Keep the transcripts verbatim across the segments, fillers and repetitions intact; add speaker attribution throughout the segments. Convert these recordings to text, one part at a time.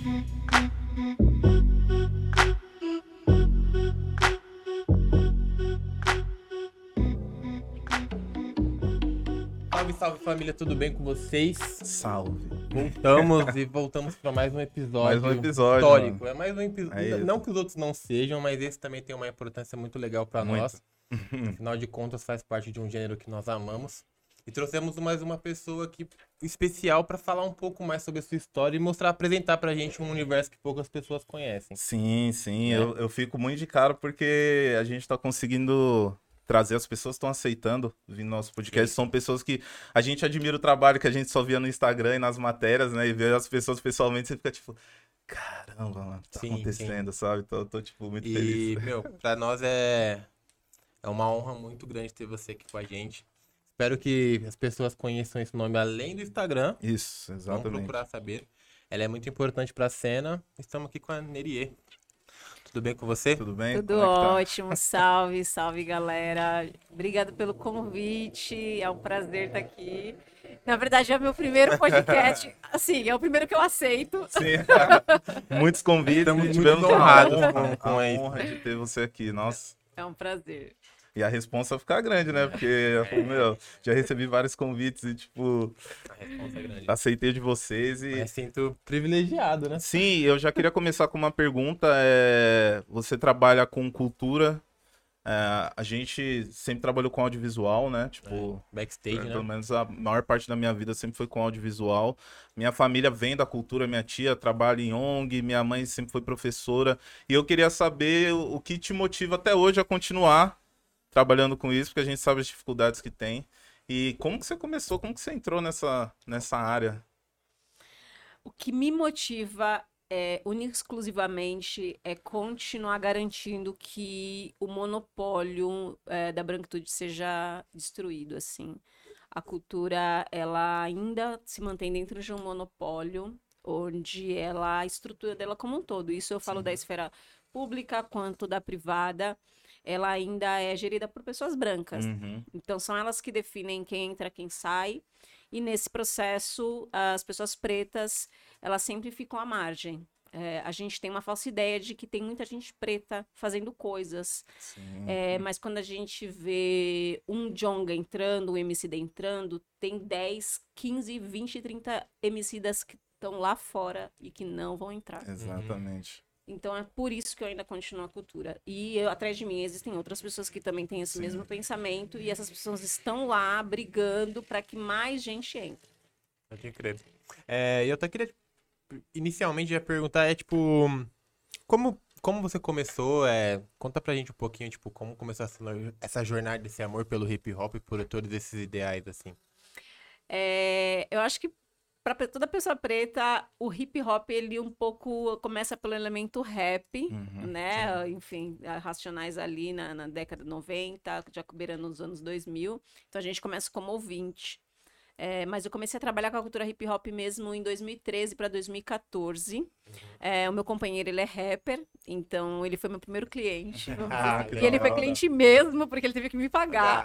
Speaker 1: Salve, salve família, tudo bem com vocês?
Speaker 2: Salve.
Speaker 1: Voltamos e voltamos para mais um episódio,
Speaker 2: mais um episódio
Speaker 1: histórico.
Speaker 2: mano.
Speaker 1: É mais um episódio,
Speaker 2: É
Speaker 1: não que os outros não sejam, mas esse também tem uma importância muito legal para
Speaker 2: Muito.
Speaker 1: nós. Afinal de contas, faz parte de um gênero que nós amamos. E trouxemos mais uma pessoa aqui especial para falar um pouco mais sobre a sua história e mostrar, apresentar pra gente um universo que poucas pessoas conhecem.
Speaker 2: Sim, sim.
Speaker 1: É.
Speaker 2: Eu, eu fico muito de cara porque a gente tá conseguindo trazer, as pessoas estão aceitando vir no nosso podcast.
Speaker 1: Sim.
Speaker 2: São pessoas que a gente admira o trabalho que a gente só via no Instagram e nas matérias, né? E ver as pessoas pessoalmente, você fica tipo, caramba, mano, tá
Speaker 1: Sim,
Speaker 2: acontecendo, sabe? Então eu tô, tipo, muito
Speaker 1: E,
Speaker 2: feliz.
Speaker 1: meu, pra nós é, é uma honra muito grande ter você aqui com a gente. Espero que as pessoas conheçam esse nome além do Instagram.
Speaker 2: Isso,
Speaker 1: Vamos
Speaker 2: exatamente.
Speaker 1: procurar saber. Ela é muito importante pra cena. Estamos aqui com a Nerie. Tudo bem com você?
Speaker 2: Tudo bem?
Speaker 3: Tudo
Speaker 2: Como é que tá?
Speaker 3: ótimo, salve, salve galera. Obrigada pelo convite, é um prazer estar aqui. Na verdade, é o meu primeiro podcast, assim, é o primeiro que eu aceito.
Speaker 2: Sim. Muitos convites.
Speaker 1: Estamos
Speaker 2: e
Speaker 1: muito
Speaker 2: tivemos a
Speaker 1: honrados
Speaker 2: honra,
Speaker 1: com- com
Speaker 2: a
Speaker 1: isso.
Speaker 2: honra de ter você aqui, nossa.
Speaker 3: É um prazer.
Speaker 2: E a responsa fica grande, né? Porque, eu falei, meu, já recebi vários convites e, tipo,
Speaker 1: A resposta é grande.
Speaker 2: aceitei de vocês e...
Speaker 1: Me sinto privilegiado, né?
Speaker 2: Sim, eu já queria começar com uma pergunta. É... Você trabalha com cultura, é, a gente sempre trabalhou com audiovisual, né? Tipo,
Speaker 1: Backstage,
Speaker 2: pelo
Speaker 1: né?
Speaker 2: menos a maior parte da minha vida sempre foi com audiovisual. Minha família vem da cultura, minha tia trabalha em O N G, minha mãe sempre foi professora. E eu queria saber o o que te motiva até hoje a continuar trabalhando com isso, porque a gente sabe as dificuldades que tem. E como que você começou? Como que você entrou nessa, nessa área?
Speaker 3: O que me motiva é, única e exclusivamente é continuar garantindo que o monopólio é, da branquitude seja destruído, assim. A cultura, ela ainda se mantém dentro de um monopólio, onde ela, a estrutura dela como um todo, isso eu falo
Speaker 2: Sim.
Speaker 3: da esfera pública quanto da privada, ela ainda é gerida por pessoas brancas.
Speaker 2: Uhum.
Speaker 3: Então, são elas que definem quem entra, quem sai. E nesse processo, as pessoas pretas, elas sempre ficam à margem. É, a gente tem uma falsa ideia de que tem muita gente preta fazendo coisas.
Speaker 2: Sim.
Speaker 3: É, mas quando a gente vê um Djonga entrando, um Emicida entrando, tem dez, quinze, vinte, trinta Emicidas que estão lá fora e que não vão entrar.
Speaker 2: Exatamente.
Speaker 3: Então é por isso que eu ainda continuo a cultura. E eu, atrás de mim existem outras pessoas que também têm esse
Speaker 2: Sim.
Speaker 3: mesmo pensamento e essas pessoas estão lá brigando para que mais gente entre.
Speaker 1: Pode crer. É, eu até queria, inicialmente, já perguntar, é tipo, como, como você começou, é, conta pra gente um pouquinho, tipo, como começou essa, essa jornada desse amor pelo hip hop e por todos esses ideais, assim.
Speaker 3: É, eu acho que para toda pessoa preta, o hip hop, ele um pouco começa pelo elemento rap,
Speaker 2: Uhum,
Speaker 3: né? Enfim, a Racionais ali na, na década de noventa, já beirando nos anos dois mil. Então a gente começa como ouvinte. É, mas eu comecei a trabalhar com a cultura hip hop mesmo em dois mil e treze para dois mil e quatorze. É, o meu companheiro, ele é rapper, então ele foi meu primeiro cliente. vamos dizer
Speaker 1: Ah,
Speaker 3: assim.
Speaker 1: que
Speaker 3: E ele
Speaker 2: da
Speaker 3: foi
Speaker 2: hora.
Speaker 3: cliente mesmo, porque ele teve que me pagar.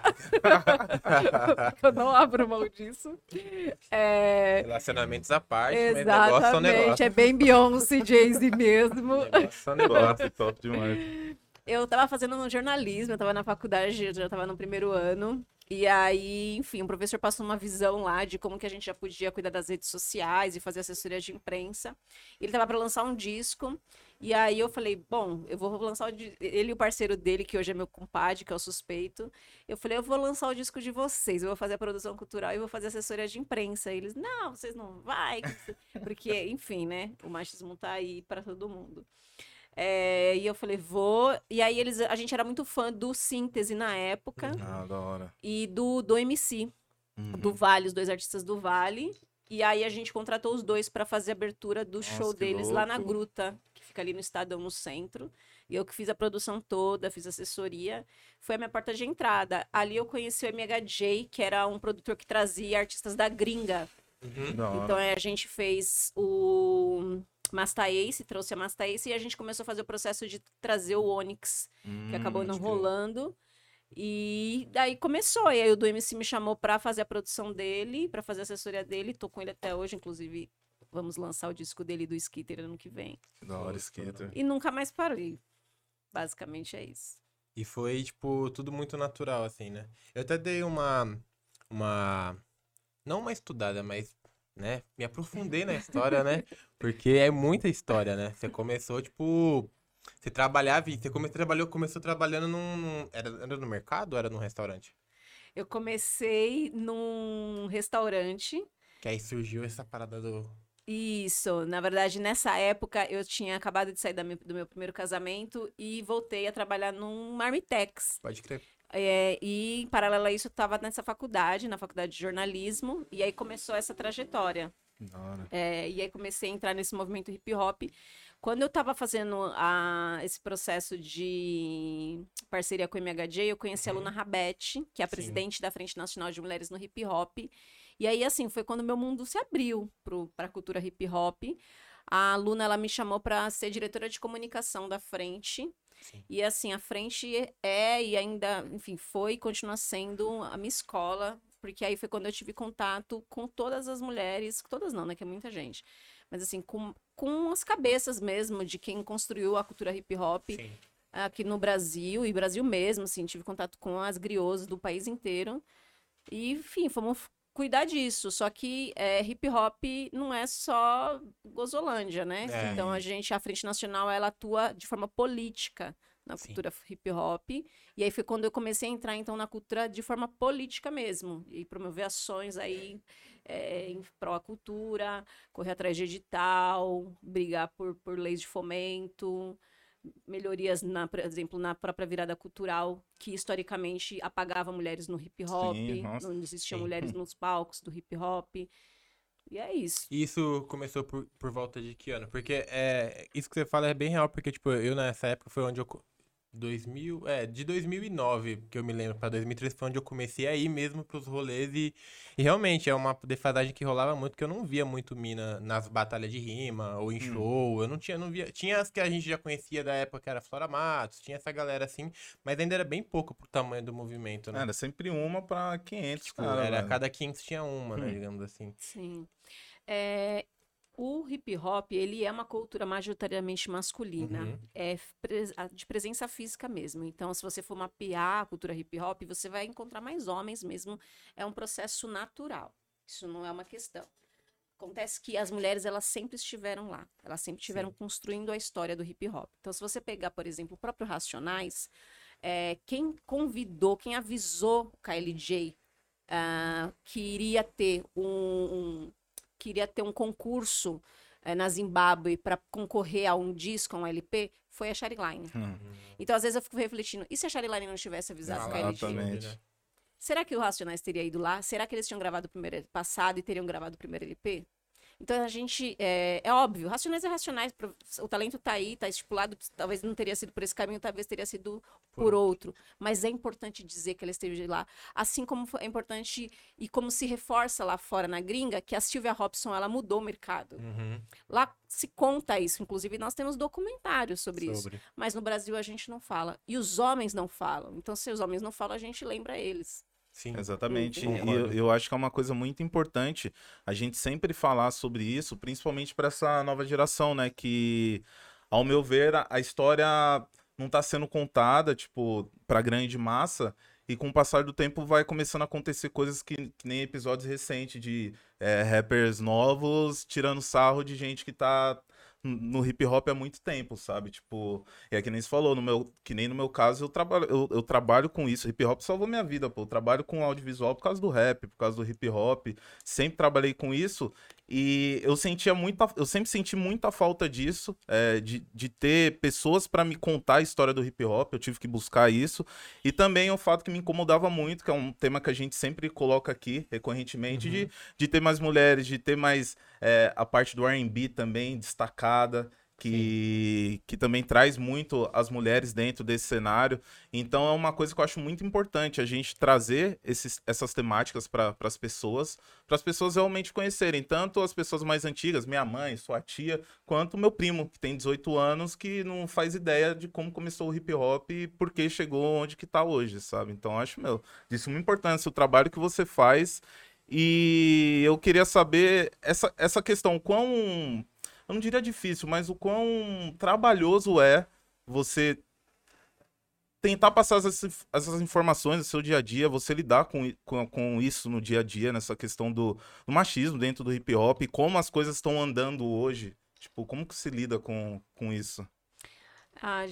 Speaker 3: Eu não abro mão disso. É,
Speaker 1: Relacionamentos à parte, mas negócio é um
Speaker 3: exatamente,
Speaker 1: negócio.
Speaker 3: é bem Beyoncé, Jay-Z mesmo.
Speaker 1: Negócio é um negócio.
Speaker 2: Top, top demais.
Speaker 3: Eu tava fazendo no jornalismo, eu tava na faculdade, eu já tava no primeiro ano. E aí, enfim, o professor passou uma visão lá de como que a gente já podia cuidar das redes sociais e fazer assessoria de imprensa. Ele tava para lançar um disco. E aí eu falei, bom, eu vou lançar o di- ele e o parceiro dele, que hoje é meu compadre, que é o Suspeito. Eu falei, eu vou lançar o disco de vocês, eu vou fazer a produção cultural e vou fazer assessoria de imprensa. E eles, não, vocês não vai, porque, enfim, né, o machismo tá aí para todo mundo. É, e eu falei, vou. E aí eles, a gente era muito fã do Síntese na época
Speaker 2: Ah, da hora.
Speaker 3: e do, do M C,
Speaker 2: Uhum.
Speaker 3: do Vale, os dois artistas do Vale. E aí a gente contratou os dois para fazer a abertura do
Speaker 2: Nossa,
Speaker 3: show
Speaker 2: que
Speaker 3: deles lá na
Speaker 2: louco.
Speaker 3: Gruta, que fica ali no Estadão, no centro. E eu que fiz a produção toda, fiz assessoria. Foi a minha porta de entrada. Ali eu conheci o M H J, que era um produtor que trazia artistas da gringa.
Speaker 1: Uhum.
Speaker 2: Da hora.
Speaker 3: Então é, a gente fez o Masta Ace, trouxe a Masta Ace e a gente começou a fazer o processo de trazer o Onyx, que
Speaker 2: Hum,
Speaker 3: acabou não
Speaker 2: pode crer.
Speaker 3: rolando. E daí começou. E aí o do M C me chamou pra fazer a produção dele, pra fazer a assessoria dele. Tô com ele até hoje, inclusive vamos lançar o disco dele do Skitter ano que vem.
Speaker 2: Da hora, Skitter.
Speaker 3: E nunca mais parei. Basicamente é isso.
Speaker 1: E foi, tipo, tudo muito natural, assim, né? Eu até dei uma, uma, não uma estudada, mas, né, me aprofundei na história, né? Porque é muita história, né? Você começou, tipo, você trabalhava, e você come, trabalhou, começou trabalhando num, num- era, era no mercado ou era num restaurante?
Speaker 3: Eu comecei num restaurante.
Speaker 1: Que aí surgiu essa parada do...
Speaker 3: Isso, na verdade, nessa época eu tinha acabado de sair da mi- do meu primeiro casamento e voltei a trabalhar num Marmitex.
Speaker 1: Pode crer.
Speaker 3: É, e em paralelo a isso, eu estava nessa faculdade, na faculdade de jornalismo, e aí começou essa trajetória.
Speaker 2: Da hora.
Speaker 3: É, e aí comecei a entrar nesse movimento hip hop. Quando eu estava fazendo a- esse processo de parceria com o M H J, eu conheci a
Speaker 1: Uhum.
Speaker 3: Luna Rabete, que é a
Speaker 1: Sim.
Speaker 3: presidente da Frente Nacional de Mulheres no Hip Hop. E aí, assim, foi quando meu mundo se abriu para a cultura hip hop. A Luna, ela me chamou para ser diretora de comunicação da Frente.
Speaker 1: Sim.
Speaker 3: E assim, a Frente é e ainda, enfim, foi e continua sendo a minha escola, porque aí foi quando eu tive contato com todas as mulheres, todas não, né, que é muita gente, mas assim, com, com as cabeças mesmo de quem construiu a cultura hip hop
Speaker 1: Sim.
Speaker 3: aqui no Brasil, e Brasil mesmo, assim, tive contato com as griots do país inteiro, e enfim, fomos cuidar disso, só que é, hip hop não é só Gozolândia, né?
Speaker 1: É.
Speaker 3: Então a gente, a Frente Nacional, ela atua de forma política na
Speaker 1: Sim.
Speaker 3: cultura hip hop, e aí foi quando eu comecei a entrar então na cultura de forma política mesmo, e promover ações aí é, em pró à cultura, correr atrás de edital, brigar por, por leis de fomento, melhorias, na, por exemplo, na própria virada cultural, que historicamente apagava mulheres no hip hop,
Speaker 2: Sim, nossa.
Speaker 3: não existiam
Speaker 1: Sim.
Speaker 3: mulheres nos palcos do hip hop. E é isso.
Speaker 1: E isso começou por, por volta de que ano? Porque é, isso que você fala é bem real, porque, tipo, eu nessa época foi onde eu... co- dois mil, é, de dois mil e nove, que eu me lembro, pra dois mil e treze foi onde eu comecei a ir mesmo pros rolês e, e realmente é uma defasagem que rolava muito, que eu não via muito mina nas batalhas de rima ou em
Speaker 2: Hum.
Speaker 1: show, eu não tinha, não via, tinha as que a gente já conhecia da época, que era Flora Matos, tinha essa galera assim, mas ainda era bem pouco pro tamanho do movimento, né?
Speaker 2: Era sempre uma pra quinhentos,
Speaker 1: Tipo,
Speaker 2: cara,
Speaker 1: era
Speaker 2: velho.
Speaker 1: cada quinhentos tinha uma, né,
Speaker 2: Hum.
Speaker 1: digamos assim.
Speaker 3: Sim. É, o hip hop, ele é uma cultura majoritariamente masculina,
Speaker 1: Uhum.
Speaker 3: é pres- a- de presença física mesmo. Então, se você for mapear a cultura hip hop, você vai encontrar mais homens mesmo. É um processo natural. Isso não é uma questão. Acontece que as mulheres, elas sempre estiveram lá. Elas sempre estiveram
Speaker 1: Sim.
Speaker 3: construindo a história do hip hop. Então, se você pegar, por exemplo, o próprio Racionais, é, quem convidou, quem avisou o K L J ah, que iria ter um, um- que iria ter um concurso eh, na Zimbábue para concorrer a um disco, a um L P, foi a Shariline.
Speaker 2: Hum.
Speaker 3: Então, às vezes eu fico refletindo, e se a Shariline não tivesse avisado o K L J?
Speaker 2: Exatamente.
Speaker 1: né?
Speaker 3: Será que o Racionais teria ido lá? Será que eles tinham gravado o primeiro L P passado e teriam gravado o primeiro L P? Então a gente, é, é óbvio, Racionais é Racionais, pro- o talento tá aí, tá estipulado, talvez não teria sido por esse caminho, talvez teria sido
Speaker 1: Por
Speaker 3: por outro, mas é importante dizer que ela esteve lá, assim como foi- é importante e como se reforça lá fora na gringa, que a Sylvia Robson, ela mudou o mercado.
Speaker 1: Uhum.
Speaker 3: Lá se conta isso, inclusive nós temos documentários sobre, isso,
Speaker 1: Sobre.
Speaker 3: mas no Brasil a gente não fala, e os homens não falam, então se os homens não falam, a gente lembra eles.
Speaker 1: Sim.
Speaker 2: Exatamente.
Speaker 3: Uhum.
Speaker 2: E eu, eu acho que é uma coisa muito importante a gente sempre falar sobre isso, principalmente para essa nova geração, né? Que, ao meu ver, a, a história não tá sendo contada, tipo, pra grande massa. E com o passar do tempo vai começando a acontecer coisas que, que nem episódios recentes de é, rappers novos tirando sarro de gente que tá no hip hop há muito tempo, sabe? Tipo, é que nem você falou, no meu, que nem no meu caso, eu trabalho, eu, eu trabalho com isso. Hip hop salvou minha vida, pô. Eu trabalho com audiovisual por causa do rap, por causa do hip hop. Sempre trabalhei com isso. E eu sentia muita, eu sempre senti muita falta disso, é, de, de ter pessoas para me contar a história do hip hop. Eu tive que buscar isso. E também o fato que me incomodava muito, que é um tema que a gente sempre coloca aqui recorrentemente,
Speaker 1: Uhum.
Speaker 2: de, de ter mais mulheres, de ter mais é, a parte do R and B também destacada, que, que também traz muito as mulheres dentro desse cenário. Então é uma coisa que eu acho muito importante, a gente trazer esses, essas temáticas para as pessoas, para as pessoas realmente conhecerem, tanto as pessoas mais antigas, minha mãe, sua tia, quanto meu primo, que tem dezoito anos, que não faz ideia de como começou o hip hop e por que chegou onde que tá hoje, sabe? Então eu acho, meu, de suma importância o trabalho que você faz. E eu queria saber essa, essa questão, quão, eu não diria difícil, mas o quão trabalhoso é você tentar passar essas, essas informações do seu dia a dia, você lidar com, i- com, com isso no dia a dia, nessa questão do, do machismo dentro do hip hop, e como as coisas estão andando hoje. Tipo, como que se lida com, com isso?
Speaker 3: A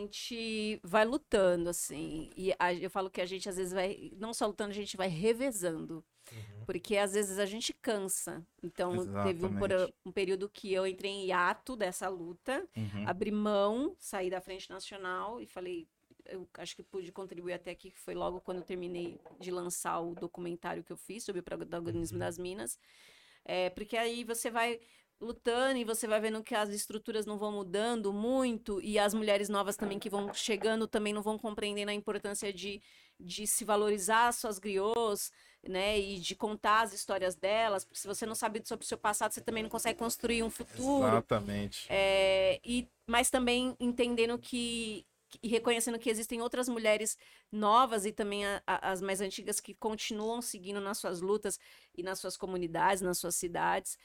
Speaker 3: gente vai lutando, assim. E a- eu falo que a gente, às vezes, vai. Não só lutando, a gente vai revezando. Porque, às vezes, a gente cansa. Então, teve um, pora-
Speaker 2: Exatamente.
Speaker 3: um período que eu entrei em hiato dessa luta,
Speaker 2: Uhum.
Speaker 3: abri mão, saí da Frente Nacional e falei. Eu acho que pude contribuir até aqui, que foi logo quando eu terminei de lançar o documentário que eu fiz sobre o protagonismo das Minas. É, porque aí você vai lutando e você vai vendo que as estruturas não vão mudando muito e as mulheres novas também que vão chegando também não vão compreendendo a importância de, de se valorizar as suas griots, né, e de contar as histórias delas, porque se você não sabe sobre o seu passado, você também não consegue construir um futuro.
Speaker 2: Exatamente.
Speaker 3: É, e, mas também entendendo que e reconhecendo que existem outras mulheres novas e também a- a- as mais antigas que continuam seguindo nas suas lutas e nas suas comunidades, nas suas cidades.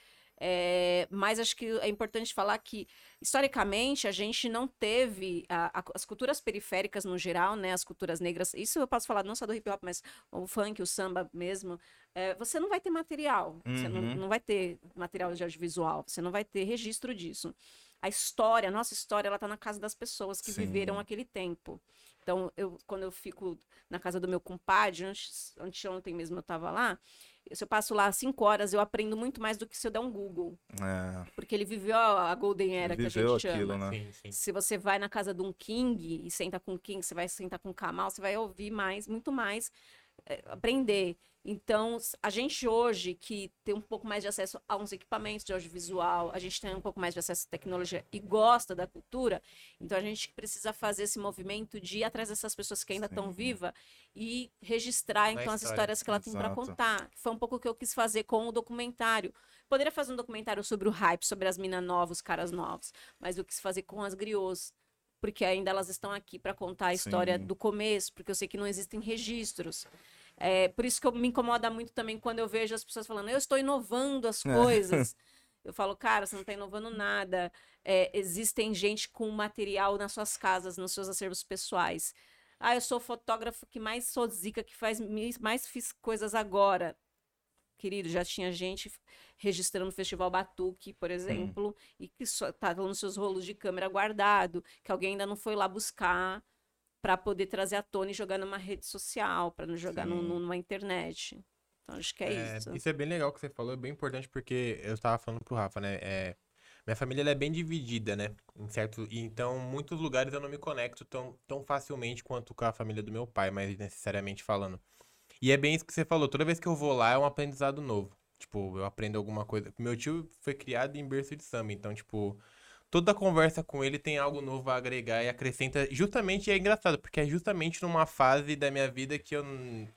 Speaker 3: É, mas acho que é importante falar que, historicamente, a gente não teve a- a- as culturas periféricas no geral, né, as culturas negras. Isso eu posso falar não só do hip hop, mas o funk, o samba mesmo. É, você não vai ter material, você não,
Speaker 2: Uhum.
Speaker 3: não vai ter material de audiovisual, você não vai ter registro disso. A história, a nossa história, ela tá na casa das pessoas que
Speaker 2: Sim.
Speaker 3: viveram aquele tempo. Então, eu, quando eu fico na casa do meu compadre, antes, anteontem mesmo eu tava lá, se eu passo lá cinco horas, eu aprendo muito mais do que se eu der um Google.
Speaker 2: É,
Speaker 3: Porque ele viveu a a Golden Era, que a
Speaker 2: viveu
Speaker 3: gente
Speaker 2: aquilo,
Speaker 3: chama.
Speaker 2: né?
Speaker 1: Sim, sim.
Speaker 3: Se você vai na casa de um King e senta com o King, você vai sentar com o Kamal, você vai ouvir mais, muito mais, é, aprender. Então, s- a gente hoje, que tem um pouco mais de acesso a uns equipamentos de audiovisual, a gente tem um pouco mais de acesso à tecnologia e gosta da cultura, então a gente precisa fazer esse movimento de ir atrás dessas pessoas que ainda estão
Speaker 2: Sim.
Speaker 3: vivas e registrar,
Speaker 1: Na
Speaker 3: então, as
Speaker 1: história.
Speaker 3: histórias que ela tem para
Speaker 2: Exato.
Speaker 3: contar. Foi um pouco o que eu quis fazer com o documentário. Poderia fazer um documentário sobre o hype, sobre as minas novas, os caras novos, mas eu quis fazer com as griots, porque ainda elas estão aqui para contar a história
Speaker 2: Sim.
Speaker 3: do começo, porque eu sei que não existem registros. É, por isso que eu, me incomoda muito também quando eu vejo as pessoas falando, eu estou inovando as
Speaker 2: É.
Speaker 3: coisas. Eu falo, cara, você não está inovando nada. É, existem gente com material nas suas casas, nos seus acervos pessoais. Ah, eu sou o fotógrafo que mais sou zica, que faz mi- mais fiz coisas agora. Querido, já tinha gente registrando o Festival Batuque, por exemplo, e que só tá nos seus rolos de câmera guardado, que alguém ainda não foi lá buscar para poder trazer à tona e jogar numa rede social, para não jogar num-
Speaker 2: Sim.
Speaker 3: numa internet. Então, acho que é,
Speaker 1: É,
Speaker 3: isso.
Speaker 1: isso é bem legal que você falou, é bem importante porque eu tava falando pro Rafa, né? É, minha família ela é bem dividida, né? Em certo, e então, muitos lugares eu não me conecto tão, tão facilmente quanto com a família do meu pai, mas necessariamente falando. E é bem isso que você falou, toda vez que eu vou lá é um aprendizado novo. Tipo, eu aprendo alguma coisa. Meu tio foi criado em berço de samba, então, tipo, toda conversa com ele tem algo novo a agregar e acrescenta. Justamente, e é engraçado, porque é justamente numa fase da minha vida que eu, n-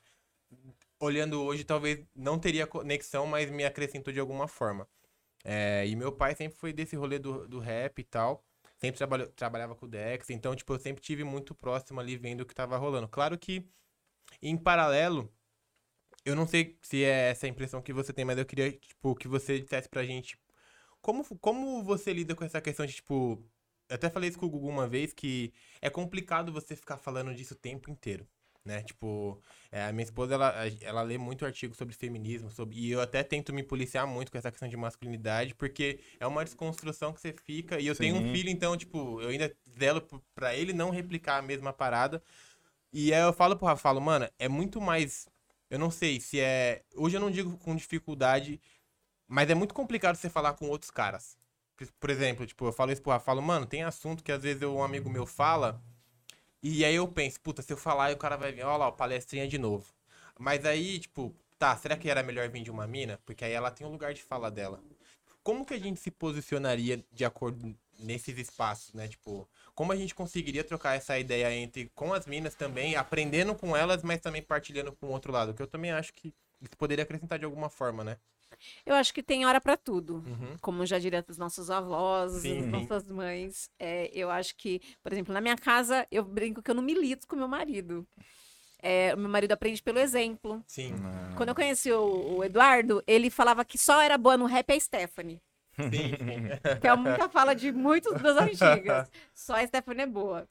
Speaker 1: olhando hoje, talvez não teria conexão, mas me acrescentou de alguma forma. É, e meu pai sempre foi desse rolê do, do rap e tal. Sempre trabalhou, trabalhava com o Dex, então, tipo, eu sempre tive muito próximo ali vendo o que tava rolando. Claro que, em paralelo, eu não sei se é essa a impressão que você tem, mas eu queria, tipo, que você dissesse pra gente como, como você lida com essa questão de, tipo. Eu até falei isso com o Gugu uma vez, que é complicado você ficar falando disso o tempo inteiro, né? Tipo, é, a minha esposa, ela, ela lê muito artigo sobre feminismo, sobre, e eu até tento me policiar muito com essa questão de masculinidade, porque é uma desconstrução que você fica, e eu tenho um
Speaker 2: Sim.
Speaker 1: filho, então, tipo, eu ainda zelo p- pra ele não replicar a mesma parada, e aí eu falo pro Rafa, falo, mano, é muito mais. Eu não sei se é. Hoje eu não digo com dificuldade, mas é muito complicado você falar com outros caras. Por por exemplo, tipo, eu falo isso pro Rafa, falo, mano, tem assunto que às vezes eu- um amigo meu fala, e aí eu penso, puta, se eu falar, aí o cara vai vir, ó lá, o palestrinha de novo. Mas aí, tipo, tá, será que era melhor vir de uma mina? Porque aí ela tem um lugar de fala dela. Como que a gente se posicionaria de acordo nesses espaços, né? Tipo, como a gente conseguiria trocar essa ideia entre com as minas também, aprendendo com elas, mas também partilhando com o outro lado? Que eu também acho que isso poderia acrescentar de alguma forma, né?
Speaker 3: Eu acho que tem hora para tudo.
Speaker 1: Uhum.
Speaker 3: Como já diria dos nossos avós,
Speaker 1: Sim,
Speaker 3: das
Speaker 1: sim.
Speaker 3: nossas mães. É, eu acho que, por exemplo, na minha casa, eu brinco que eu não milito com meu marido. É, o meu marido aprende pelo exemplo.
Speaker 1: Sim.
Speaker 2: Ah,
Speaker 3: Quando eu conheci o, o Eduardo, ele falava que só era boa no rap a Stephanie.
Speaker 1: Sim, sim.
Speaker 3: Que é muita fala de muitos das antigas. Só a Stephanie é boa.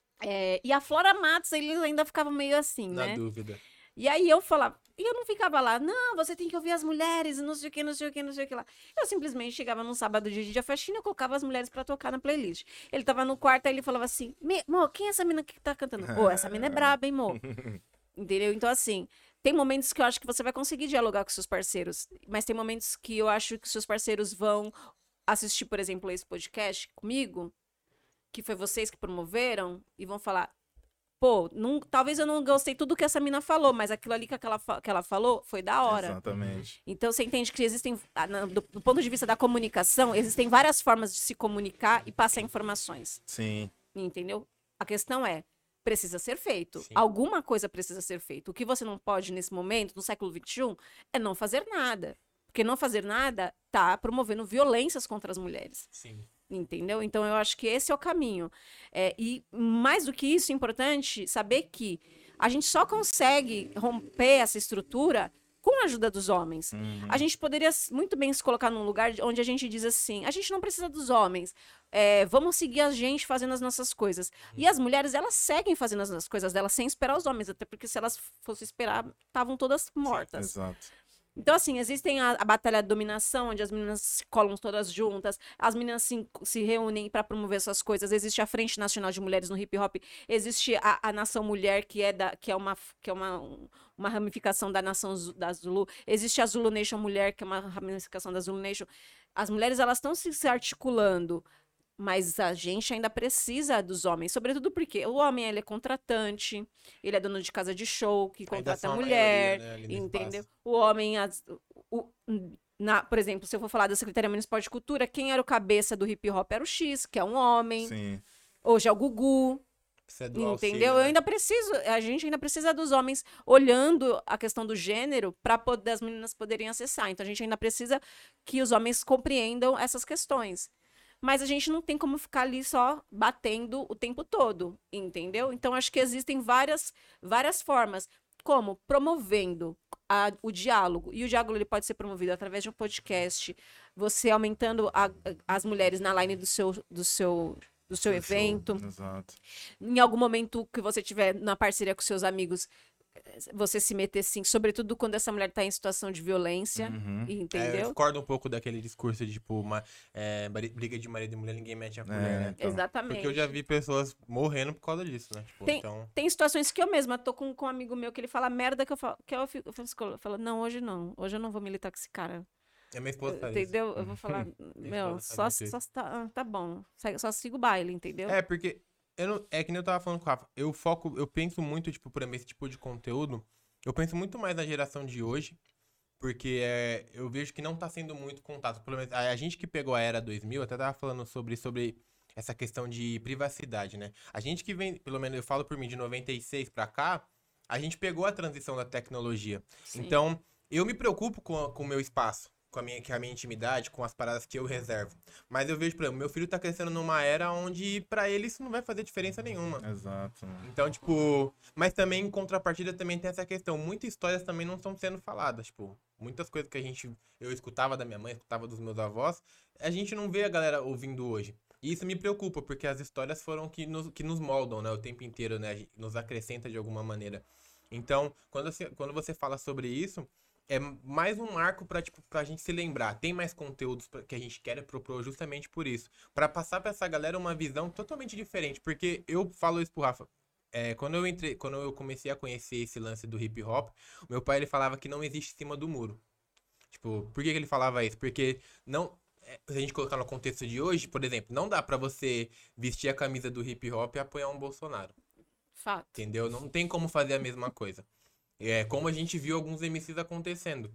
Speaker 3: É, e a Flora Matos, eles ainda ficavam meio assim,
Speaker 1: Na
Speaker 3: né?
Speaker 1: dúvida.
Speaker 3: E aí eu falava, e eu não ficava lá, não, você tem que ouvir as mulheres, não sei o que, não sei o que, não sei o que lá. Eu simplesmente chegava num sábado de dia faxina, eu colocava as mulheres pra tocar na playlist. Ele tava no quarto, aí ele falava assim, "Me- Mo, quem é essa mina que tá cantando? Pô, essa mina é braba, hein, Mo? Entendeu? Então, assim, tem momentos que eu acho que você vai conseguir dialogar com seus parceiros, mas tem momentos que eu acho que seus parceiros vão assistir, por exemplo, esse podcast comigo, que foi vocês que promoveram, e vão falar, pô, não, talvez eu não gostei tudo que essa mina falou, mas aquilo ali que aquela, fa- que ela falou foi da hora.
Speaker 2: exatamente.
Speaker 3: Então você entende que existem, ah, na- do, do ponto de vista da comunicação, existem várias formas de se comunicar e passar informações,
Speaker 2: Sim.
Speaker 3: entendeu? A questão é, precisa ser feito.
Speaker 1: Sim.
Speaker 3: Alguma coisa precisa ser feita. O que você não pode nesse momento, no século vinte e um, é não fazer nada. Porque não fazer nada tá promovendo violências contra as mulheres.
Speaker 1: Sim.
Speaker 3: Entendeu? Então eu acho que esse é o caminho. É, e mais do que isso, é importante saber que a gente só consegue romper essa estrutura com a ajuda dos homens.
Speaker 2: Uhum.
Speaker 3: A gente poderia muito bem se colocar num lugar onde a gente diz assim: a gente não precisa dos homens, é, vamos seguir a gente fazendo as nossas coisas. E as mulheres, elas seguem fazendo as coisas delas sem esperar os homens, até porque se elas fossem esperar, estavam todas mortas.
Speaker 2: Exato.
Speaker 3: Então, assim, existem a, a batalha de dominação, onde as meninas se colam todas juntas, as meninas se, se reúnem para promover essas coisas. Existe a Frente Nacional de Mulheres no Hip Hop, existe a, a Nação Mulher, que é, da, que é, uma, que é uma, um- uma ramificação da Nação Zu- da Zulu. Existe a Zulu Nation Mulher, que é uma ramificação da Zulu Nation. As mulheres, elas estão se, se articulando, mas a gente ainda precisa dos homens, sobretudo porque o homem, ele é contratante, ele é dono de casa de show, que
Speaker 1: Ainda
Speaker 3: contrata
Speaker 1: são
Speaker 3: a
Speaker 1: a
Speaker 3: mulher,
Speaker 1: maioria, né, ali no
Speaker 3: entendeu?
Speaker 1: espaço.
Speaker 3: O homem, as- o- na, por exemplo, se eu for falar da Secretaria Municipal de Cultura, quem era o cabeça do hip hop era o X, que é um homem.
Speaker 2: Sim.
Speaker 3: Hoje é o Gugu,
Speaker 1: Precisa do
Speaker 3: entendeu?
Speaker 1: auxílio,
Speaker 3: Eu
Speaker 1: né?
Speaker 3: ainda preciso, a gente ainda precisa dos homens olhando a questão do gênero para poder as meninas poderem acessar. Então a gente ainda precisa que os homens compreendam essas questões. Mas a gente não tem como ficar ali só batendo o tempo todo, entendeu? Então acho que existem várias, várias formas, como promovendo a- o diálogo. E o diálogo ele pode ser promovido através de um podcast, você aumentando a- a- as mulheres na line do seu, do seu, do seu
Speaker 2: Show.
Speaker 3: evento.
Speaker 2: Exato.
Speaker 3: Em algum momento que você tiver na parceria com seus amigos, eh, você se meter sim, sobretudo quando essa mulher está em situação de violência,
Speaker 2: Uhum.
Speaker 1: É, eu
Speaker 3: entendeu?
Speaker 1: discordo um pouco daquele discurso de, tipo, uma, é, bari- briga de marido e mulher, ninguém mete a colher,
Speaker 2: É,
Speaker 1: né?
Speaker 2: então.
Speaker 3: Exatamente.
Speaker 1: Porque eu já vi pessoas morrendo por causa disso, né? Tipo,
Speaker 3: Tem-
Speaker 1: então...
Speaker 3: Tem situações que eu mesma tô com, com um amigo meu que ele fala merda que eu falo, que eu, fico, eu falo, eu falo, não, hoje não, hoje eu não vou militar com esse cara.
Speaker 1: A minha esposa faz isso.
Speaker 3: Entendeu? Eu vou falar, meu,
Speaker 1: esposa
Speaker 3: só,
Speaker 1: faz muito
Speaker 3: só tá, ah, tá bom, segue- só siga o baile, entendeu?
Speaker 1: É, porque eu não, é que nem eu tava falando com o Rafa. Eu foco, eu penso muito, tipo, por exemplo, esse tipo de conteúdo. Eu penso muito mais na geração de hoje, porque é, eu vejo que não tá sendo muito contato. Pelo menos a, a gente que pegou a era dois mil, até tava falando sobre, sobre essa questão de privacidade, né? A gente que vem, pelo menos eu falo por mim, de noventa e seis pra cá, a gente pegou a transição da tecnologia.
Speaker 3: Sim.
Speaker 1: Então, eu me preocupo com, a- com o meu espaço, com a, minha, com a minha intimidade, com as paradas que eu reservo. Mas eu vejo, por exemplo, meu filho tá crescendo numa era onde pra ele isso não vai fazer diferença nenhuma.
Speaker 2: Exato.
Speaker 1: Então, tipo, mas também em contrapartida também tem essa questão. Muitas histórias também não estão sendo faladas, tipo, muitas coisas que a gente, eu escutava da minha mãe, escutava dos meus avós, a gente não vê a galera ouvindo hoje. E isso me preocupa, porque as histórias foram que nos, que nos moldam, né, o tempo inteiro, né, a gente- nos acrescenta de alguma maneira. Então, quando você, quando você fala sobre isso, é mais um marco pra, tipo, pra gente se lembrar. Tem mais conteúdos pra- que a gente quer propor justamente por isso. Pra passar pra essa galera uma visão totalmente diferente. Porque eu falo isso pro Rafa. É, quando eu entrei, quando eu comecei a conhecer esse lance do hip hop, o meu pai ele falava que não existe cima do muro. Tipo, por que, que ele falava isso? Porque não. é, Se a gente colocar no contexto de hoje, por exemplo, não dá pra você vestir a camisa do hip hop e apoiar um Bolsonaro.
Speaker 3: Fato.
Speaker 1: Entendeu? Não tem como fazer a mesma coisa. É como a gente viu alguns M Cs acontecendo.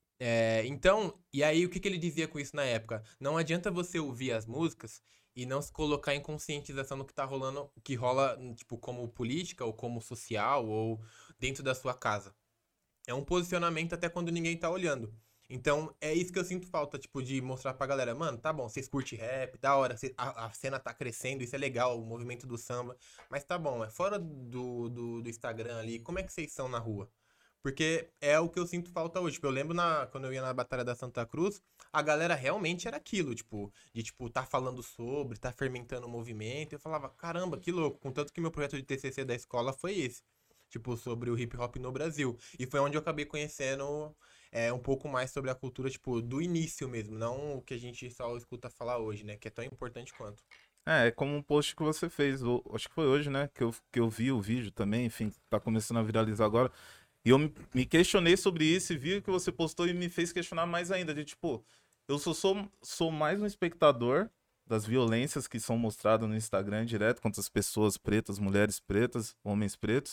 Speaker 1: É, então, e aí o que, que ele dizia com isso na época? Não adianta você ouvir as músicas e não se colocar em conscientização do que tá rolando, que rola, tipo, como política, ou como social, ou dentro da sua casa. É um posicionamento até quando ninguém tá olhando. Então, é isso que eu sinto falta, tipo, de mostrar pra galera, mano, tá bom, vocês curtem rap, da hora, cê- a, a cena tá crescendo, isso é legal, o movimento do samba, mas tá bom, é fora do, do, do Instagram ali, como é que vocês são na rua? Porque é o que eu sinto falta hoje. Tipo, eu lembro na, quando eu ia na Batalha da Santa Cruz, a galera realmente era aquilo, tipo, de tipo, tá falando sobre, tá fermentando o movimento. Eu falava, caramba, que louco. Contanto que meu projeto de T C C da escola foi esse. Tipo, sobre o hip hop no Brasil. E foi onde eu acabei conhecendo é, um pouco mais sobre a cultura, tipo, do início mesmo. Não o que a gente só escuta falar hoje, né? Que é tão importante quanto.
Speaker 2: É, é como um post que você fez, o- acho que foi hoje, né? Que eu, que eu vi o vídeo também, enfim, tá começando a viralizar agora. E eu me me questionei sobre isso e vi o que você postou e me fez questionar mais ainda. De tipo, eu sou, sou, sou mais um espectador das violências que são mostradas no Instagram direto contra as pessoas pretas, mulheres pretas, homens pretos.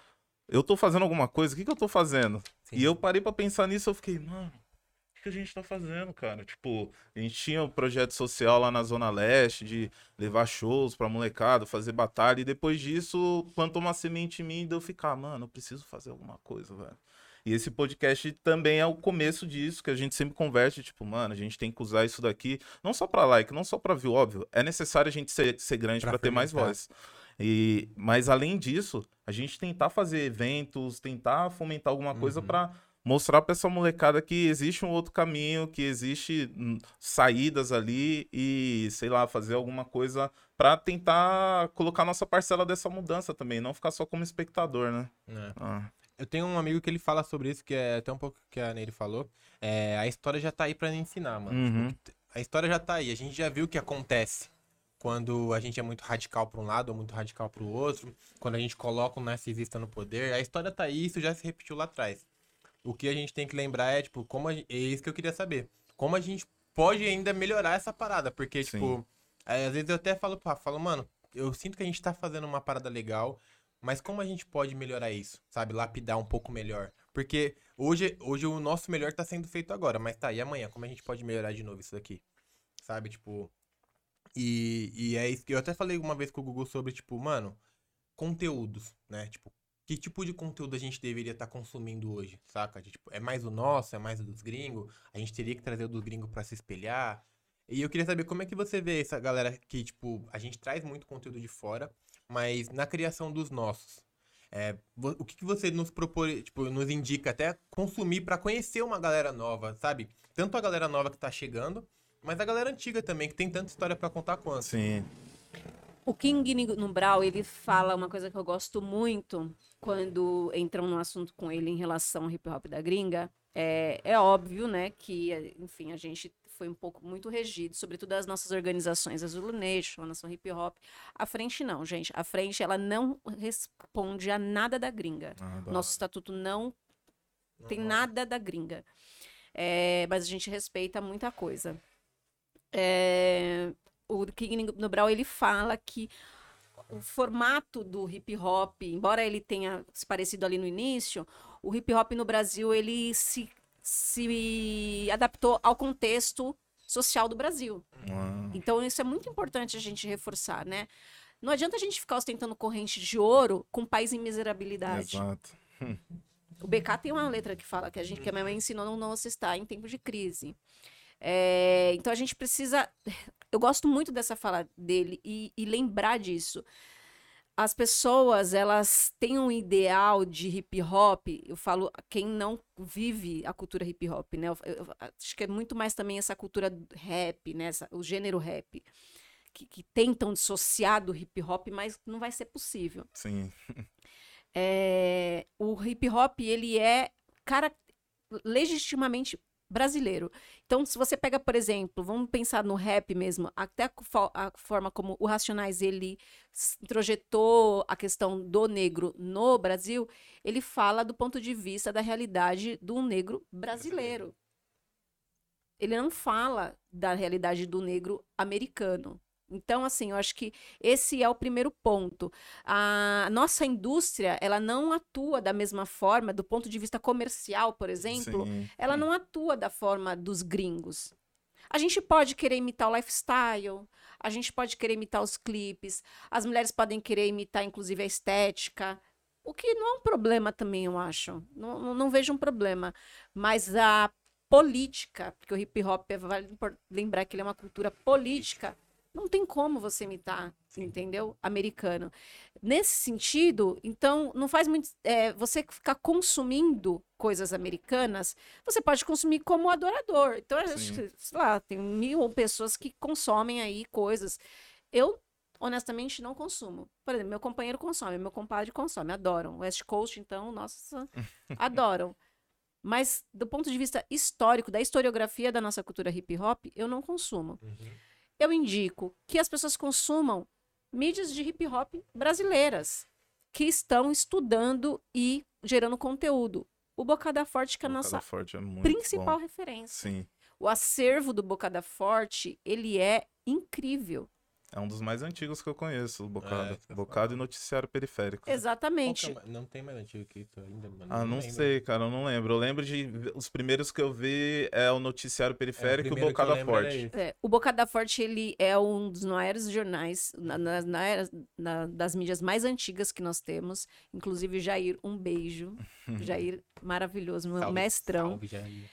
Speaker 2: Eu tô fazendo alguma coisa, o que que eu tô fazendo?
Speaker 1: Sim.
Speaker 2: E eu parei pra pensar nisso, eu fiquei, mano, o que que a gente tá fazendo, cara? Tipo, a gente tinha um projeto social lá na Zona Leste de levar shows pra molecada, fazer batalha, e depois disso plantou uma semente em mim de eu ficar, mano, eu preciso fazer alguma coisa, velho. E esse podcast também é o começo disso, que a gente sempre conversa, tipo, mano, a gente tem que usar isso daqui, não só pra like, não só pra view, óbvio, é necessário a gente ser, ser grande
Speaker 1: Pra
Speaker 2: pra ter mais
Speaker 1: fermentar.
Speaker 2: voz. E, mas além disso, a gente tentar fazer eventos, tentar fomentar alguma coisa
Speaker 1: Uhum.
Speaker 2: pra mostrar pra essa molecada que existe um outro caminho, que existe hum, saídas ali e, sei lá, fazer alguma coisa pra tentar colocar nossa parcela dessa mudança também, não ficar só como espectador, né?
Speaker 1: É.
Speaker 2: Ah,
Speaker 1: Eu tenho um amigo que ele fala sobre isso, que é até um pouco que a Nery falou. É, a história já tá aí pra ensinar, mano. Tipo,
Speaker 2: uhum,
Speaker 1: que t- a história já tá aí. A gente já viu o que acontece quando a gente é muito radical pra um lado ou muito radical pro outro. Quando a gente coloca um narcisista no poder. A história tá aí, isso já se repetiu lá atrás. O que a gente tem que lembrar é, tipo, como a gente, é isso que eu queria saber. Como a gente pode ainda melhorar essa parada. Porque,
Speaker 2: sim.
Speaker 1: tipo, aí, às vezes eu até falo pro Rafa, falo, mano, eu sinto que a gente tá fazendo uma parada legal, mas como a gente pode melhorar isso? Sabe? Lapidar um pouco melhor. Porque hoje, hoje o nosso melhor tá sendo feito agora, mas tá, e amanhã? Como a gente pode melhorar de novo isso daqui? Sabe? Tipo. E, e é isso que eu até falei uma vez com o Google sobre, tipo, mano, conteúdos, né? Tipo, que tipo de conteúdo a gente deveria estar consumindo hoje, saca? De, tipo, é mais o nosso, é mais o dos gringos? A gente teria que trazer o dos gringos pra se espelhar? E eu queria saber como é que você vê essa galera que, tipo, a gente traz muito conteúdo de fora, mas na criação dos nossos. É, vo- o que que você nos propõe, tipo, nos indica até consumir pra conhecer uma galera nova, sabe? Tanto a galera nova que tá chegando, mas a galera antiga também, que tem tanta história pra contar quanto.
Speaker 2: Sim.
Speaker 3: O King Nubral, ele fala uma coisa que eu gosto muito quando entram no assunto com ele em relação ao hip hop da gringa. É, é óbvio, né, que, enfim, a gente foi um pouco muito regido, sobretudo as nossas organizações, a Zulu Nation, a Nação Hip Hop. A frente não, gente. A frente, ela não responde a nada da gringa.
Speaker 2: Ah, da
Speaker 3: Nosso
Speaker 2: hora.
Speaker 3: estatuto não
Speaker 1: Não
Speaker 3: tem
Speaker 1: rola.
Speaker 3: nada da gringa. É, mas a gente respeita muita coisa. É, o King Nubral, ele fala que o formato do hip hop, embora ele tenha se parecido ali no início, o hip hop no Brasil ele se, se adaptou ao contexto social do Brasil.
Speaker 2: Ah,
Speaker 3: Então isso é muito importante a gente reforçar, né? Não adianta a gente ficar ostentando corrente de ouro com um país em miserabilidade.
Speaker 2: exato.
Speaker 3: O B K tem uma letra que fala que a gente que a minha mãe ensinou não, não se está em tempo de crise. É, então a gente precisa. Eu gosto muito dessa fala dele e, e lembrar disso. As pessoas, elas têm um ideal de hip hop. Eu falo quem não vive a cultura hip hop, né? Eu, eu, acho que é muito mais também essa cultura rap, né? Essa, o gênero rap. Que, que tentam dissociar do hip hop, mas não vai ser possível.
Speaker 2: Sim.
Speaker 3: É, o hip hop, ele é cara, legitimamente brasileiro. Então, se você pega, por exemplo, vamos pensar no rap mesmo, até a, fo- a forma como o Racionais ele s- introjetou a questão do negro no Brasil, ele fala do ponto de vista da realidade do negro brasileiro. Ele não fala da realidade do negro americano. Então, assim, eu acho que esse é o primeiro ponto. A nossa indústria, ela não atua da mesma forma, do ponto de vista comercial, por exemplo,
Speaker 2: Sim.
Speaker 3: ela não atua da forma dos gringos. A gente pode querer imitar o lifestyle, a gente pode querer imitar os clipes, as mulheres podem querer imitar, inclusive, a estética, o que não é um problema também, eu acho. Não, não, não vejo um problema. Mas a política, porque o hip hop, é, vale lembrar que ele é uma cultura política, não tem como você imitar, entendeu? Americano. Nesse sentido, então, não faz muito. É, você ficar consumindo coisas americanas, você pode consumir como adorador. Então, acho que, sei lá, tem mil pessoas que consomem aí coisas. Eu, honestamente, não consumo. Por exemplo, meu companheiro consome, meu compadre consome, adoram. West Coast, então, nossa, adoram. Mas, do ponto de vista histórico, da historiografia da nossa cultura hip hop, eu não consumo.
Speaker 1: Uhum.
Speaker 3: Eu indico que as pessoas consumam mídias de hip hop brasileiras que estão estudando e gerando conteúdo. O Bocada Forte, que é a
Speaker 2: Bocada
Speaker 3: nossa
Speaker 2: Forte é muito
Speaker 3: principal
Speaker 2: bom.
Speaker 3: referência.
Speaker 2: Sim.
Speaker 3: O acervo do Bocada Forte, ele é incrível.
Speaker 2: É um dos mais antigos que eu conheço, o Bocada.
Speaker 1: É,
Speaker 2: Bocada e Noticiário Periférico.
Speaker 3: Exatamente.
Speaker 1: Qual que é o- não tem mais antigo que isso ainda, mano.
Speaker 2: Ah, não
Speaker 1: lembro.
Speaker 2: sei, cara, eu não lembro. Eu lembro de. Os primeiros que eu vi é o Noticiário Periférico e o
Speaker 1: primeiro que eu
Speaker 2: Bocada
Speaker 1: lembro era
Speaker 2: Forte.
Speaker 1: esse.
Speaker 3: É, o Bocada Forte, ele é um dos maiores jornais na, na- na era- na- das mídias mais antigas que nós temos. Inclusive, Jair, um beijo. Jair, maravilhoso, meu
Speaker 1: Salve,
Speaker 3: mestrão.
Speaker 1: salve, Jair.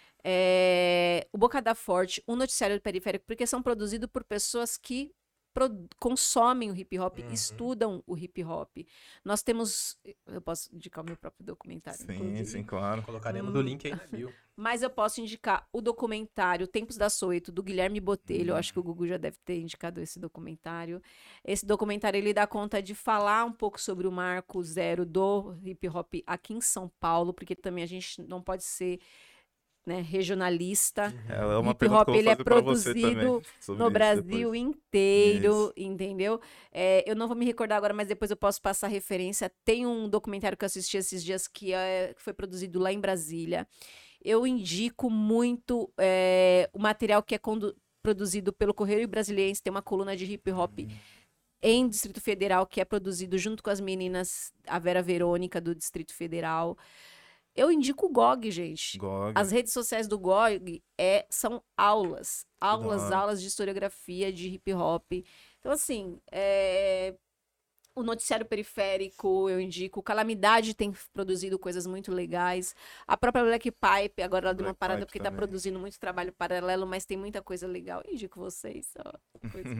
Speaker 3: É, o Bocada Forte, o Noticiário Periférico, porque são produzidos por pessoas que pro- consomem o hip hop,
Speaker 1: Uhum.
Speaker 3: estudam o hip hop. Nós temos, eu posso indicar o meu próprio documentário,
Speaker 2: Sim,
Speaker 3: inclusive.
Speaker 2: sim, claro.
Speaker 1: Colocaremos
Speaker 3: Hum.
Speaker 1: o link aí na bio.
Speaker 3: Mas eu posso indicar o documentário Tempos da Soweto, do Guilherme Botelho. Eu acho que o Gugu já deve ter indicado esse documentário. Esse documentário, ele dá conta de falar um pouco sobre o marco zero do hip hop aqui em São Paulo, porque também a gente não pode ser, né, regionalista.
Speaker 2: É uma
Speaker 3: Hip
Speaker 2: pergunta
Speaker 3: hop,
Speaker 2: que eu vou
Speaker 3: ele é
Speaker 2: fazer pra você também.
Speaker 3: produzido
Speaker 2: sobre
Speaker 3: no
Speaker 2: isso
Speaker 3: Brasil
Speaker 2: depois.
Speaker 3: inteiro,
Speaker 2: Isso.
Speaker 3: entendeu? É, eu não vou me recordar agora, mas depois eu posso passar referência. Tem um documentário que eu assisti esses dias que, é, que foi produzido lá em Brasília. Eu indico muito é, o material que é condu- produzido pelo Correio Brasiliense. Tem uma coluna de hip hop em Distrito Federal que é produzido junto com as meninas, a Vera Verônica, do Distrito Federal. Eu indico o G O G, gente.
Speaker 2: G O G.
Speaker 3: As redes sociais do G O G é, são aulas. Aulas,
Speaker 2: hora.
Speaker 3: aulas de historiografia, de hip hop. Então, assim, é, o Noticiário Periférico, eu indico. Calamidade tem produzido coisas muito legais. A própria Black Pipe, agora ela deu uma
Speaker 2: Black
Speaker 3: parada
Speaker 2: Pipe
Speaker 3: porque tá
Speaker 2: também.
Speaker 3: produzindo muito trabalho paralelo, mas tem muita coisa legal. Indico vocês. Ó, coisa.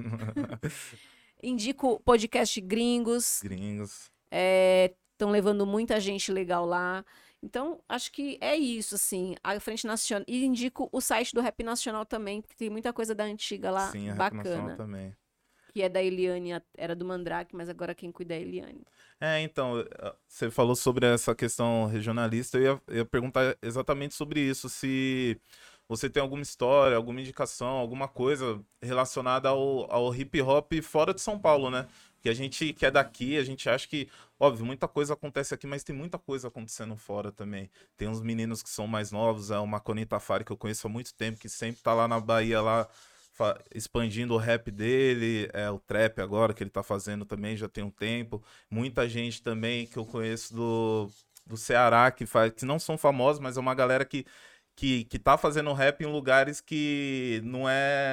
Speaker 3: Indico o podcast Gringos.
Speaker 2: Gringos.
Speaker 3: Estão levando muita gente legal lá. Então, acho que é isso, assim. A Frente Nacional. E indico o site do Rap Nacional também, porque tem muita coisa da antiga lá,
Speaker 2: Sim, a Rap
Speaker 3: bacana.
Speaker 2: Nacional também.
Speaker 3: Que é da Eliane, a- era do Mandrake, mas agora quem cuida é a Eliane.
Speaker 2: É, então, eh, você falou sobre essa questão regionalista, eu ia, eu ia perguntar exatamente sobre isso, se você tem alguma história, alguma indicação, alguma coisa relacionada ao, ao hip hop fora de São Paulo, né? Que a gente que é daqui, a gente acha que, óbvio, muita coisa acontece aqui, mas tem muita coisa acontecendo fora também. Tem uns meninos que são mais novos, é o Marconi Tafari, que eu conheço há muito tempo, que sempre tá lá na Bahia, lá fa- expandindo o rap dele, é o trap agora que ele tá fazendo também, já tem um tempo. Muita gente também que eu conheço do, do Ceará, que, faz, que não são famosos, mas é uma galera que, que, que tá fazendo rap em lugares que não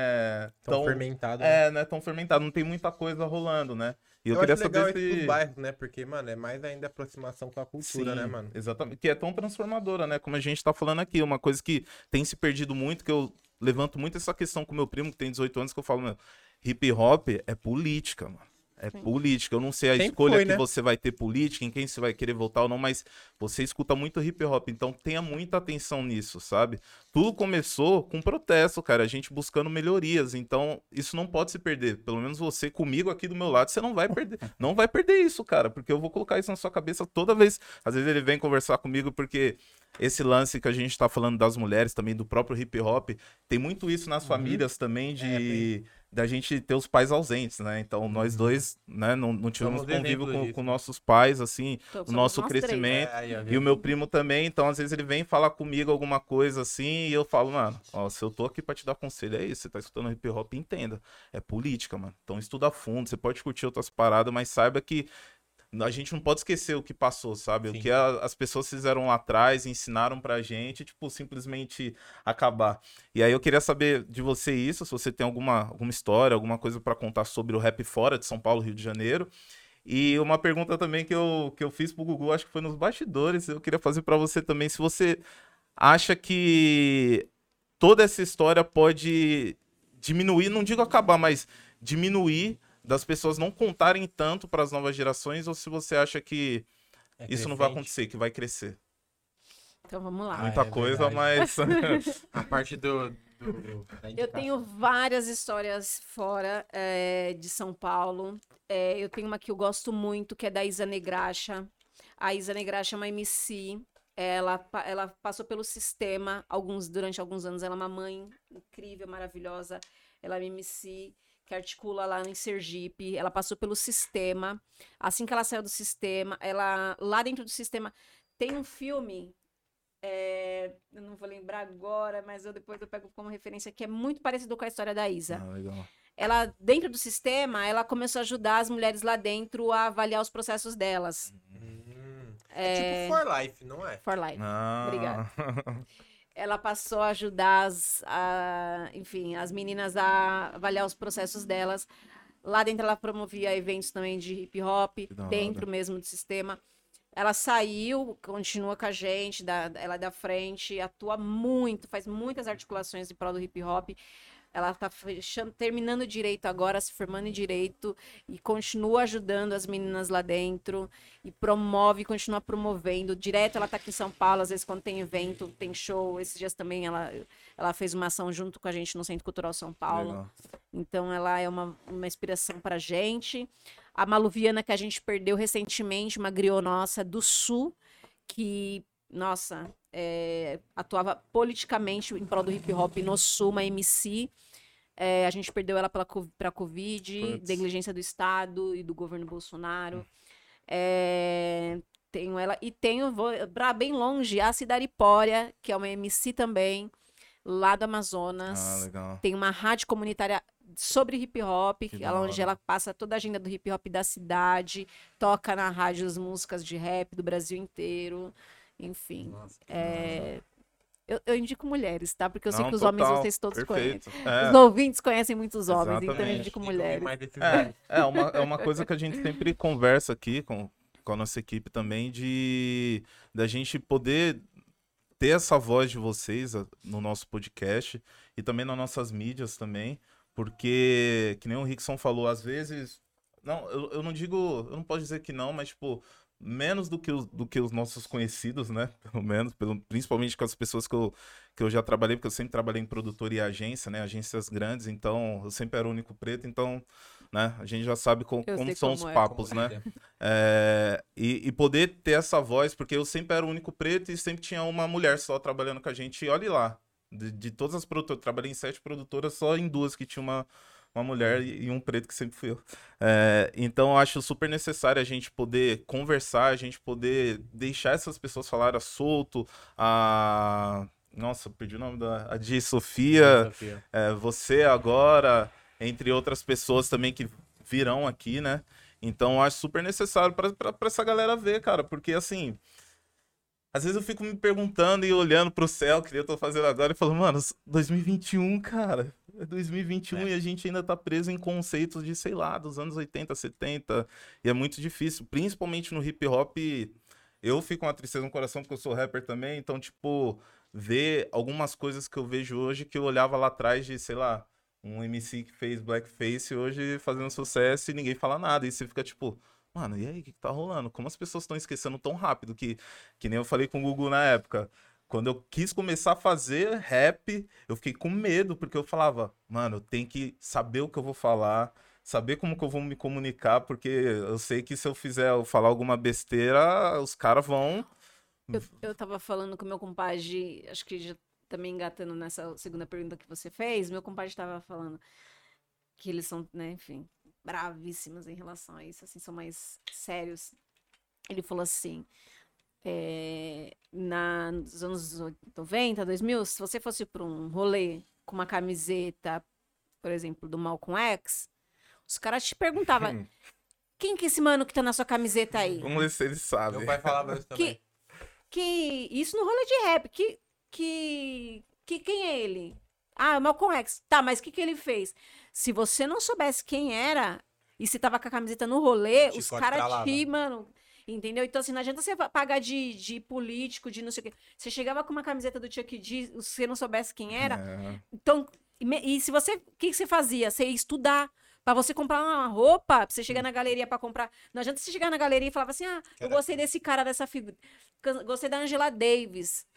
Speaker 2: é
Speaker 1: Tão,
Speaker 2: tão...
Speaker 1: fermentado. né?
Speaker 2: É, não é tão fermentado, não tem muita coisa rolando, né? E eu,
Speaker 1: Eu,
Speaker 2: queria
Speaker 1: acho legal
Speaker 2: saber
Speaker 1: isso
Speaker 2: se...
Speaker 1: dos bairros, né? Porque, mano, é mais ainda aproximação com a cultura,
Speaker 2: Sim,
Speaker 1: né, mano?
Speaker 2: exatamente. Que é tão transformadora, né? Como a gente tá falando aqui, uma coisa que tem se perdido muito, que eu levanto muito essa questão com meu primo, que tem dezoito anos, que eu falo, meu, hip hop é política, mano. É
Speaker 3: Sim.
Speaker 2: política. Eu não sei a
Speaker 1: Sempre
Speaker 2: escolha
Speaker 1: foi,
Speaker 2: que
Speaker 1: né?
Speaker 2: você vai ter política, em quem você vai querer votar ou não, mas você escuta muito hip hop, então tenha muita atenção nisso, sabe? Tudo começou com protesto, cara, a gente buscando melhorias, então isso não pode se perder. Pelo menos você comigo aqui do meu lado, você não vai perder, não vai perder isso, cara, porque eu vou colocar isso na sua cabeça toda vez. Às vezes ele vem conversar comigo porque esse lance que a gente tá falando das mulheres também, do próprio hip hop, tem muito isso nas
Speaker 1: Uhum.
Speaker 2: famílias também de
Speaker 1: É, tem.
Speaker 2: da gente ter os pais ausentes, né? Então nós
Speaker 1: Uhum.
Speaker 2: dois, né, não, não tivemos
Speaker 1: Somos
Speaker 2: convívio
Speaker 1: exemplos
Speaker 2: com,
Speaker 1: disso.
Speaker 2: com nossos pais, assim,
Speaker 3: Então,
Speaker 2: o
Speaker 3: somos
Speaker 2: nosso
Speaker 3: nós três.
Speaker 2: crescimento.
Speaker 1: É, aí, ó,
Speaker 2: E
Speaker 1: viu?
Speaker 2: o meu primo também, então às vezes ele vem falar comigo alguma coisa assim, e eu falo, mano, ó, se eu tô aqui pra te dar conselho, é isso, você tá escutando hip hop, entenda. É política, mano. Então estuda a fundo, você pode curtir outras paradas, mas saiba que a gente não pode esquecer o que passou, sabe?
Speaker 1: Sim.
Speaker 2: O que a- as pessoas fizeram lá atrás, ensinaram pra gente, tipo, simplesmente acabar. E aí eu queria saber de você isso, se você tem alguma, alguma história, alguma coisa pra contar sobre o rap fora de São Paulo, Rio de Janeiro. E uma pergunta também que eu, que eu fiz pro Gugu, acho que foi nos bastidores, eu queria fazer pra você também, se você acha que toda essa história pode diminuir, não digo acabar, mas diminuir das pessoas não contarem tanto para as novas gerações, ou se você acha que
Speaker 1: É
Speaker 2: isso não vai
Speaker 1: crescente.
Speaker 2: acontecer, que vai crescer?
Speaker 3: Então vamos lá.
Speaker 1: Ah,
Speaker 2: Muita
Speaker 1: é
Speaker 2: coisa,
Speaker 1: verdade.
Speaker 2: mas...
Speaker 1: A parte do... do da
Speaker 3: Eu
Speaker 1: indicação.
Speaker 3: tenho várias histórias fora é, de São Paulo. É, eu tenho uma que eu gosto muito, que é da Isa Negraxa. A Isa Negraxa é uma M C. Ela, pa- ela passou pelo sistema alguns, durante alguns anos. Ela é uma mãe incrível, maravilhosa. Ela é uma M C que articula lá em Sergipe. Ela passou pelo sistema. Assim que ela saiu do sistema, ela lá dentro do sistema tem um filme. é, eu não vou lembrar agora, mas eu depois eu pego como referência, que é muito parecido com a história da Isa.
Speaker 2: Ah, legal.
Speaker 3: Ela, dentro do sistema, ela começou a ajudar as mulheres lá dentro a avaliar os processos delas.
Speaker 1: Hum. É tipo For Life, não é?
Speaker 3: For Life.
Speaker 2: Ah.
Speaker 3: Obrigada. Ela passou a ajudar as, a- enfim, as meninas a avaliar os processos delas. Lá dentro ela promovia eventos também de hip hop,
Speaker 2: da hora.
Speaker 3: dentro mesmo do sistema. Ela saiu, continua com a gente, da, ela é da frente, atua muito, faz muitas articulações em prol do hip hop. Ela está fechando, terminando direito agora, se formando em direito e continua ajudando as meninas lá dentro e promove, continua promovendo. Direto ela está aqui em São Paulo, às vezes quando tem evento, tem show. Esses dias também ela, ela fez uma ação junto com a gente no Centro Cultural São Paulo.
Speaker 2: Legal.
Speaker 3: Então ela é uma, uma inspiração pra gente. A Maluviana, que a gente perdeu recentemente, uma griot nossa do Sul, que, nossa, é, atuava politicamente em prol do hip hop no Sul, uma M C. É, a gente perdeu ela para a Covid,
Speaker 2: Puts.
Speaker 3: negligência do Estado e do governo Bolsonaro. É, tenho ela. E tenho, vou pra bem longe, a Cidaripória, que é uma M C também, lá do Amazonas.
Speaker 2: Ah, legal.
Speaker 3: Tem uma rádio comunitária sobre hip hop,
Speaker 2: Que
Speaker 3: que
Speaker 2: da
Speaker 3: ela, onde
Speaker 2: hora.
Speaker 3: ela passa toda a agenda do hip hop da cidade, toca na rádio as músicas de rap do Brasil inteiro. Enfim.
Speaker 1: Nossa, que
Speaker 3: é, Eu, eu indico mulheres, tá? Porque eu sei
Speaker 2: Não,
Speaker 3: que os
Speaker 2: total,
Speaker 3: homens vocês todos
Speaker 2: perfeito.
Speaker 3: conhecem.
Speaker 2: É.
Speaker 3: Os ouvintes conhecem muitos homens, então eu
Speaker 2: Exatamente.
Speaker 3: indico
Speaker 1: Tem que ouvir
Speaker 3: mulheres.
Speaker 1: mais desses
Speaker 2: É,
Speaker 1: homens.
Speaker 2: é, uma, é uma coisa que a gente sempre conversa aqui com, com a nossa equipe também, de da gente poder ter essa voz de vocês a- no nosso podcast e também nas nossas mídias também, porque, que nem o Rickson falou, às vezes, não, eu, eu não digo, eu não posso dizer que não, mas, tipo, menos do que os, do que os nossos conhecidos, né, pelo menos, pelo, principalmente com as pessoas que eu, que eu já trabalhei, porque eu sempre trabalhei em produtora e agência, né, agências grandes, então eu sempre era o único preto, então, né, a gente já sabe co-
Speaker 3: Eu
Speaker 2: como
Speaker 3: sei
Speaker 2: são
Speaker 3: como
Speaker 2: os
Speaker 3: é.
Speaker 2: papos,
Speaker 1: Como
Speaker 2: né,
Speaker 1: é.
Speaker 2: é, e, e poder ter essa voz, porque eu sempre era o único preto e sempre tinha uma mulher só trabalhando com a gente. E olhe lá, de, de todas as produtoras, trabalhei em sete produtoras, só em duas que tinha uma, uma mulher e, e um preto, que sempre fui eu. É, então eu acho super necessário a gente poder conversar, a gente poder deixar essas pessoas falarem solto. A... Nossa, perdi o nome da a Di Sofia.
Speaker 1: Sofia.
Speaker 2: É, você agora, entre outras pessoas também que virão aqui, né? Então, eu acho super necessário pra, pra, pra essa galera ver, cara, porque assim, às vezes eu fico me perguntando e olhando pro céu, que nem eu tô fazendo agora, e falando, mano, dois mil e vinte e um, cara, é dois mil e vinte e um
Speaker 1: É.
Speaker 2: e a gente ainda tá preso em conceitos de, sei lá, dos anos oitenta, setenta, e é muito difícil, principalmente no hip hop. Eu fico com uma tristeza no coração porque eu sou rapper também, então, tipo, ver algumas coisas que eu vejo hoje que eu olhava lá atrás de, sei lá, um M C que fez blackface hoje fazendo sucesso e ninguém fala nada. E você fica tipo, mano, e aí, o que, que tá rolando? Como as pessoas estão esquecendo tão rápido que, que nem eu falei com o Gugu na época. Quando eu quis começar a fazer rap, eu fiquei com medo, porque eu falava, mano, eu tenho que saber o que eu vou falar, saber como que eu vou me comunicar, porque eu sei que se eu fizer eu falar alguma besteira, os caras vão.
Speaker 3: Eu, eu tava falando com meu compadre, acho que já também engatando nessa segunda pergunta que você fez, meu compadre estava falando que eles são, né, enfim, bravíssimos em relação a isso, assim, são mais sérios. Ele falou assim, é, na, nos anos noventa, dois mil, se você fosse para um rolê com uma camiseta, por exemplo, do Malcolm X, os caras te perguntavam, quem que é esse mano que tá na sua camiseta aí?
Speaker 2: Vamos ver se eles sabem.
Speaker 1: Meu pai falava isso também.
Speaker 3: Que, que isso no rolê de rap, que, que, que quem é ele? Ah, o Malcolm X. Tá, mas o que, que ele fez? Se você não soubesse quem era e se tava com a camiseta no rolê, os
Speaker 1: Chicote
Speaker 3: caras
Speaker 1: pra lá,
Speaker 3: te, mano. Entendeu? Então, assim, não adianta você pagar de, de político, de não sei o quê. Você chegava com uma camiseta do Chuck D, se você não soubesse quem era.
Speaker 2: É.
Speaker 3: Então, e, me- e se você. O que, que você fazia? Você ia estudar. Pra você comprar uma roupa, pra você chegar na galeria pra comprar. Não adianta você chegar na galeria e falar assim: ah, eu gostei desse cara, dessa figura. Gostei da Angela Davis.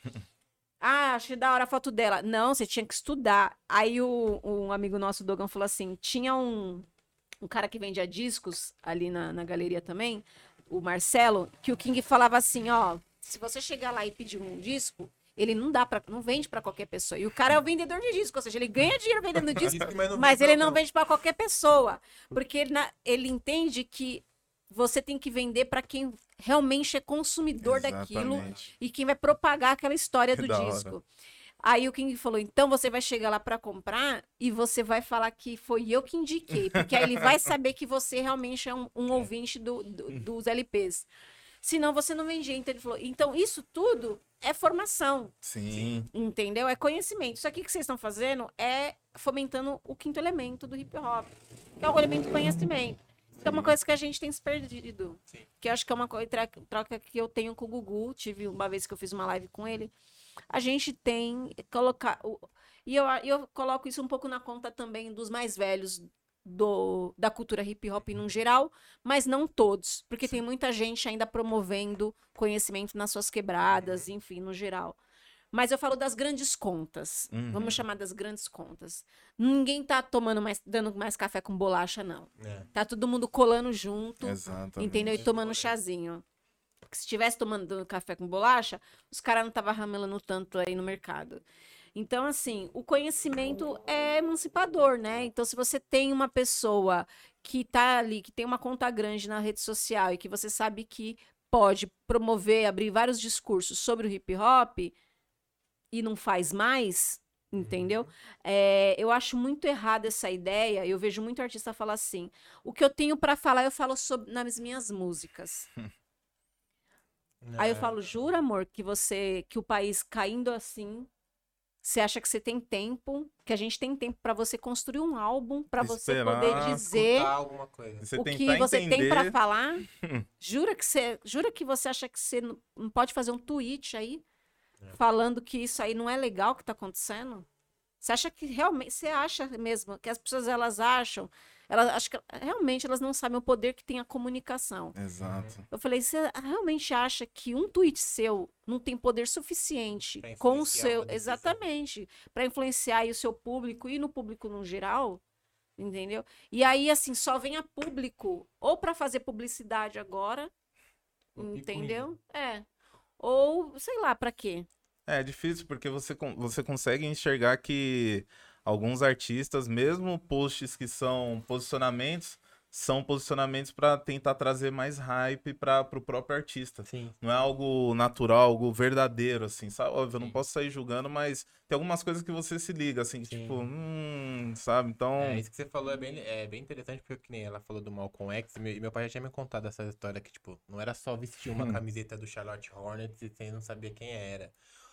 Speaker 3: Ah, achei da hora a foto dela. Não, você tinha que estudar. Aí o, um amigo nosso, Dogan, falou assim: tinha um, um cara que vendia discos ali na, na galeria também, o Marcelo, que o King falava assim: ó, se você chegar lá e pedir um disco, ele não dá para, não vende para qualquer pessoa. E o cara é o vendedor de disco, ou seja, ele ganha dinheiro vendendo disco,
Speaker 1: mas não
Speaker 3: mas
Speaker 1: vende
Speaker 3: ele
Speaker 1: pra-
Speaker 3: não vende para qualquer pessoa, porque ele, na- ele entende que você tem que vender para quem realmente é consumidor daquilo
Speaker 2: Exatamente.
Speaker 3: e quem vai propagar aquela história
Speaker 2: Que
Speaker 3: do
Speaker 2: da hora.
Speaker 3: disco. Aí o King falou: então você vai chegar lá para comprar e você vai falar que foi eu que indiquei, porque aí ele vai saber que você realmente é um, um ouvinte do, do- dos L Ps. Senão você não vendia. Então ele falou: então isso tudo é formação,
Speaker 2: Sim.
Speaker 3: entendeu? É conhecimento. Isso aqui que vocês estão fazendo é fomentando o quinto elemento do hip hop, que é o elemento do conhecimento. Que é uma coisa que a gente tem se perdido.
Speaker 1: Sim.
Speaker 3: Que eu acho que é uma coisa, troca, troca que eu tenho com o Gugu. Tive uma vez que eu fiz uma live com ele. A gente tem colocar. o- E eu, eu coloco isso um pouco na conta também dos mais velhos do, da cultura hip hop no geral, mas não todos. Porque tem muita gente ainda promovendo conhecimento nas suas quebradas, enfim, no geral. Mas eu falo das grandes contas.
Speaker 2: Uhum.
Speaker 3: Vamos chamar das grandes contas. Ninguém tá tomando mais, dando mais café com bolacha, não.
Speaker 1: É.
Speaker 3: Tá todo mundo colando junto,
Speaker 2: Exatamente.
Speaker 3: entendeu? E tomando chazinho. Porque se estivesse tomando café com bolacha, os caras não estavam ramelando tanto aí no mercado. Então, assim, o conhecimento é emancipador, né? Então, se você tem uma pessoa que tá ali, que tem uma conta grande na rede social e que você sabe que pode promover, abrir vários discursos sobre o hip hop e não faz mais, entendeu? É, eu acho muito errada essa ideia. Eu vejo muito artista falar assim: o que eu tenho pra falar, eu falo sobre, nas minhas músicas. Aí eu
Speaker 1: É.
Speaker 3: falo: jura, amor, que você, que o país caindo assim, você acha que você tem tempo, que a gente tem tempo pra você construir um álbum, pra você
Speaker 2: Esperar,
Speaker 3: poder dizer
Speaker 1: Escutar alguma coisa.
Speaker 2: Você
Speaker 3: o
Speaker 2: tentar
Speaker 3: que você
Speaker 2: entender...
Speaker 3: tem pra falar? Jura que você, jura que você acha que você não não pode fazer um tweet aí
Speaker 1: É.
Speaker 3: falando que isso aí não é legal que tá acontecendo? Você acha que realmente, você acha mesmo que as pessoas elas acham, elas acho que realmente elas não sabem o poder que tem a comunicação.
Speaker 2: Exato.
Speaker 3: Eu falei: você realmente acha que um tweet seu não tem poder suficiente
Speaker 1: Pra
Speaker 3: com o
Speaker 1: influenciar
Speaker 3: seu,
Speaker 1: uma decisão.
Speaker 3: exatamente, para influenciar aí o seu público e no público no geral, entendeu? E aí assim, só vem a público ou para fazer publicidade agora,
Speaker 1: Ou
Speaker 3: entendeu? É. Ou sei lá para quê.
Speaker 2: É difícil porque você, con- você consegue enxergar que alguns artistas, mesmo posts que são posicionamentos, são posicionamentos para tentar trazer mais hype para o próprio artista.
Speaker 1: Sim.
Speaker 2: Não é algo natural, algo verdadeiro, assim, sabe? Óbvio, eu não
Speaker 1: Sim.
Speaker 2: posso sair julgando, mas tem algumas coisas que você se liga, assim,
Speaker 1: Sim.
Speaker 2: tipo, hum, sabe? Então,
Speaker 1: É, isso que você falou é bem, é bem interessante, porque que nem ela falou do Malcolm X, e meu, e meu pai já tinha me contado essa história que, tipo, não era só vestir uma camiseta do Charlotte Hornets e você não sabia quem era.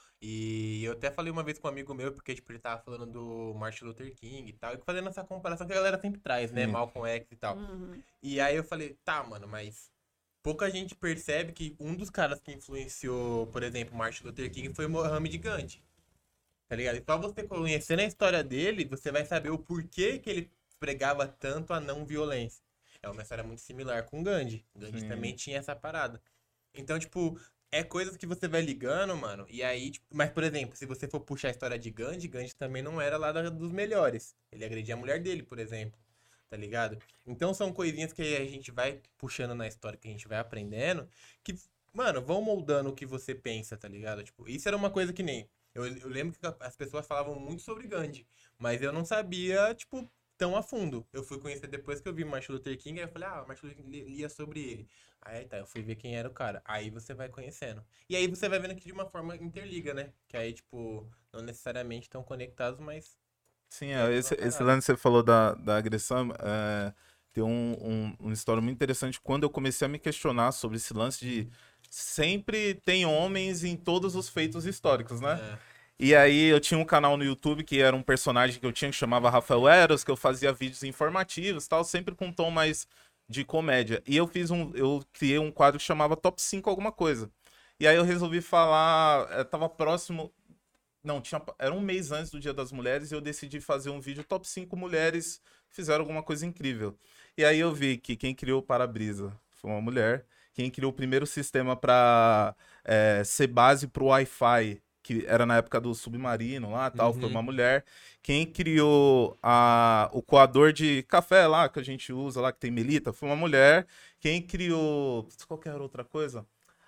Speaker 1: E eu até falei uma vez com um amigo meu, porque, tipo, ele tava falando do Martin Luther King e tal, e fazendo essa comparação que a galera sempre traz, né?
Speaker 2: Sim.
Speaker 1: Malcolm X e tal.
Speaker 3: Uhum.
Speaker 1: E aí eu falei: tá, mano, mas pouca gente percebe que um dos caras que influenciou, por exemplo, Martin Luther King foi o Mohamed Gandhi. Tá ligado? E só você conhecendo a história dele, você vai saber o porquê que ele pregava tanto a não violência. É uma história muito similar com Gandhi. Gandhi
Speaker 2: Sim.
Speaker 1: também tinha essa parada. Então, tipo, é coisas que você vai ligando, mano. E aí, tipo, mas, por exemplo, se você for puxar a história de Gandhi, Gandhi também não era lá da- dos melhores. Ele agredia a mulher dele, por exemplo. Tá ligado? Então são coisinhas que a gente vai puxando na história, que a gente vai aprendendo, que, mano, vão moldando o que você pensa, tá ligado? Tipo, isso era uma coisa que nem. Eu, eu lembro que as pessoas falavam muito sobre Gandhi, mas eu não sabia, tipo, tão a fundo. Eu fui conhecer depois que eu vi Martin Luther King, aí eu falei: ah, Martin Luther King li- lia sobre ele. Aí tá, eu fui ver quem era o cara. Aí você vai conhecendo. E aí você vai vendo que de uma forma interliga, né? Que aí, tipo, não necessariamente estão conectados, mas.
Speaker 2: sim,
Speaker 1: É,
Speaker 2: é, esse,
Speaker 1: uma
Speaker 2: esse
Speaker 1: parada.
Speaker 2: lance que você falou da, da agressão, é, tem um, um, uma história muito interessante quando eu comecei a me questionar sobre esse lance de sempre tem homens em todos os feitos históricos, né?
Speaker 1: É.
Speaker 2: E aí eu tinha um canal no YouTube que era um personagem que eu tinha que chamava Rafael Eros, que eu fazia vídeos informativos e tal, sempre com um tom mais de comédia. E eu fiz um, eu criei um quadro que chamava Top cinco alguma coisa. E aí eu resolvi falar, eh, tava próximo, não, tinha, era um mês antes do Dia das Mulheres e eu decidi fazer um vídeo Top cinco mulheres que fizeram alguma coisa incrível. E aí eu vi que quem criou o para-brisa foi uma mulher, quem criou o primeiro sistema para ser base para o Wi-Fi, que era na época do submarino lá, tal,
Speaker 1: Uhum.
Speaker 2: foi uma mulher. Quem criou a, o coador de café lá, que a gente usa lá, que tem melita, foi uma mulher. Quem criou qualquer outra coisa?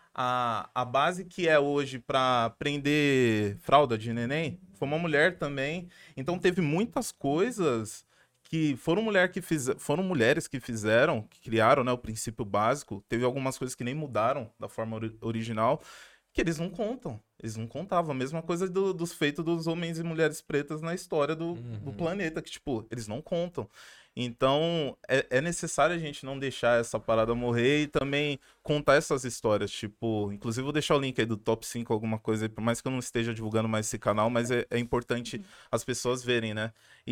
Speaker 2: A, a base que é hoje para prender fralda de neném, foi uma mulher também. Então teve muitas coisas que foram, mulher que fiz, foram mulheres que fizeram, que criaram, né, o princípio básico. Teve algumas coisas que nem mudaram da forma ori- original, que eles não contam. Eles não contavam. A mesma coisa do- dos feitos dos homens e mulheres pretas na história do, do
Speaker 1: Uhum.
Speaker 2: planeta, que, tipo, eles não contam. Então, é, é necessário a gente não deixar essa parada morrer e também contar essas histórias. Tipo, inclusive, vou deixar o link aí do top cinco, alguma coisa aí, por mais que eu não esteja divulgando mais esse canal, mas é, é importante as pessoas verem, né?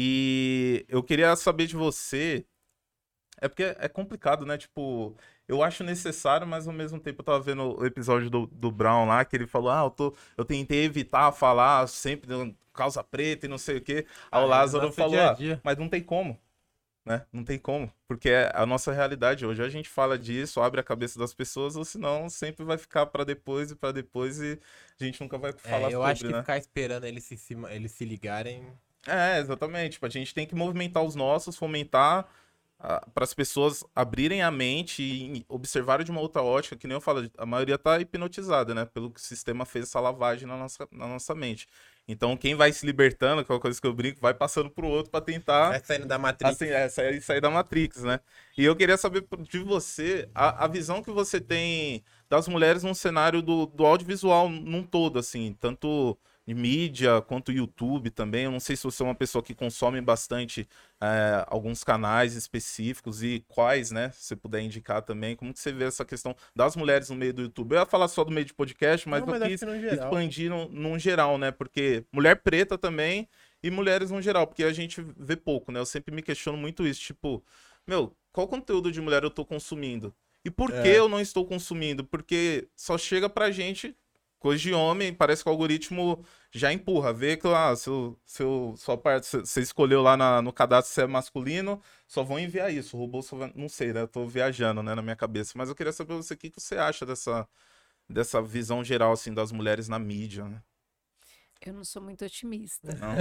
Speaker 2: E eu queria saber de você. É porque é complicado, né? Tipo, eu acho necessário, mas ao mesmo tempo eu tava vendo o episódio do, do Brown lá, que ele falou: Ah, eu, tô, eu tentei evitar falar sempre de causa preta e não sei o quê. Aí o
Speaker 1: Ah, é do
Speaker 2: Lázaro
Speaker 1: nosso
Speaker 2: falou:
Speaker 1: dia a
Speaker 2: Ah,
Speaker 1: dia.
Speaker 2: mas não tem como, né? Não tem como. Porque é a nossa realidade hoje. A gente fala disso, abre a cabeça das pessoas, ou senão sempre vai ficar pra depois e pra depois e a gente nunca vai
Speaker 1: É,
Speaker 2: falar
Speaker 1: eu acho
Speaker 2: sobre,
Speaker 1: que
Speaker 2: né?
Speaker 1: ficar esperando eles se, se- eles se ligarem.
Speaker 2: É, exatamente. Tipo, a gente tem que movimentar os nossos, fomentar para as pessoas abrirem a mente e observarem de uma outra ótica, que nem eu falo, a maioria tá hipnotizada, né? Pelo que o sistema fez essa lavagem na nossa, na nossa mente. Então, quem vai se libertando, que é uma coisa que eu brinco, vai passando pro outro para tentar
Speaker 1: Vai saindo da Matrix.
Speaker 2: assim, é, sair, sair da Matrix, né? E eu queria saber de você a, a visão que você tem das mulheres num cenário do, do audiovisual num todo, assim, tanto de mídia quanto YouTube também. Eu não sei se você é uma pessoa que consome bastante é, alguns canais específicos e quais, né? Se você puder indicar também, como que você vê essa questão das mulheres no meio do YouTube? Eu ia falar só do meio de podcast, mas
Speaker 1: Não,
Speaker 2: eu
Speaker 1: mas acho
Speaker 2: quis
Speaker 1: que no geral.
Speaker 2: expandir num, num geral, né? Porque mulher preta também e mulheres no geral, porque a gente vê pouco, né? Eu sempre me questiono muito isso, tipo, meu, qual conteúdo de mulher eu tô consumindo? E por que
Speaker 1: É.
Speaker 2: eu não estou consumindo? Porque só chega pra gente coisa de homem, parece que o algoritmo já empurra, vê que ah, seu, seu, sua parte, você escolheu lá na- no cadastro se é masculino, só vão enviar isso, o robô só vai, não sei, né? Eu tô viajando, né, na minha cabeça, mas eu queria saber você, o que que você acha dessa, dessa visão geral, assim, das mulheres na mídia, né?
Speaker 3: Eu não sou muito otimista.
Speaker 2: Não?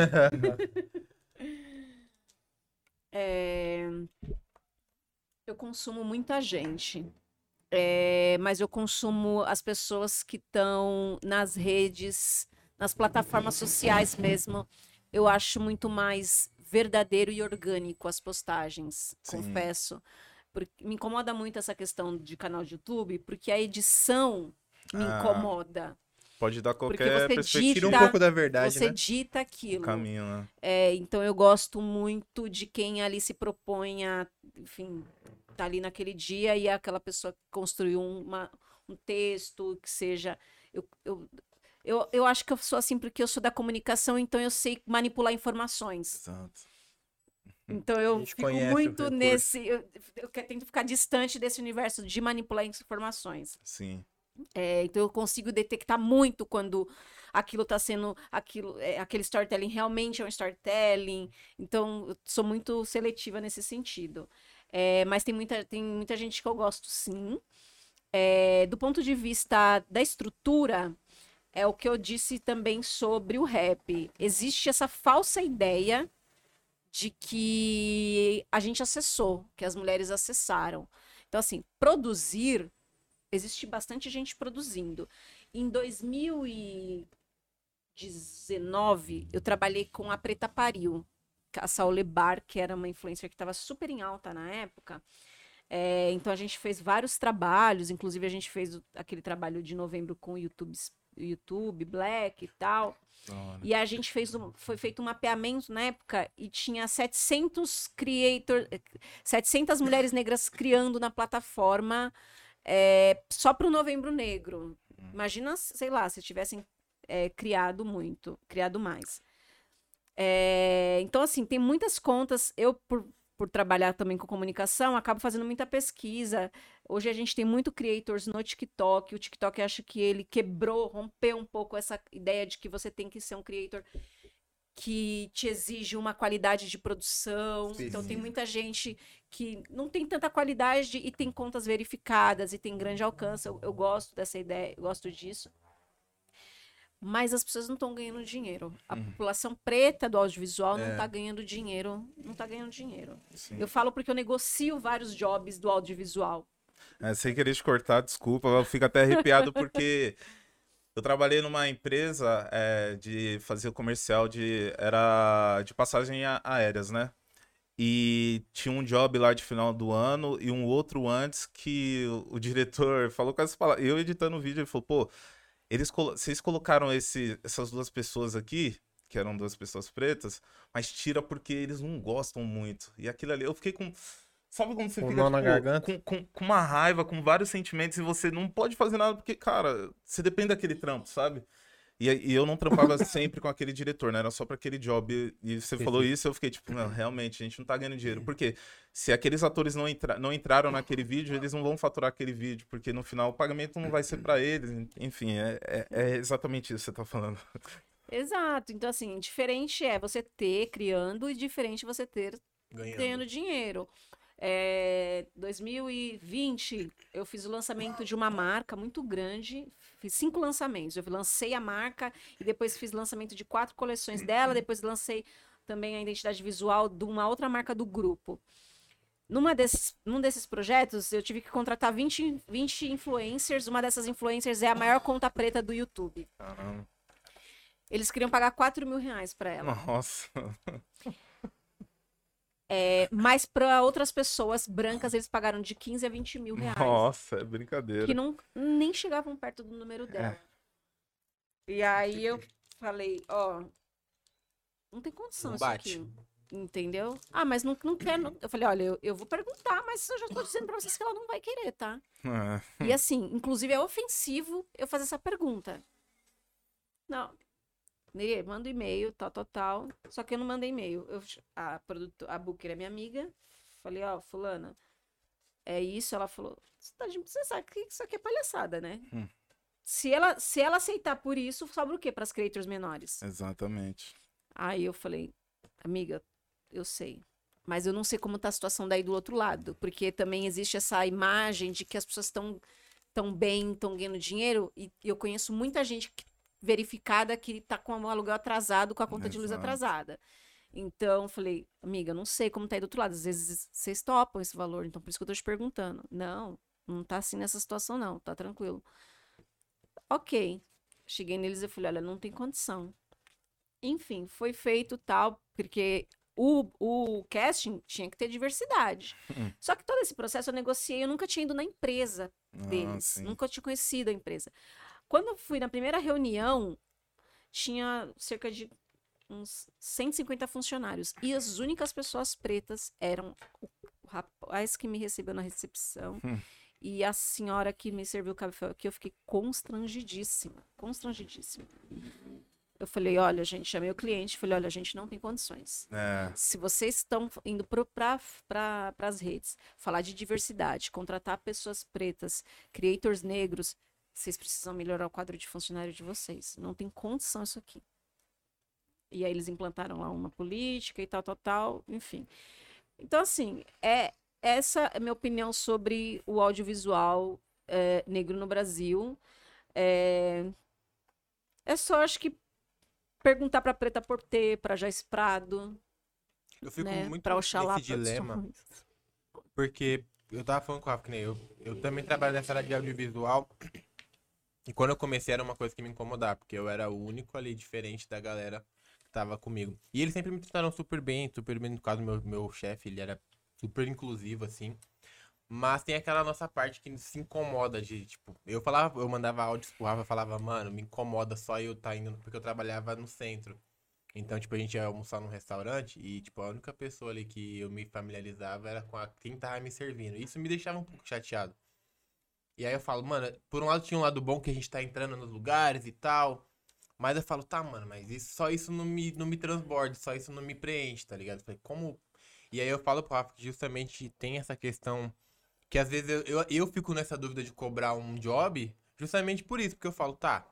Speaker 3: É, Eu consumo muita gente. É, mas eu consumo as pessoas que estão nas redes, nas plataformas sociais mesmo. Eu acho muito mais verdadeiro e orgânico as postagens,
Speaker 2: Sim.
Speaker 3: confesso. Porque me incomoda muito essa questão de canal de YouTube, porque a edição me
Speaker 2: Ah,
Speaker 3: incomoda.
Speaker 2: pode dar
Speaker 3: Porque
Speaker 2: qualquer
Speaker 3: você
Speaker 2: perspectiva,
Speaker 1: Tira um
Speaker 3: dita,
Speaker 1: pouco da verdade,
Speaker 3: você
Speaker 1: né?
Speaker 3: dita aquilo.
Speaker 2: caminho, né?
Speaker 3: É, então eu gosto muito de quem ali se propõe a, enfim, tá ali naquele dia e é aquela pessoa que construiu uma, um texto que seja. Eu, eu, eu, eu acho que eu sou assim porque eu sou da comunicação, então eu sei manipular informações.
Speaker 2: Exato.
Speaker 3: Então
Speaker 1: A
Speaker 3: eu
Speaker 1: gente
Speaker 3: fico
Speaker 1: conhece o
Speaker 3: muito
Speaker 1: percurso.
Speaker 3: nesse. Eu, eu que- tento ficar distante desse universo de manipular informações.
Speaker 2: Sim.
Speaker 3: É, então eu consigo detectar muito quando aquilo está sendo aquilo, é, aquele storytelling realmente é um storytelling. Então eu sou muito seletiva nesse sentido. É, mas tem muita, tem muita gente que eu gosto, sim. É, do ponto de vista da estrutura, é o que eu disse também sobre o rap. Existe essa falsa ideia de que a gente acessou, que as mulheres acessaram. Então, assim, produzir existe bastante gente produzindo. Em dois mil e dezenove, eu trabalhei com a Preta Pariu, a Saul Lebar, que era uma influencer que estava super em alta na época. É, então a gente fez vários trabalhos, inclusive a gente fez o- aquele trabalho de novembro com o YouTube, YouTube Black e tal.
Speaker 2: Da hora.
Speaker 3: E a gente fez um, foi feito um mapeamento na época e tinha setecentos creators, setecentas mulheres negras criando na plataforma é, só para o Novembro Negro. Imagina, sei lá, se tivessem é, criado muito, criado mais. É, então, assim, tem muitas contas. Eu, por por trabalhar também com comunicação, acabo fazendo muita pesquisa. Hoje a gente tem muito creators no TikTok. O TikTok acho que ele quebrou, rompeu um pouco essa ideia de que você tem que ser um creator que te exige uma qualidade de produção.
Speaker 1: Sim,
Speaker 3: Então
Speaker 1: sim.
Speaker 3: tem muita gente que não tem tanta qualidade e tem contas verificadas e tem grande alcance. Eu, eu gosto dessa ideia, eu gosto disso. Mas as pessoas não estão ganhando dinheiro. A
Speaker 2: Uhum.
Speaker 3: população preta do audiovisual não
Speaker 1: É.
Speaker 3: está ganhando dinheiro. Não está ganhando dinheiro.
Speaker 2: Sim.
Speaker 3: Eu falo porque eu negocio vários jobs do audiovisual.
Speaker 2: É, sem querer te cortar, desculpa, eu fico até arrepiado porque eu trabalhei numa empresa é, de fazer comercial de, era de passagem a- aéreas, né? E tinha um job lá de final do ano e um outro antes que o, o diretor falou com essas palavras. Eu editando o vídeo, ele falou, pô, eles, colo- vocês colocaram esse, essas duas pessoas aqui, que eram duas pessoas pretas, mas tira porque eles não gostam muito. E aquilo ali, eu fiquei com... Sabe quando você
Speaker 1: Com
Speaker 2: fica,
Speaker 1: nó na
Speaker 2: tipo,
Speaker 1: garganta?
Speaker 2: com, com, com uma raiva, com vários sentimentos e você não pode fazer nada porque, cara, você depende daquele trampo, sabe? E, e eu não trampava sempre com aquele diretor, né? Era só pra aquele job. E, e você
Speaker 1: Sim,
Speaker 2: falou
Speaker 1: sim.
Speaker 2: isso, eu fiquei tipo, não, realmente, a gente não tá ganhando dinheiro. Porque se aqueles atores não, entra, não entraram naquele vídeo, eles não vão faturar aquele vídeo, porque no final o pagamento não vai ser pra eles. Enfim, é, é, é exatamente isso que você tá falando.
Speaker 3: Exato. Então, assim, diferente é você ter criando e diferente você ter
Speaker 1: Ganhando.
Speaker 3: ganhando dinheiro. É, dois mil e vinte, eu fiz o lançamento de uma marca muito grande. Fiz cinco lançamentos. Eu lancei a marca e depois fiz lançamento de quatro coleções dela. Depois lancei também a identidade visual de uma outra marca do grupo. Numa desses, num desses projetos, eu tive que contratar vinte, vinte influencers. Uma dessas influencers é a maior conta preta do YouTube.
Speaker 2: Caramba.
Speaker 3: Eles queriam pagar quatro mil reais para ela.
Speaker 2: Nossa.
Speaker 3: É, mas para outras pessoas brancas, eles pagaram de quinze a vinte mil reais.
Speaker 2: Nossa, é brincadeira.
Speaker 3: Que não, nem chegavam perto do número dela. E aí eu falei, ó, não tem condição
Speaker 1: Não
Speaker 3: isso
Speaker 1: bate.
Speaker 3: aqui. Entendeu? Ah, mas não, não quer. não- Eu falei, olha, eu, eu vou perguntar, mas eu já tô dizendo pra vocês que ela não vai querer, tá?
Speaker 2: É.
Speaker 3: E assim, inclusive é ofensivo eu fazer essa pergunta. Não. Nê, manda e-mail, tal, tal, tal. Só que eu não mandei e-mail. Eu, a, produto, a Booker é minha amiga. Falei, ó, fulana, é isso. Ela falou, você, tá de- você sabe que isso aqui é palhaçada, né?
Speaker 2: Hum.
Speaker 3: Se ela, se ela aceitar por isso, sobra o quê para as creators menores?
Speaker 2: Exatamente.
Speaker 3: Aí eu falei, amiga, eu sei. Mas eu não sei como tá a situação daí do outro lado. Porque também existe essa imagem de que as pessoas estão tão bem, estão ganhando dinheiro. E eu conheço muita gente que- verificada que tá com o aluguel atrasado, com a conta de luz
Speaker 2: Exato.
Speaker 3: atrasada. Então, eu falei, amiga, eu não sei como tá aí do outro lado. Às vezes vocês topam esse valor, então por isso que eu tô te perguntando. Não, não tá assim nessa situação, não, tá tranquilo. Ok. Cheguei neles e falei, olha, não tem condição. Enfim, foi feito tal, porque o, o casting tinha que ter diversidade.
Speaker 2: Hum.
Speaker 3: Só que todo esse processo eu negociei, eu nunca tinha ido na empresa
Speaker 2: Ah,
Speaker 3: deles,
Speaker 2: sim.
Speaker 3: nunca tinha conhecido a empresa. Quando eu fui na primeira reunião, tinha cerca de uns cento e cinquenta funcionários. E as únicas pessoas pretas eram o o rapaz que me recebeu na recepção
Speaker 2: Hum.
Speaker 3: e a senhora que me serviu o café, que eu fiquei constrangidíssima, constrangidíssima. Eu falei, olha, gente, chamei o cliente, falei, olha, a gente não tem condições.
Speaker 2: É.
Speaker 3: Se vocês estão indo para pra, as redes, falar de diversidade, contratar pessoas pretas, creators negros, vocês precisam melhorar o quadro de funcionário de vocês. Não tem condição isso aqui. E aí eles implantaram lá uma política e tal, tal, tal, enfim. Então, assim, é, essa é a minha opinião sobre o audiovisual é, negro no Brasil. É, é só, acho que, perguntar para Preta Porter, para Joyce Prado,
Speaker 1: Eu fico
Speaker 3: né,
Speaker 1: muito
Speaker 3: para Oxalá
Speaker 1: nesse dilema,
Speaker 3: Produções.
Speaker 1: porque eu tava falando com o Rafa, que nem eu, eu também trabalho nessa área de audiovisual, e quando eu comecei era uma coisa que me incomodava, porque eu era o único ali diferente da galera que tava comigo. E eles sempre me trataram super bem, super bem, no caso, meu, meu chefe, ele era super inclusivo, assim. Mas tem aquela nossa parte que se incomoda de, tipo, eu falava, eu mandava áudios pro Rafa, falava, mano, me incomoda só eu tá indo, porque eu trabalhava no centro. Então, tipo, a gente ia almoçar num restaurante e, tipo, a única pessoa ali que eu me familiarizava era com a, quem tava me servindo. Isso me deixava um pouco chateado. E aí eu falo, mano, por um lado tinha um lado bom que a gente tá entrando nos lugares e tal. Mas eu falo, tá, mano, mas isso, só isso não me, não me transborda, só isso não me preenche, tá ligado? Eu falei, como... E aí eu falo pro Rafa que justamente tem essa questão que às vezes eu, eu, eu fico nessa dúvida de cobrar um job justamente por isso, porque eu falo, tá,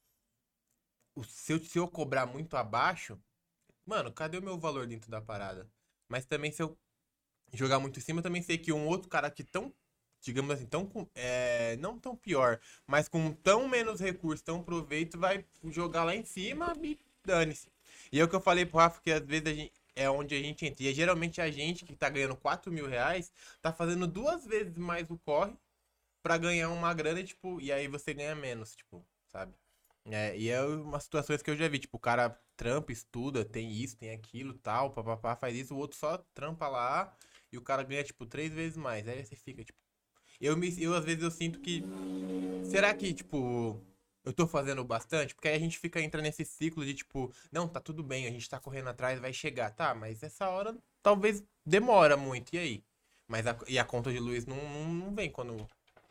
Speaker 1: o, se, eu, se eu cobrar muito abaixo, mano, cadê o meu valor dentro da parada? Mas também se eu jogar muito em cima, eu também sei que um outro cara que tão, digamos assim, tão, com- é, não tão pior, mas com tão menos recurso, tão proveito, vai jogar lá em cima e dane-se. E é o que eu falei pro Rafa, que às vezes a gente, é onde a gente entra. E é geralmente a gente que tá ganhando quatro mil reais, tá fazendo duas vezes mais o corre pra ganhar uma grana, tipo, e aí você ganha menos, tipo, sabe? É, e é umas situações que eu já vi, tipo, o cara trampa, estuda, tem isso, tem aquilo, tal, papapá, faz isso, o outro só trampa lá e o cara ganha, tipo, três vezes mais. Aí você fica, tipo. Eu, me, eu às vezes eu sinto que. Será que, tipo, eu tô fazendo bastante? Porque aí a gente fica entra nesse ciclo de, tipo, não, tá tudo bem, a gente tá correndo atrás, vai chegar. Tá, mas essa hora talvez demora muito, e aí? Mas a, e a conta de luz não, não, não vem quando.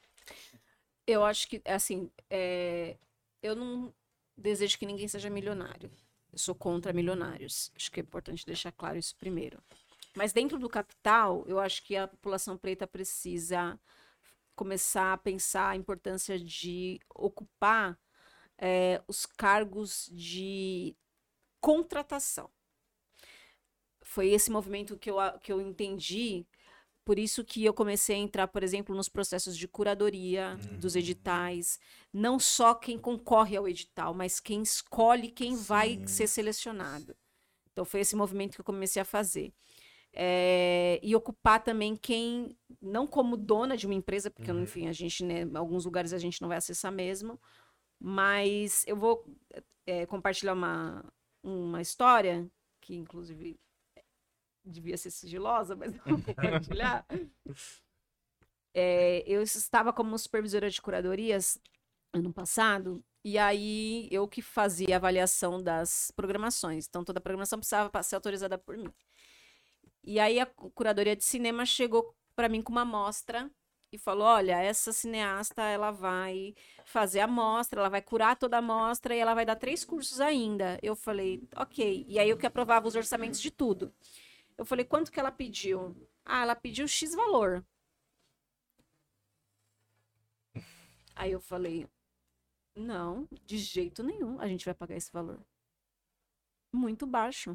Speaker 3: Eu acho que, assim, é, eu não desejo que ninguém seja milionário. Eu sou contra milionários. Acho que é importante deixar claro isso primeiro. Mas dentro do capital, eu acho que a população preta precisa começar a pensar a importância de ocupar é, os cargos de contratação. Foi esse movimento que eu, a- que eu entendi. Por isso que eu comecei a entrar, por exemplo, nos processos de curadoria dos editais. Não só quem concorre ao edital, mas quem escolhe quem vai
Speaker 2: Sim.
Speaker 3: ser selecionado. Então, foi esse movimento que eu comecei a fazer. É, e ocupar também quem, não como dona de uma empresa, porque,
Speaker 1: Uhum.
Speaker 3: enfim, a gente, né, em alguns lugares a gente não vai acessar mesmo, mas eu vou é, compartilhar uma, uma história, que inclusive devia ser sigilosa, mas eu vou compartilhar. É, eu estava como supervisora de curadorias ano passado, e aí eu que fazia a avaliação das programações. Então, toda a programação precisava pa- ser autorizada por mim. E aí a cu- curadoria de cinema chegou para mim com uma amostra e falou: olha, essa cineasta ela vai fazer a amostra, ela vai curar toda a amostra e ela vai dar três cursos ainda. Eu falei, ok. E aí eu que aprovava os orçamentos de tudo. Eu falei, quanto que ela pediu? Ah, ela pediu X valor. Aí eu falei, não, de jeito nenhum a gente vai pagar esse valor. Muito baixo.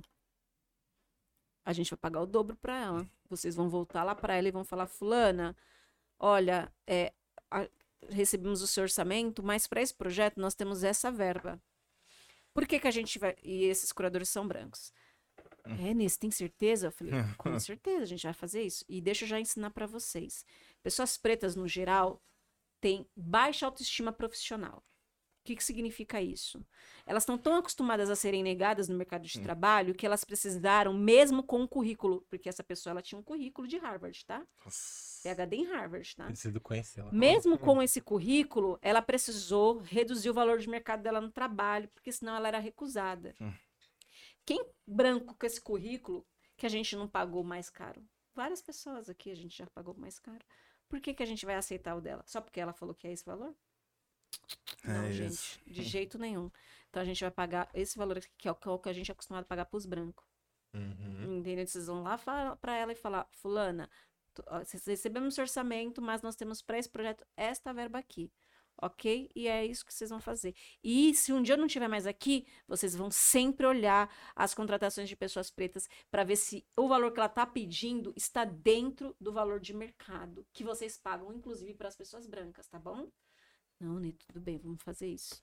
Speaker 3: A gente vai pagar o dobro para ela. Vocês vão voltar lá para ela e vão falar, fulana, olha, é, a- recebemos o seu orçamento, mas para esse projeto nós temos essa verba. Por que que a gente vai... E esses curadores são brancos. É, Nisso, tem certeza? Eu falei, com certeza, a gente vai fazer isso. E deixa eu já ensinar para vocês. Pessoas pretas, no geral, têm baixa autoestima profissional. O que que significa isso? Elas estão tão acostumadas a serem negadas no mercado de trabalho que elas precisaram, mesmo com um currículo, porque essa pessoa ela tinha um currículo de Harvard, tá? P H D em Harvard, tá?
Speaker 1: Preciso conhecê-la.
Speaker 3: Mesmo com esse currículo, ela precisou reduzir o valor de mercado dela no trabalho, porque senão ela era recusada.
Speaker 2: Hum.
Speaker 3: Quem branco com esse currículo que a gente não pagou mais caro? Várias pessoas aqui a gente já pagou mais caro. Por que, que a gente vai aceitar o dela? Só porque ela falou que é esse valor? Não,
Speaker 2: É
Speaker 3: gente,
Speaker 2: isso.
Speaker 3: de jeito nenhum. Então a gente vai pagar esse valor aqui, que é o que é o que a gente é acostumado a pagar pros brancos.
Speaker 1: Uhum.
Speaker 3: Entendeu? Vocês vão lá fa- pra ela e falar, fulana, tu- ó, vocês recebemos seu orçamento, mas nós temos para esse projeto esta verba aqui. Ok? E é isso que vocês vão fazer. E se um dia eu não estiver mais aqui, vocês vão sempre olhar as contratações de pessoas pretas para ver se o valor que ela está pedindo está dentro do valor de mercado que vocês pagam, inclusive para as pessoas brancas, tá bom? Não, Nito, tudo bem, vamos fazer isso.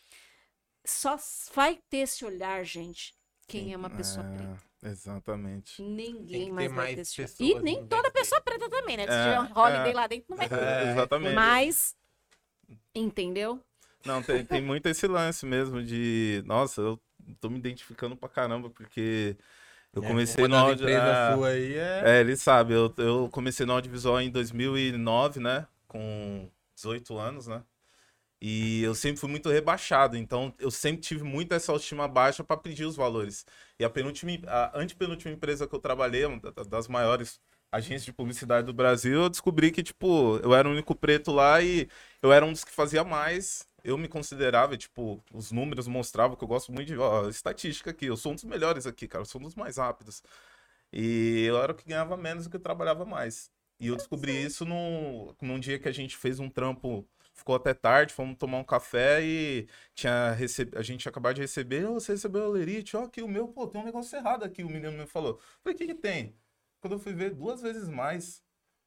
Speaker 3: Só s- vai ter esse olhar, gente, quem
Speaker 2: Sim,
Speaker 3: é uma pessoa preta.
Speaker 2: é, exatamente.
Speaker 1: Tem
Speaker 3: Ninguém
Speaker 1: que
Speaker 3: mais
Speaker 1: ter
Speaker 3: vai
Speaker 1: mais
Speaker 3: ter esse olhar.
Speaker 1: pessoas
Speaker 3: E nem
Speaker 1: no
Speaker 3: toda
Speaker 1: backstage.
Speaker 3: pessoa preta também, né? Se
Speaker 2: É,
Speaker 3: tiver um holiday
Speaker 2: é.
Speaker 3: lá dentro, não vai ter.
Speaker 2: É, exatamente.
Speaker 3: Mas, entendeu?
Speaker 2: Não, tem, tem muito esse lance mesmo de. Nossa, eu tô me identificando pra caramba, porque eu
Speaker 1: É,
Speaker 2: comecei
Speaker 1: uma
Speaker 2: no
Speaker 1: das
Speaker 2: audio.
Speaker 1: empresas
Speaker 2: ah,
Speaker 1: sua aí é...
Speaker 2: É, ele sabe, eu, eu comecei no audiovisual em dois mil e nove, né? Com dezoito anos, né? E eu sempre fui muito rebaixado, então eu sempre tive muito essa autoestima baixa para pedir os valores. E a penúltima, a antepenúltima empresa que eu trabalhei, uma da- das maiores agências de publicidade do Brasil, eu descobri que, tipo, eu era o único preto lá e eu era um dos que fazia mais. Eu me considerava, tipo, os números mostravam que eu gosto muito de, ó, estatística aqui, eu sou um dos melhores aqui, cara, eu sou um dos mais rápidos. E eu era o que ganhava menos do que eu trabalhava mais. E eu descobri isso num, num dia que a gente fez um trampo, ficou até tarde, fomos tomar um café e tinha receb... a gente acabou de receber, "Ô, você recebeu o Lerite, ó, aqui o meu, pô, tem um negócio errado aqui", o menino me falou. Falei, o que que tem? Quando eu fui ver, duas vezes mais.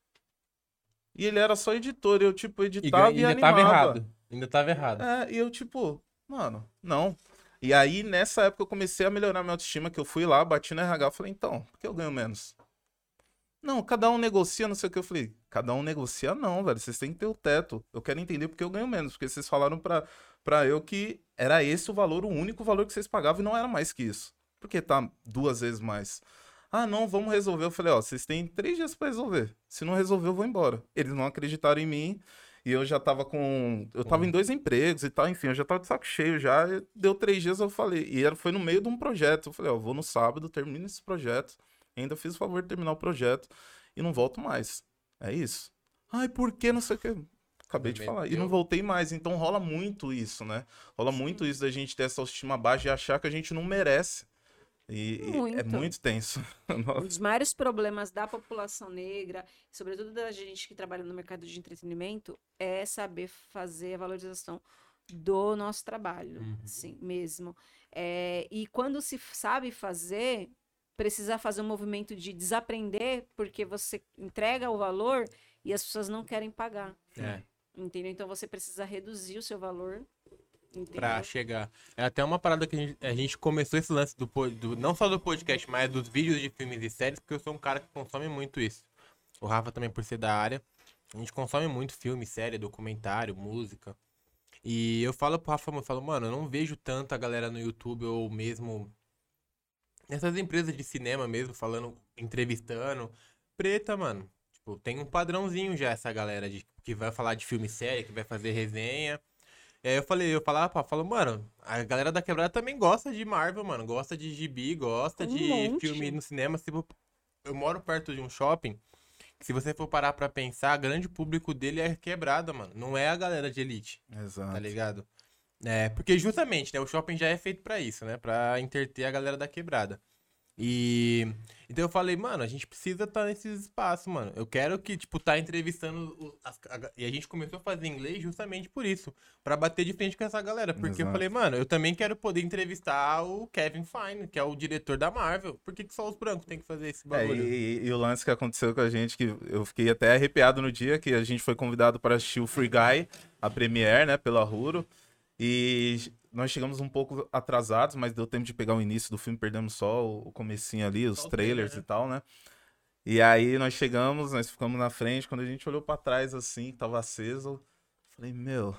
Speaker 2: E ele era só editor, eu, tipo,
Speaker 1: E
Speaker 2: editava e,
Speaker 1: ainda
Speaker 2: animava.
Speaker 1: tava errado. Ainda tava errado.
Speaker 2: É, e eu, tipo, mano, não. E aí, nessa época, eu comecei a melhorar minha autoestima, que eu fui lá, bati no R H, falei, então, por que eu ganho menos? Não, cada um negocia, não sei o que. Eu falei, cada um negocia não, velho, vocês têm que ter o teto. Eu quero entender porque eu ganho menos, porque vocês falaram pra, pra eu que era esse o valor, o único valor que vocês pagavam e não era mais que isso. Por que tá duas vezes mais? Ah, não, vamos resolver. Eu falei, ó, vocês têm três dias pra resolver. Se não resolver, eu vou embora. Eles não acreditaram em mim e eu já tava com... Eu tava em dois empregos e tal, enfim, eu já tava de saco cheio já. E deu três dias, eu falei. E era, foi no meio de um projeto. Eu falei, ó, vou no sábado, termino esse projeto. Ainda fiz o favor de terminar o projeto e não volto mais. É isso. Ai, por que não sei o que? Acabei de falar. E não voltei mais. Então rola muito isso, né? Rola muito isso da gente ter essa autoestima baixa e achar que a gente não merece. E, e é
Speaker 3: Muito.
Speaker 2: muito tenso.
Speaker 3: Um dos maiores problemas da população negra, sobretudo da gente que trabalha no mercado de entretenimento, é saber fazer a valorização do nosso trabalho,
Speaker 1: Uhum.
Speaker 3: sim, mesmo. É, e quando se sabe fazer, precisa fazer um movimento de desaprender, porque você entrega o valor e as pessoas não querem pagar.
Speaker 1: É.
Speaker 3: Entendeu? Então você precisa reduzir o seu valor. Entendeu?
Speaker 1: Pra chegar. É até uma parada que a gente, a gente começou esse lance do, po- do. Não só do podcast, mas dos vídeos de filmes e séries, porque eu sou um cara que consome muito isso. O Rafa também, por ser da área. A gente consome muito filme, série, documentário, música. E eu falo pro Rafa, eu falo, mano, eu não vejo tanta galera no YouTube ou mesmo nessas empresas de cinema mesmo, falando, entrevistando. Preta, mano. Tipo, tem um padrãozinho já essa galera de, que vai falar de filme e série, que vai fazer resenha. E aí eu falei, eu falava, pá, falo, mano, a galera da quebrada também gosta de Marvel, mano. Gosta de gibi, gosta
Speaker 3: Um
Speaker 1: de
Speaker 3: monte.
Speaker 1: filme no cinema. Se eu, eu moro perto de um shopping, que se você for parar pra pensar, grande público dele é quebrada, mano. Não é a galera de elite,
Speaker 2: Exato.
Speaker 1: tá ligado? É, porque justamente, né, o shopping já é feito pra isso, né? Pra entreter a galera da quebrada. E então eu falei, mano, a gente precisa estar nesses espaços, mano. Eu quero que, tipo, tá entrevistando o- as- a- e a gente começou a fazer inglês justamente por isso, pra bater de frente com essa galera, porque eu
Speaker 2: Exato.
Speaker 1: falei, mano, eu também quero poder entrevistar o Kevin Feige, que é o diretor da Marvel. Por que que só os brancos têm que fazer esse
Speaker 2: É,
Speaker 1: bagulho?
Speaker 2: e, e- e o lance que aconteceu com a gente, que eu fiquei até arrepiado no dia que a gente foi convidado para assistir o Free Guy, a Premiere, né, pela Hulu. E nós chegamos um pouco atrasados, mas deu tempo de pegar o início do filme, perdemos só o o comecinho ali, os
Speaker 1: Só o
Speaker 2: trailers
Speaker 1: trailer, né?
Speaker 2: e tal, né? E aí nós chegamos, nós ficamos na frente, quando a gente olhou pra trás assim, que tava aceso, eu falei, meu...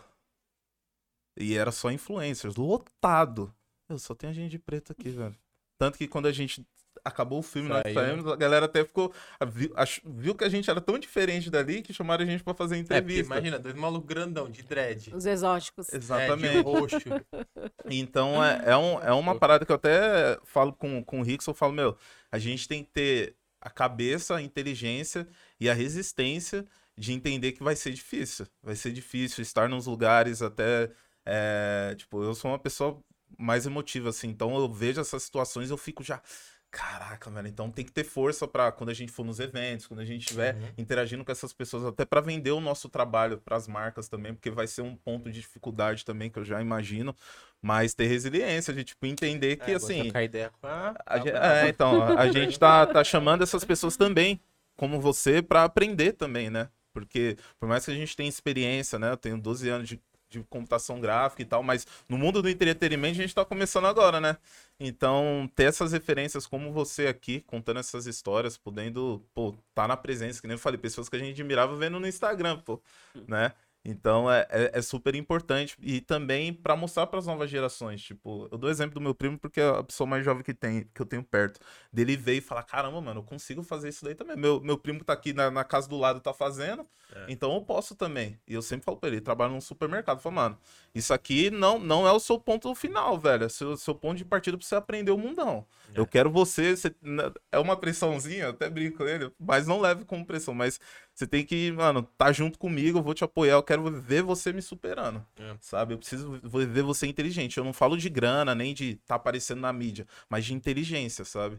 Speaker 2: E era só influencers, lotado. Eu só tenho gente de preto aqui, velho. Tanto que quando a gente acabou o filme, nós
Speaker 1: Saiu.
Speaker 2: saímos, a galera até ficou... Viu, ach- viu que a gente era tão diferente dali que chamaram a gente pra fazer
Speaker 1: É, porque
Speaker 2: entrevista.
Speaker 1: imagina, dois malucos grandão, de dread.
Speaker 3: Os exóticos.
Speaker 1: É, de
Speaker 2: Exatamente.
Speaker 1: roxo.
Speaker 2: Então é, é, um, é uma parada que eu até falo com, com o Rickson, eu falo, meu, a gente tem que ter a cabeça, a inteligência e a resistência de entender que vai ser difícil. Vai ser difícil estar nos lugares até, é, tipo, eu sou uma pessoa mais emotiva, assim, então eu vejo essas situações e eu fico já... Caraca, velho, então tem que ter força pra quando a gente for nos eventos, quando a gente estiver
Speaker 1: Uhum.
Speaker 2: interagindo com essas pessoas, até pra vender o nosso trabalho pras marcas também, porque vai ser um ponto de dificuldade também, que eu já imagino, mas ter resiliência, de tipo, entender que
Speaker 1: É, vou
Speaker 2: assim.
Speaker 1: trocar ideia com a-
Speaker 2: A
Speaker 1: a
Speaker 2: ge-
Speaker 1: brava.
Speaker 2: é, então, a gente tá, tá chamando essas pessoas também, como você, pra aprender também, né? Porque por mais que a gente tenha experiência, né? Eu tenho doze anos de, de computação gráfica e tal, mas no mundo do entretenimento a gente tá começando agora, né? Então, ter essas referências como você aqui, contando essas histórias, podendo, pô, tá na presença, que nem eu falei, pessoas que a gente admirava vendo no Instagram, pô, né? Então é, é, é super importante e também para mostrar para as novas gerações, tipo, eu dou exemplo do meu primo porque é a pessoa mais jovem que tem, que eu tenho perto, dele veio e falar, caramba, mano, eu consigo fazer isso daí também, meu, meu primo tá aqui na, na casa do lado, tá fazendo,
Speaker 1: É.
Speaker 2: então eu posso também, e eu sempre falo pra ele, ele trabalha num supermercado, eu falo, mano, isso aqui não, não é o seu ponto final, velho, é o seu, seu ponto de partida pra você aprender o mundão,
Speaker 1: É.
Speaker 2: eu quero você, você, é uma pressãozinha, eu até brinco com ele, mas não leve como pressão, mas você tem que, mano, tá junto comigo, eu vou te apoiar, eu quero ver você me superando,
Speaker 1: É.
Speaker 2: sabe? Eu preciso ver você inteligente. Eu não falo de grana, nem de tá aparecendo na mídia, mas de inteligência, sabe?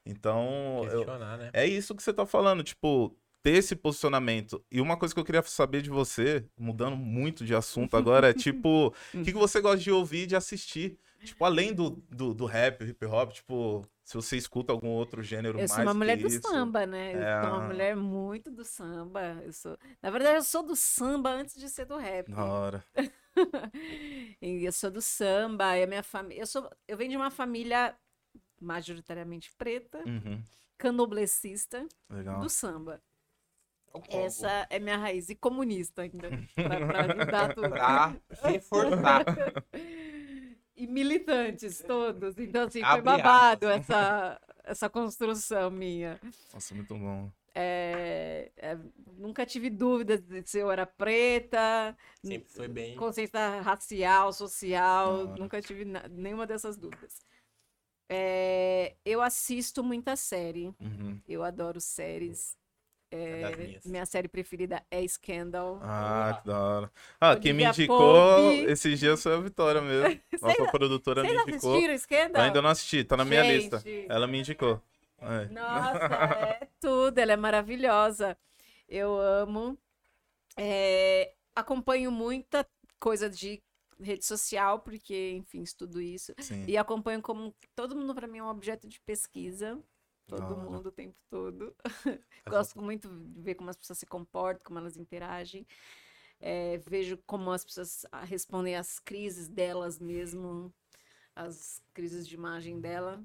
Speaker 2: Então, eu-
Speaker 1: Questionar, né?
Speaker 2: é isso que você tá falando, tipo, ter esse posicionamento. E uma coisa que eu queria saber de você, mudando muito de assunto agora, é tipo, o que, que você gosta de ouvir e de assistir? Tipo, além do, do, do rap, hip hop, tipo, se você escuta algum outro gênero
Speaker 3: Eu sou
Speaker 2: mais
Speaker 3: uma mulher
Speaker 2: que
Speaker 3: do
Speaker 2: isso.
Speaker 3: samba, né? Eu
Speaker 2: É,
Speaker 3: sou uma mulher muito do samba. Eu sou... Na verdade, eu sou do samba antes de ser do rap.
Speaker 2: da hora.
Speaker 3: E eu sou do samba, e a minha família. Eu, sou... eu venho de uma família majoritariamente preta,
Speaker 2: Uhum,
Speaker 3: candomblessista,
Speaker 2: legal.
Speaker 3: do samba. Essa é minha raiz. E comunista ainda, pra, pra ajudar tudo.
Speaker 1: Pra reforçar.
Speaker 3: E militantes todos. Então, assim, foi
Speaker 1: Abre
Speaker 3: babado essa, essa construção minha.
Speaker 2: Nossa, muito bom.
Speaker 3: É, é, nunca tive dúvidas de se eu era preta,
Speaker 1: Sempre foi bem.
Speaker 3: consciência racial, social,
Speaker 2: Da hora.
Speaker 3: nunca tive na- nenhuma dessas dúvidas. É, eu assisto muita série,
Speaker 2: Uhum.
Speaker 3: eu adoro séries.
Speaker 1: É das
Speaker 3: É,
Speaker 1: minhas.
Speaker 3: minha série preferida é Scandal.
Speaker 2: Ah, que da hora. Ah, quem me
Speaker 3: Olivia
Speaker 2: indicou
Speaker 3: Pope.
Speaker 2: esses dias foi a Vitória mesmo. Nossa produtora me
Speaker 3: Vocês
Speaker 2: indicou.
Speaker 3: assistiram Scandal?
Speaker 2: Eu ainda não assisti, tá na minha
Speaker 3: Gente.
Speaker 2: lista. Ela me indicou. É.
Speaker 3: Nossa, é tudo, ela é maravilhosa. Eu amo. É, acompanho muita coisa de rede social, porque, enfim, estudo isso.
Speaker 2: Sim.
Speaker 3: E acompanho como todo mundo, para mim, é um objeto de pesquisa.
Speaker 2: Da
Speaker 3: Todo
Speaker 2: hora.
Speaker 3: mundo, o tempo todo. Gosto muito de ver como as pessoas se comportam, como elas interagem. É, vejo como as pessoas ah, respondem às crises delas mesmo, as crises de imagem dela.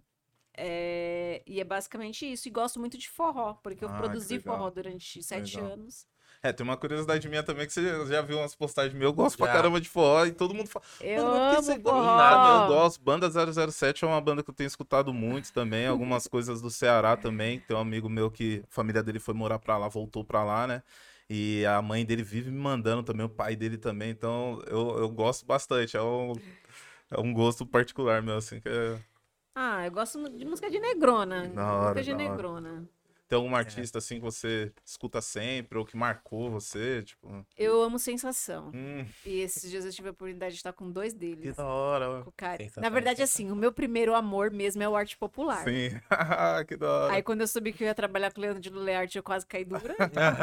Speaker 3: É, e é basicamente isso. E gosto muito de forró, porque eu
Speaker 2: Ah, que
Speaker 3: produzi
Speaker 2: legal.
Speaker 3: forró durante sete
Speaker 2: Legal.
Speaker 3: anos.
Speaker 2: É, tem uma curiosidade minha também que você já viu umas postagens minhas. Eu gosto pra
Speaker 1: Já.
Speaker 2: caramba de forró e todo mundo fala.
Speaker 3: Eu
Speaker 2: "Mano, mas por que você
Speaker 3: amo
Speaker 2: gosta?"
Speaker 3: forró.
Speaker 2: Nada, eu gosto. Banda zero zero sete é uma banda que eu tenho escutado muito também. Algumas coisas do Ceará também. Tem um amigo meu que a família dele foi morar pra lá, voltou pra lá, né? E a mãe dele vive me mandando também, o pai dele também. Então eu, eu gosto bastante. É um, é um gosto particular meu, assim. Que é...
Speaker 3: Ah, eu gosto de música de negrona.
Speaker 2: Da hora,
Speaker 3: música de
Speaker 2: da hora.
Speaker 3: negrona.
Speaker 2: Tem algum artista assim que você escuta sempre ou que marcou você? Tipo.
Speaker 3: Eu amo Sensação.
Speaker 2: Hum,
Speaker 3: E esses dias eu tive a oportunidade de estar com dois
Speaker 2: que
Speaker 3: deles.
Speaker 2: da hora.
Speaker 3: Com o cara.
Speaker 1: Sensação
Speaker 3: Na verdade,
Speaker 1: é
Speaker 3: assim, o meu primeiro amor mesmo é o arte popular.
Speaker 2: Sim. Que da hora.
Speaker 3: Aí quando eu soube que eu ia trabalhar com o Leandro de Lulearte, eu quase caí dura.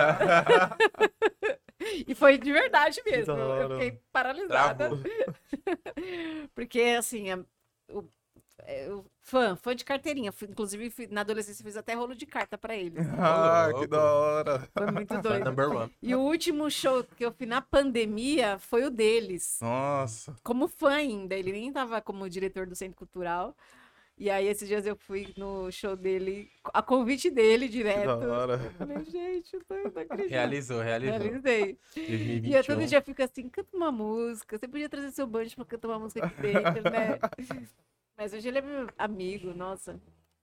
Speaker 3: E foi de verdade mesmo.
Speaker 2: da
Speaker 3: Eu
Speaker 2: hora.
Speaker 3: fiquei paralisada.
Speaker 1: Travou.
Speaker 3: Porque, assim, a- o, é, o fã, fã de carteirinha. Fui- Inclusive, fui- na adolescência, fiz até rolo de carta pra ele.
Speaker 2: Ah,
Speaker 1: louco.
Speaker 2: que da hora.
Speaker 3: Foi muito
Speaker 1: Fã
Speaker 3: doido.
Speaker 1: number one.
Speaker 3: E o último show que eu fui na pandemia foi o deles.
Speaker 2: Nossa.
Speaker 3: Como fã ainda. Ele nem tava como diretor do Centro Cultural. E aí, esses dias eu fui no show dele, a convite dele
Speaker 2: Que
Speaker 3: direto.
Speaker 2: da hora.
Speaker 3: Eu falei, gente, eu tô- eu não acredito.
Speaker 1: Realizou, realizou.
Speaker 3: Realizei.
Speaker 1: dois mil e vinte
Speaker 3: E eu
Speaker 1: e
Speaker 3: todo
Speaker 1: um.
Speaker 3: dia fico assim, canta uma música. Você podia trazer seu banjo pra cantar uma música aqui dentro, né? Mas hoje ele é meu amigo, nossa.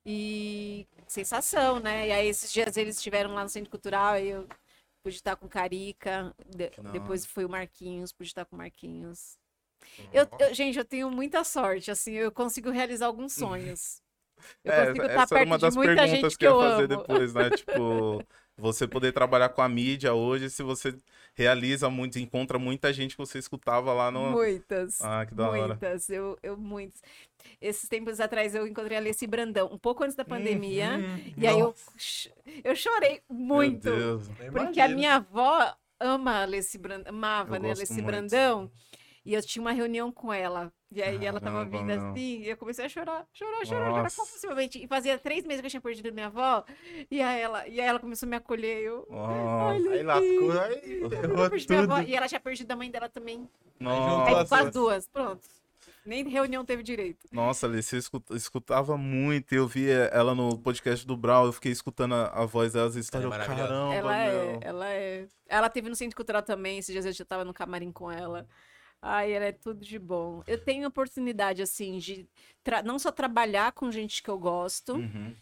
Speaker 3: E sensação, né? E aí esses dias eles estiveram lá no Centro Cultural e eu pude estar com o Carica. de-
Speaker 2: Que da
Speaker 3: depois foi o Marquinhos, pude estar com o Marquinhos. Eu, eu- gente, eu tenho muita sorte, assim, eu consigo realizar alguns sonhos. Eu
Speaker 2: É,
Speaker 3: consigo estar
Speaker 2: essa era
Speaker 3: perto
Speaker 2: uma
Speaker 3: de
Speaker 2: das
Speaker 3: muita
Speaker 2: perguntas
Speaker 3: gente
Speaker 2: que
Speaker 3: que
Speaker 2: eu
Speaker 3: eu
Speaker 2: ia fazer
Speaker 3: amo.
Speaker 2: depois, né? Tipo, você poder trabalhar com a mídia hoje, se você realiza muito, encontra muita gente que você escutava lá no.
Speaker 3: Muitas.
Speaker 2: Ah, que da hora.
Speaker 3: Muitas. Eu, eu, muitas. Esses tempos atrás eu encontrei a Alessi Brandão, um pouco antes da pandemia.
Speaker 1: Uhum.
Speaker 3: E aí eu,
Speaker 1: Nossa,
Speaker 3: ch- eu chorei muito.
Speaker 2: Meu Deus.
Speaker 1: eu
Speaker 3: Porque a
Speaker 1: imagino.
Speaker 3: minha avó ama a Alessi Brandão, amava,
Speaker 2: Eu
Speaker 3: né, a
Speaker 2: gosto
Speaker 3: Alessi
Speaker 2: muito.
Speaker 3: Brandão. E eu tinha uma reunião com ela. E aí ela tava
Speaker 2: Caramba,
Speaker 3: vindo
Speaker 2: meu.
Speaker 3: assim, e eu comecei a chorar, chorar, chorar, chorar
Speaker 2: Nossa.
Speaker 3: compulsivamente. E fazia três meses que eu tinha perdido minha avó. E aí ela, e aí ela começou a me acolher. Eu,
Speaker 2: Nossa.
Speaker 3: olha
Speaker 1: Aí
Speaker 3: aqui.
Speaker 1: lascou, aí
Speaker 3: Eu
Speaker 1: errou
Speaker 3: perdi minha avó,
Speaker 1: tudo.
Speaker 3: e ela tinha perdido a mãe dela também.
Speaker 2: Nossa.
Speaker 3: Aí
Speaker 1: Nossa.
Speaker 3: com as duas, pronto. Nem reunião teve direito.
Speaker 2: Nossa, Alice, eu escu- escutava muito. Eu vi ela no podcast do Brau, eu fiquei escutando a, a voz dela, as histórias.
Speaker 1: Ela é
Speaker 2: eu,
Speaker 1: maravilhosa.
Speaker 2: Caramba,
Speaker 3: Ela é,
Speaker 2: meu.
Speaker 3: ela é. Ela teve no Centro Cultural também, esses dias eu já tava no camarim com ela. Ai, ela é tudo de bom. Eu tenho oportunidade, assim, de tra- não só trabalhar com gente que eu gosto,
Speaker 2: Uhum.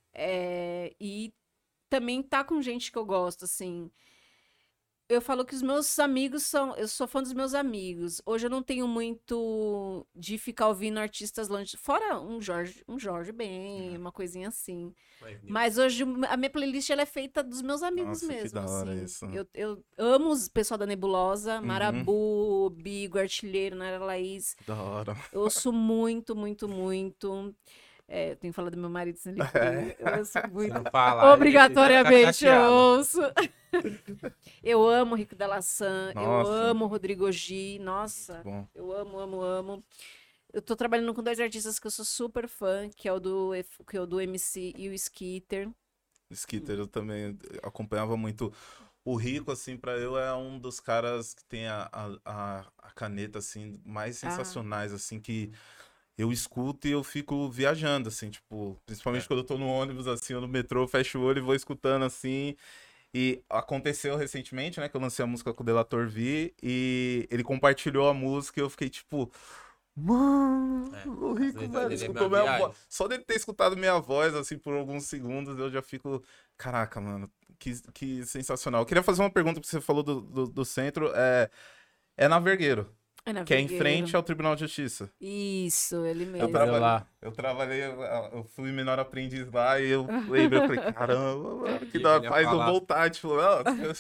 Speaker 3: é, e também tá com gente que eu gosto, assim. Eu falo que os meus amigos são. Eu sou fã dos meus amigos. Hoje eu não tenho muito de ficar ouvindo artistas longe. Fora um Jorge, um Jorge Ben, uma coisinha assim.
Speaker 1: Mas,
Speaker 3: Mas hoje a minha playlist ela é feita dos meus amigos
Speaker 2: Nossa, que
Speaker 3: mesmo.
Speaker 2: da hora
Speaker 3: assim.
Speaker 2: isso.
Speaker 3: Eu, eu amo os pessoal da Nebulosa,
Speaker 2: Uhum.
Speaker 3: Marabu, Bigo, Artilheiro, Nara Laís.
Speaker 2: Da hora.
Speaker 3: Eu ouço muito, muito, muito. É, eu tenho que falar do meu marido, senão ele briga. Eu ouço muito.
Speaker 1: Não fala,
Speaker 3: Obrigatoriamente
Speaker 1: ele
Speaker 3: eu
Speaker 1: fica
Speaker 3: ouço. Eu amo Rico da Laçã, eu
Speaker 2: Nossa.
Speaker 3: amo Rodrigo G. Nossa,
Speaker 2: Bom.
Speaker 3: eu amo, amo, amo. Eu tô trabalhando com dois artistas que eu sou super fã, que é o do, que é o do M C e o Skitter.
Speaker 2: Skitter eu também acompanhava muito. O Rico, assim, pra eu é um dos caras que tem a, a, a- a caneta, assim, mais
Speaker 3: Ah.
Speaker 2: sensacionais, assim, que eu escuto e eu fico viajando, assim, tipo, principalmente
Speaker 1: É.
Speaker 2: quando eu tô no ônibus, assim, ou no metrô, eu fecho o olho e vou escutando, assim. E aconteceu recentemente, né, que eu lancei a música com o Delator V e ele compartilhou a música e eu fiquei, tipo... Mano,
Speaker 1: É,
Speaker 2: o
Speaker 1: às
Speaker 2: Rico,
Speaker 1: vezes
Speaker 2: velho,
Speaker 1: ele é
Speaker 2: escutou
Speaker 1: minha
Speaker 2: minha
Speaker 1: viagem.
Speaker 2: voz. Só dele ter escutado minha voz, assim, por alguns segundos, eu já fico... Caraca, mano, que, que sensacional. Eu queria fazer uma pergunta, porque você falou do, do, do centro. É, é na Vergueiro,
Speaker 3: É na
Speaker 2: que é em
Speaker 3: Vergueiro.
Speaker 2: frente ao Tribunal de Justiça.
Speaker 3: Isso, ele
Speaker 2: Eu,
Speaker 3: mesmo.
Speaker 1: tra-
Speaker 2: trabalhei,
Speaker 1: lá.
Speaker 2: eu trabalhei, eu eu fui menor aprendiz lá e eu lembro, eu falei, caramba, mano, que
Speaker 1: Que
Speaker 2: da
Speaker 1: ele ia
Speaker 2: faz eu
Speaker 1: falar.
Speaker 2: voltar, tipo, não,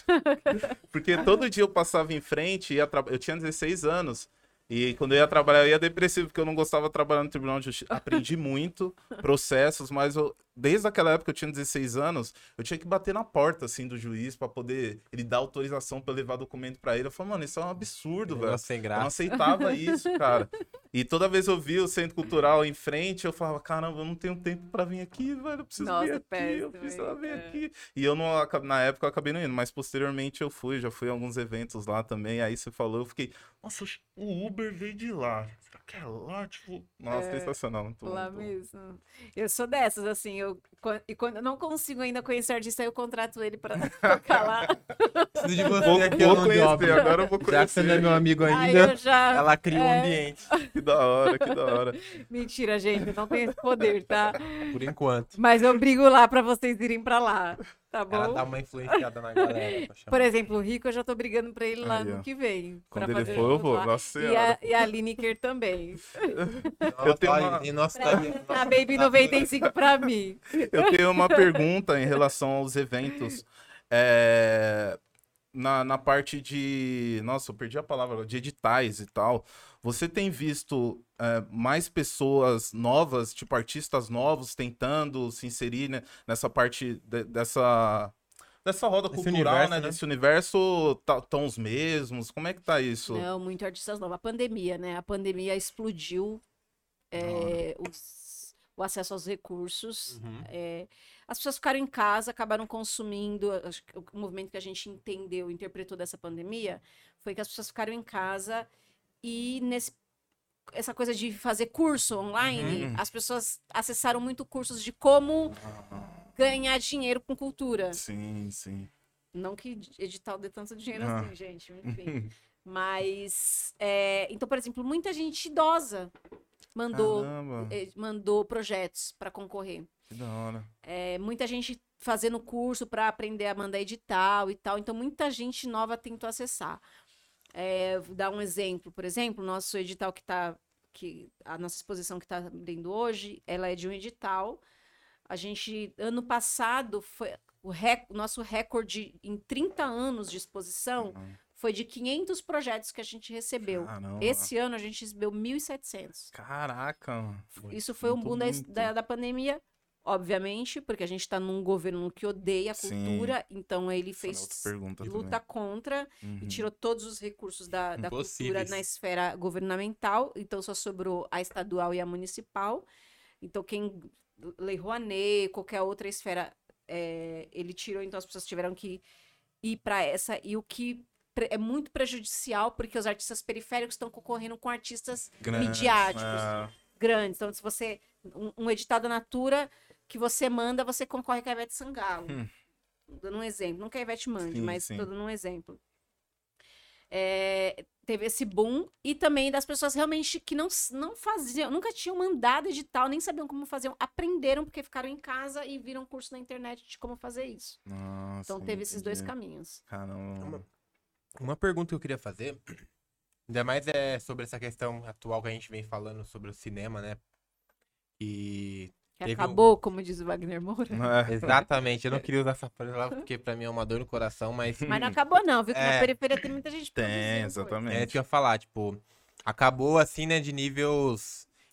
Speaker 2: porque todo dia eu passava em frente, ia tra... eu tinha dezesseis anos, e quando eu ia trabalhar eu ia depressivo, porque eu não gostava de trabalhar no Tribunal de Justiça. Aprendi muito, processos, mas eu, desde aquela época eu tinha dezesseis anos, eu tinha que bater na porta, assim, do juiz pra poder, ele dar autorização pra eu levar documento pra ele. Eu falei, mano, isso é um absurdo, velho.
Speaker 1: Negócio sem
Speaker 2: Eu não
Speaker 1: graça.
Speaker 2: aceitava isso, cara. E toda vez eu via o Centro Cultural em frente, eu falava, caramba, eu não tenho tempo pra vir aqui, velho. Eu preciso
Speaker 3: Nossa,
Speaker 2: vir aqui, eu
Speaker 3: péssimo,
Speaker 2: preciso
Speaker 3: hein?
Speaker 2: vir
Speaker 3: É.
Speaker 2: aqui. E eu, não, aca- na época, eu acabei não indo, mas posteriormente eu fui, já fui a alguns eventos lá também. Aí você falou, eu fiquei, nossa, o Uber veio de lá. Será que é lá? Tipo, nossa, sensacional. Muito bom,
Speaker 3: Lá
Speaker 2: muito bom.
Speaker 3: mesmo. Eu sou dessas, assim, eu, quan- e quando eu não consigo ainda conhecer o artista, eu contrato ele pra tocar lá.
Speaker 1: Preciso de você
Speaker 2: Vou,
Speaker 1: aqui,
Speaker 2: vou
Speaker 1: mão de
Speaker 2: conhecer,
Speaker 1: obra.
Speaker 2: agora eu vou
Speaker 1: Já que você não é
Speaker 2: conhecer.
Speaker 1: meu amigo
Speaker 3: Aí
Speaker 1: ainda,
Speaker 3: eu já.
Speaker 1: ela cria um
Speaker 3: é,
Speaker 1: ambiente.
Speaker 2: Que da hora, que da hora.
Speaker 3: Mentira, gente, eu não tenho esse poder, tá?
Speaker 1: Por enquanto.
Speaker 3: Mas eu brigo lá pra vocês irem pra lá, tá
Speaker 1: Ela
Speaker 3: bom?
Speaker 1: dá uma influenciada na galera. pra chamar.
Speaker 3: Por exemplo, o Rico, eu já tô brigando pra ele lá
Speaker 2: Aí,
Speaker 3: no
Speaker 2: ó.
Speaker 3: que vem.
Speaker 2: Quando
Speaker 3: pra
Speaker 2: ele
Speaker 3: fazer
Speaker 2: for, eu
Speaker 3: junto
Speaker 2: vou.
Speaker 3: lá.
Speaker 2: Nossa
Speaker 3: E
Speaker 2: senhora.
Speaker 3: a, e a Lineker também.
Speaker 1: Nossa,
Speaker 2: eu tenho
Speaker 1: olha,
Speaker 2: uma-
Speaker 1: em nosso
Speaker 3: Pra
Speaker 1: time-
Speaker 3: a Baby noventa e cinco pra mim.
Speaker 2: Eu tenho uma pergunta em relação aos eventos. É, na, na parte de. Nossa, eu perdi a palavra agora, de editais e tal. Você tem visto é, mais pessoas novas, tipo artistas novos, tentando se inserir, né, nessa parte de- dessa. Dessa roda
Speaker 1: Desse
Speaker 2: cultural,
Speaker 1: universo,
Speaker 2: né?
Speaker 1: né?
Speaker 2: Desse universo, estão os mesmos? Como é que tá isso?
Speaker 3: Não, muito artistas novos. A pandemia, né? A pandemia explodiu é, os- o acesso aos recursos.
Speaker 1: Uhum.
Speaker 3: É, as pessoas ficaram em casa, acabaram consumindo. Acho que o movimento que a gente entendeu, interpretou dessa pandemia, foi que as pessoas ficaram em casa e nesse essa coisa de fazer curso online,
Speaker 2: Uhum.
Speaker 3: as pessoas acessaram muito cursos de como ganhar dinheiro com cultura.
Speaker 2: Sim, sim.
Speaker 3: Não que edital dê tanto dinheiro
Speaker 2: Ah.
Speaker 3: assim, gente, enfim. Mas, é, então, por exemplo, muita gente idosa mandou,
Speaker 2: Caramba,
Speaker 3: eh, mandou projetos para concorrer.
Speaker 2: que da hora.
Speaker 3: É, muita gente fazendo curso para aprender a mandar edital e tal. Então, muita gente nova tentou acessar. É, vou dar um exemplo, por exemplo, nosso edital que está, que a nossa exposição que está abrindo hoje, ela é de um edital. A gente, ano passado, foi o, rec, o nosso recorde em trinta anos de exposição
Speaker 2: Uhum.
Speaker 3: foi de quinhentos projetos que a gente recebeu.
Speaker 2: Caramba.
Speaker 3: Esse ano a gente recebeu mil e setecentos.
Speaker 2: Caraca, mano.
Speaker 3: Isso foi um
Speaker 2: Muito,
Speaker 3: boom da,
Speaker 2: muito.
Speaker 3: da, da pandemia, obviamente, porque a gente está num governo que odeia a
Speaker 2: Sim.
Speaker 3: cultura, então ele
Speaker 2: Essa é
Speaker 3: fez
Speaker 2: outra pergunta
Speaker 3: luta contra
Speaker 2: também.
Speaker 3: e
Speaker 2: Uhum.
Speaker 3: tirou todos os recursos da, da cultura
Speaker 1: Impossíveis.
Speaker 3: na esfera governamental, então só sobrou a estadual e a municipal. Então quem Lei Rouanet, qualquer outra esfera, é, ele tirou, então as pessoas tiveram que ir para essa, e o que pre- é muito prejudicial, porque os artistas periféricos estão concorrendo com artistas
Speaker 2: Grande,
Speaker 3: midiáticos,
Speaker 2: é.
Speaker 3: grandes. Então, se você. Um, um edital da Natura que você manda, você concorre com a Ivete Sangalo.
Speaker 2: Hum.
Speaker 3: Dando um exemplo. Não que a Ivete mande,
Speaker 2: Sim,
Speaker 3: mas
Speaker 2: sim.
Speaker 3: tô dando um exemplo. É, teve esse boom e também das pessoas realmente que não, não faziam, nunca tinham mandado edital, nem sabiam como faziam, aprenderam porque ficaram em casa e viram curso na internet de como fazer isso.
Speaker 2: Nossa,
Speaker 3: Então teve esses dois
Speaker 2: entendi.
Speaker 3: caminhos.
Speaker 2: Caramba.
Speaker 1: Uma pergunta que eu queria fazer, ainda mais é sobre essa questão atual que a gente vem falando sobre o cinema, né? E
Speaker 3: Que
Speaker 1: Teve
Speaker 3: acabou, como diz o Wagner Moura.
Speaker 2: É.
Speaker 1: exatamente, eu não queria usar essa palavra porque pra mim é uma dor no coração, mas
Speaker 3: Mas não acabou, não, viu? Que na
Speaker 1: É.
Speaker 3: periferia tem muita gente
Speaker 2: Tem,
Speaker 3: produzindo coisa.
Speaker 2: exatamente.
Speaker 1: é isso que eu ia falar, tipo, acabou assim, né, de níveis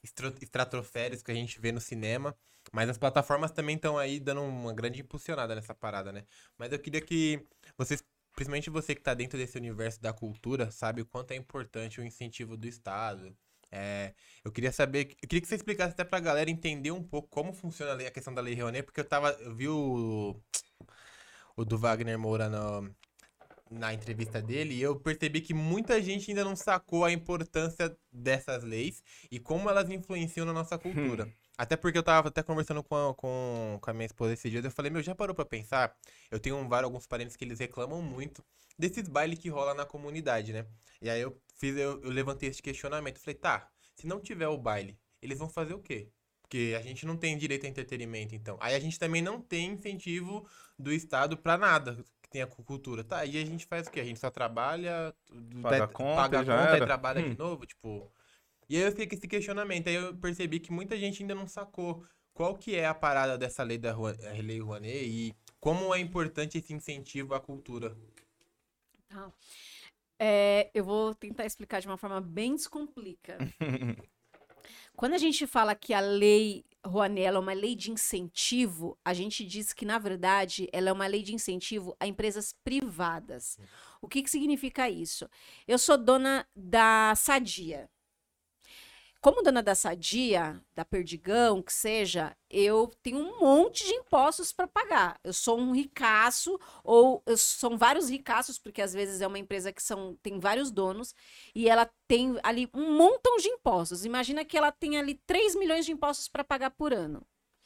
Speaker 1: estro- estratosféricos que a gente vê no cinema. Mas as plataformas também estão aí dando uma grande impulsionada nessa parada, né? Mas eu queria que vocês, principalmente você que tá dentro desse universo da cultura, sabe o quanto é importante o incentivo do Estado. É, eu queria saber, eu queria que você explicasse até pra galera entender um pouco como funciona a lei- a questão da Lei Rouanet, porque eu tava, eu vi o, o do Wagner Moura no, na entrevista dele, e eu percebi que muita gente ainda não sacou a importância dessas leis e como elas influenciam na nossa cultura. Até porque eu tava até conversando com a, com, com a minha esposa esses dias, eu falei, meu, já parou pra pensar? Eu tenho um, vários, alguns parentes que eles reclamam muito desses bailes que rola na comunidade, né? E aí eu fiz, eu, eu levantei esse questionamento, falei, tá, se não tiver o baile, eles vão fazer o quê? Porque a gente não tem direito a entretenimento, então. Aí a gente também não tem incentivo do Estado pra nada que tenha cu- cultura. Tá, e a gente faz o quê? A gente só trabalha,
Speaker 2: Paga
Speaker 1: daí-
Speaker 2: a conta
Speaker 1: paga a
Speaker 2: e já
Speaker 1: conta e
Speaker 2: era.
Speaker 1: trabalha de
Speaker 2: Hum.
Speaker 1: novo, tipo. E aí eu fiquei com esse questionamento. Aí eu percebi que muita gente ainda não sacou qual que é a parada dessa lei da Rua- eh, Lei Rouanet e como é importante esse incentivo à cultura.
Speaker 3: Tá. É, eu vou tentar explicar de uma forma bem descomplica. Quando a gente fala que a lei Rouanet ela é uma lei de incentivo, a gente diz que, na verdade, ela é uma lei de incentivo a empresas privadas. O que, que significa isso? Eu sou dona da Sadia. Como dona da Sadia, da Perdigão, que seja, eu tenho um monte de impostos para pagar. Eu sou um ricaço, ou eu, são vários ricaços, porque às vezes é uma empresa que são, tem vários donos, e ela tem ali um montão de impostos. Imagina que ela tem ali três milhões de impostos para pagar por ano.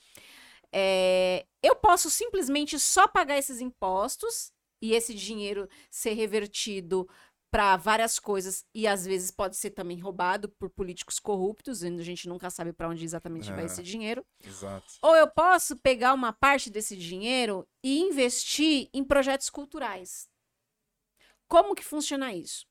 Speaker 3: É, eu posso simplesmente só pagar esses impostos e esse dinheiro ser revertido para várias coisas e às vezes pode ser também roubado por políticos corruptos, e a gente nunca sabe para onde exatamente vai
Speaker 2: É.
Speaker 3: esse dinheiro.
Speaker 2: Exato.
Speaker 3: Ou eu posso pegar uma parte desse dinheiro e investir em projetos culturais. Como que funciona isso?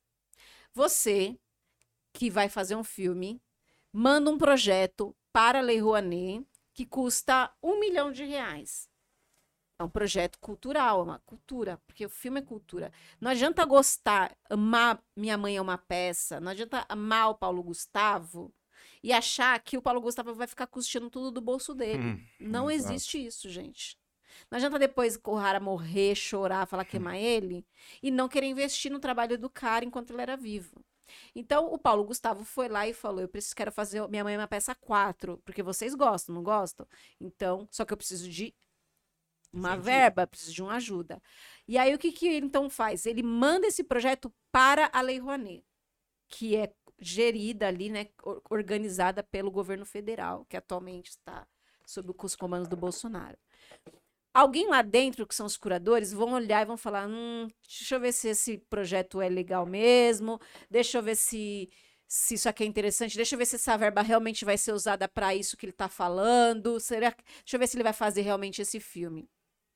Speaker 3: Você que vai fazer um filme manda um projeto para a Lei Rouanet que custa um milhão de reais. É um projeto cultural, é uma cultura, porque o filme é cultura. Não adianta gostar, amar Minha Mãe é uma Peça, não adianta amar o Paulo Gustavo e achar que o Paulo Gustavo vai ficar custeando tudo do bolso dele.
Speaker 2: Hum,
Speaker 3: Não
Speaker 2: exato.
Speaker 3: existe isso, gente. Não adianta depois o cara morrer, chorar, falar queimar ele e não querer investir no trabalho do cara enquanto ele era vivo. Então, o Paulo Gustavo foi lá e falou: eu preciso, quero fazer Minha Mãe é uma Peça quatro, porque vocês gostam, não gostam? Então, só que eu preciso de uma
Speaker 1: Incentivo.
Speaker 3: verba, preciso de uma ajuda. E aí, o que, que ele então faz? Ele manda esse projeto para a Lei Rouanet, que é gerida ali, né, or- organizada pelo governo federal, que atualmente está sob os comandos do Bolsonaro. Alguém lá dentro, que são os curadores, vão olhar e vão falar: hum, deixa eu ver se esse projeto é legal mesmo, deixa eu ver se, se isso aqui é interessante, deixa eu ver se essa verba realmente vai ser usada para isso que ele está falando, será que- deixa eu ver se ele vai fazer realmente esse filme.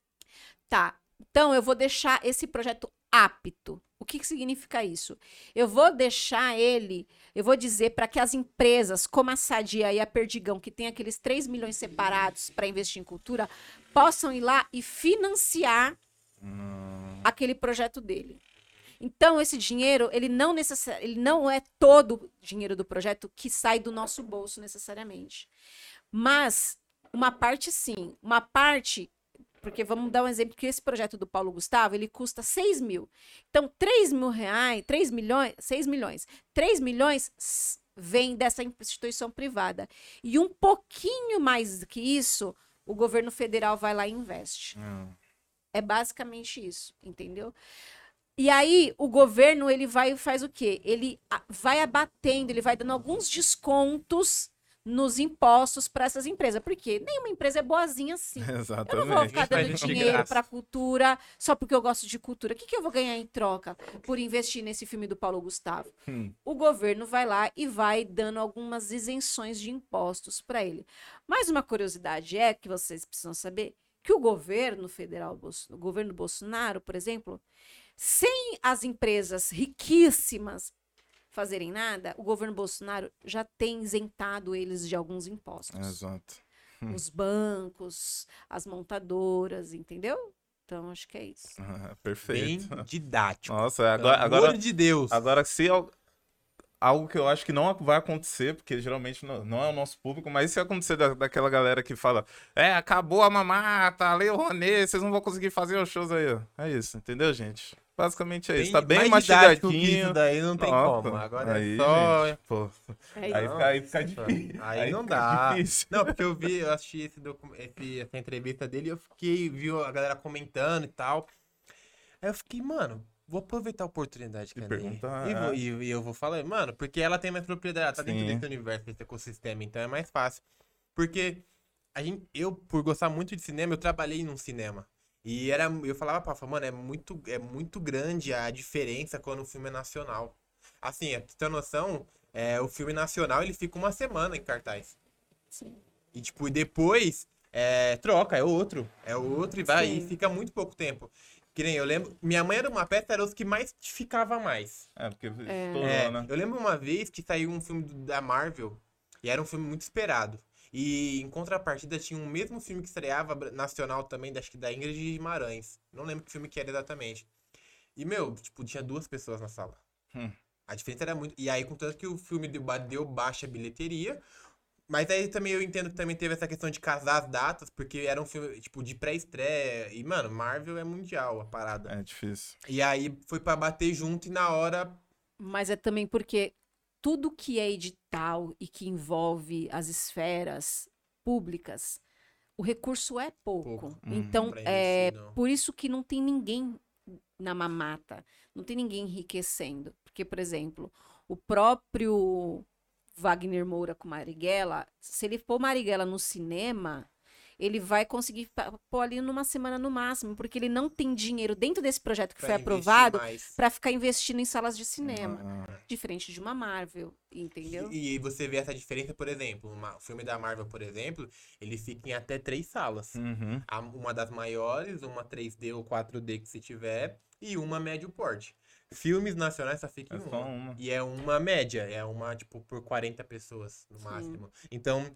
Speaker 3: Tá, então eu vou deixar esse projeto apto. O que, que significa isso? Eu vou deixar ele, eu vou dizer para que as empresas como a Sadia e a Perdigão, que tem aqueles três milhões separados para investir em cultura, possam ir lá e financiar
Speaker 2: Hum,
Speaker 3: aquele projeto dele. Então, esse dinheiro, ele não, necessari- ele não é todo dinheiro do projeto que sai do nosso bolso necessariamente. Mas, uma parte sim. Uma parte, porque vamos dar um exemplo, que esse projeto do Paulo Gustavo, ele custa seis mil. Então, três mil reais, três milhões, seis milhões. três milhões s- vem dessa instituição privada. E um pouquinho mais do que isso, o governo federal vai lá e investe.
Speaker 2: hum.
Speaker 3: É basicamente isso, entendeu? E aí, o governo, ele vai e faz o quê? Ele a- vai abatendo, ele vai dando alguns descontos nos impostos para essas empresas. Porque nenhuma empresa é boazinha assim. Eu não vou
Speaker 2: Exatamente.
Speaker 3: ficar
Speaker 1: Faz
Speaker 3: dando
Speaker 1: isso de
Speaker 3: dinheiro
Speaker 1: graça.
Speaker 3: para cultura só porque eu gosto de cultura. O que, que eu vou ganhar em troca por investir nesse filme do Paulo Gustavo?
Speaker 2: Hum.
Speaker 3: O governo vai lá e vai dando algumas isenções de impostos para ele. Mas uma curiosidade é que vocês precisam saber que o governo federal, Bolso- o governo Bolsonaro, por exemplo, sem as empresas riquíssimas fazerem nada, o governo Bolsonaro já tem isentado eles de alguns impostos.
Speaker 2: Exato. Hum.
Speaker 3: Os bancos, as montadoras, entendeu? Então, acho que é isso.
Speaker 2: Ah,
Speaker 1: Bem
Speaker 2: perfeito.
Speaker 1: didático.
Speaker 2: Nossa,
Speaker 1: Pelo
Speaker 2: agora,
Speaker 1: amor
Speaker 2: agora,
Speaker 1: de Deus.
Speaker 2: agora se al- algo que eu acho que não vai acontecer, porque geralmente não, não é o nosso público, mas se acontecer da, daquela galera que fala, é, acabou a mamata, lei o Ronê, vocês não vão conseguir fazer os shows aí, ó. É isso, entendeu, gente? Basicamente é isso. Tá bem
Speaker 1: mais didático que
Speaker 2: mastigadinho.
Speaker 1: isso daí não tem
Speaker 2: Nossa,
Speaker 1: como. Agora
Speaker 2: aí,
Speaker 1: é só...
Speaker 2: gente, pô.
Speaker 3: É
Speaker 2: Aí
Speaker 3: isso.
Speaker 2: fica, aí fica difícil.
Speaker 1: Aí, não
Speaker 2: fica
Speaker 1: dá.
Speaker 2: difícil.
Speaker 1: Não, porque eu vi, eu assisti esse docu- esse- essa entrevista dele e eu fiquei, vi a galera comentando e tal. Aí eu fiquei, mano, vou aproveitar a oportunidade que
Speaker 2: E
Speaker 1: ela tem.
Speaker 2: perguntar,
Speaker 1: E, vou-
Speaker 2: é.
Speaker 1: e, e eu vou falar, mano, porque ela tem mais propriedade, ela tá dentro
Speaker 2: Sim.
Speaker 1: desse universo, desse ecossistema, então é mais fácil. Porque a gente, eu, por gostar muito de cinema, eu trabalhei num cinema. E era, eu falava pra ela, mano, é muito, é muito grande a diferença quando o filme é nacional. Assim, pra tu ter noção, é, o filme nacional ele fica uma semana em cartaz.
Speaker 3: Sim.
Speaker 1: E tipo, e depois é, troca, é outro. É outro e vai,
Speaker 3: Sim.
Speaker 1: e fica muito pouco tempo. Que nem eu lembro, minha mãe era uma peça, era os que mais ficava mais.
Speaker 2: É, porque
Speaker 3: É.
Speaker 2: estourou,
Speaker 1: É,
Speaker 2: né?
Speaker 1: eu lembro uma vez que saiu um filme do- da Marvel, e era um filme muito esperado. E em contrapartida tinha um mesmo filme que estreava bra- nacional também, da- acho que da Ingrid Guimarães. Não lembro que filme que era exatamente. E, meu, tipo, tinha duas pessoas na sala.
Speaker 2: Hum.
Speaker 1: A diferença era muito. E aí, contanto que o filme deu, ba- deu baixa bilheteria. Mas aí também eu entendo que também teve essa questão de casar as datas, porque era um filme, tipo, de pré-estreia. E, mano, Marvel é mundial a parada.
Speaker 2: É difícil.
Speaker 1: E aí foi pra bater junto e na hora.
Speaker 3: Mas é também porque tudo que é edital e que envolve as esferas públicas, o recurso é pouco.
Speaker 1: Pouco.
Speaker 3: Então,
Speaker 1: Pra
Speaker 3: é
Speaker 1: investir, não.
Speaker 3: por isso que não tem ninguém na mamata, não tem ninguém enriquecendo. Porque, por exemplo, o próprio Wagner Moura com Marighella, se ele pôr Marighella no cinema, ele vai conseguir pa- pôr ali numa semana no máximo, porque ele não tem dinheiro dentro desse projeto que
Speaker 1: pra
Speaker 3: foi
Speaker 1: investir
Speaker 3: aprovado
Speaker 1: mais.
Speaker 3: para ficar investindo em salas de cinema.
Speaker 2: Ah,
Speaker 3: Diferente de uma Marvel, entendeu?
Speaker 1: E, e você vê essa diferença, por exemplo, uma- o filme da Marvel, por exemplo, ele fica em até três salas.
Speaker 2: uhum.
Speaker 1: A- Uma das maiores, uma três D ou quatro D que se tiver, e uma médio porte. Filmes nacionais só fica em
Speaker 2: É só
Speaker 1: uma.
Speaker 2: uma.
Speaker 1: E é uma média, é uma, tipo, por quarenta pessoas, no
Speaker 3: Sim.
Speaker 1: máximo. Então,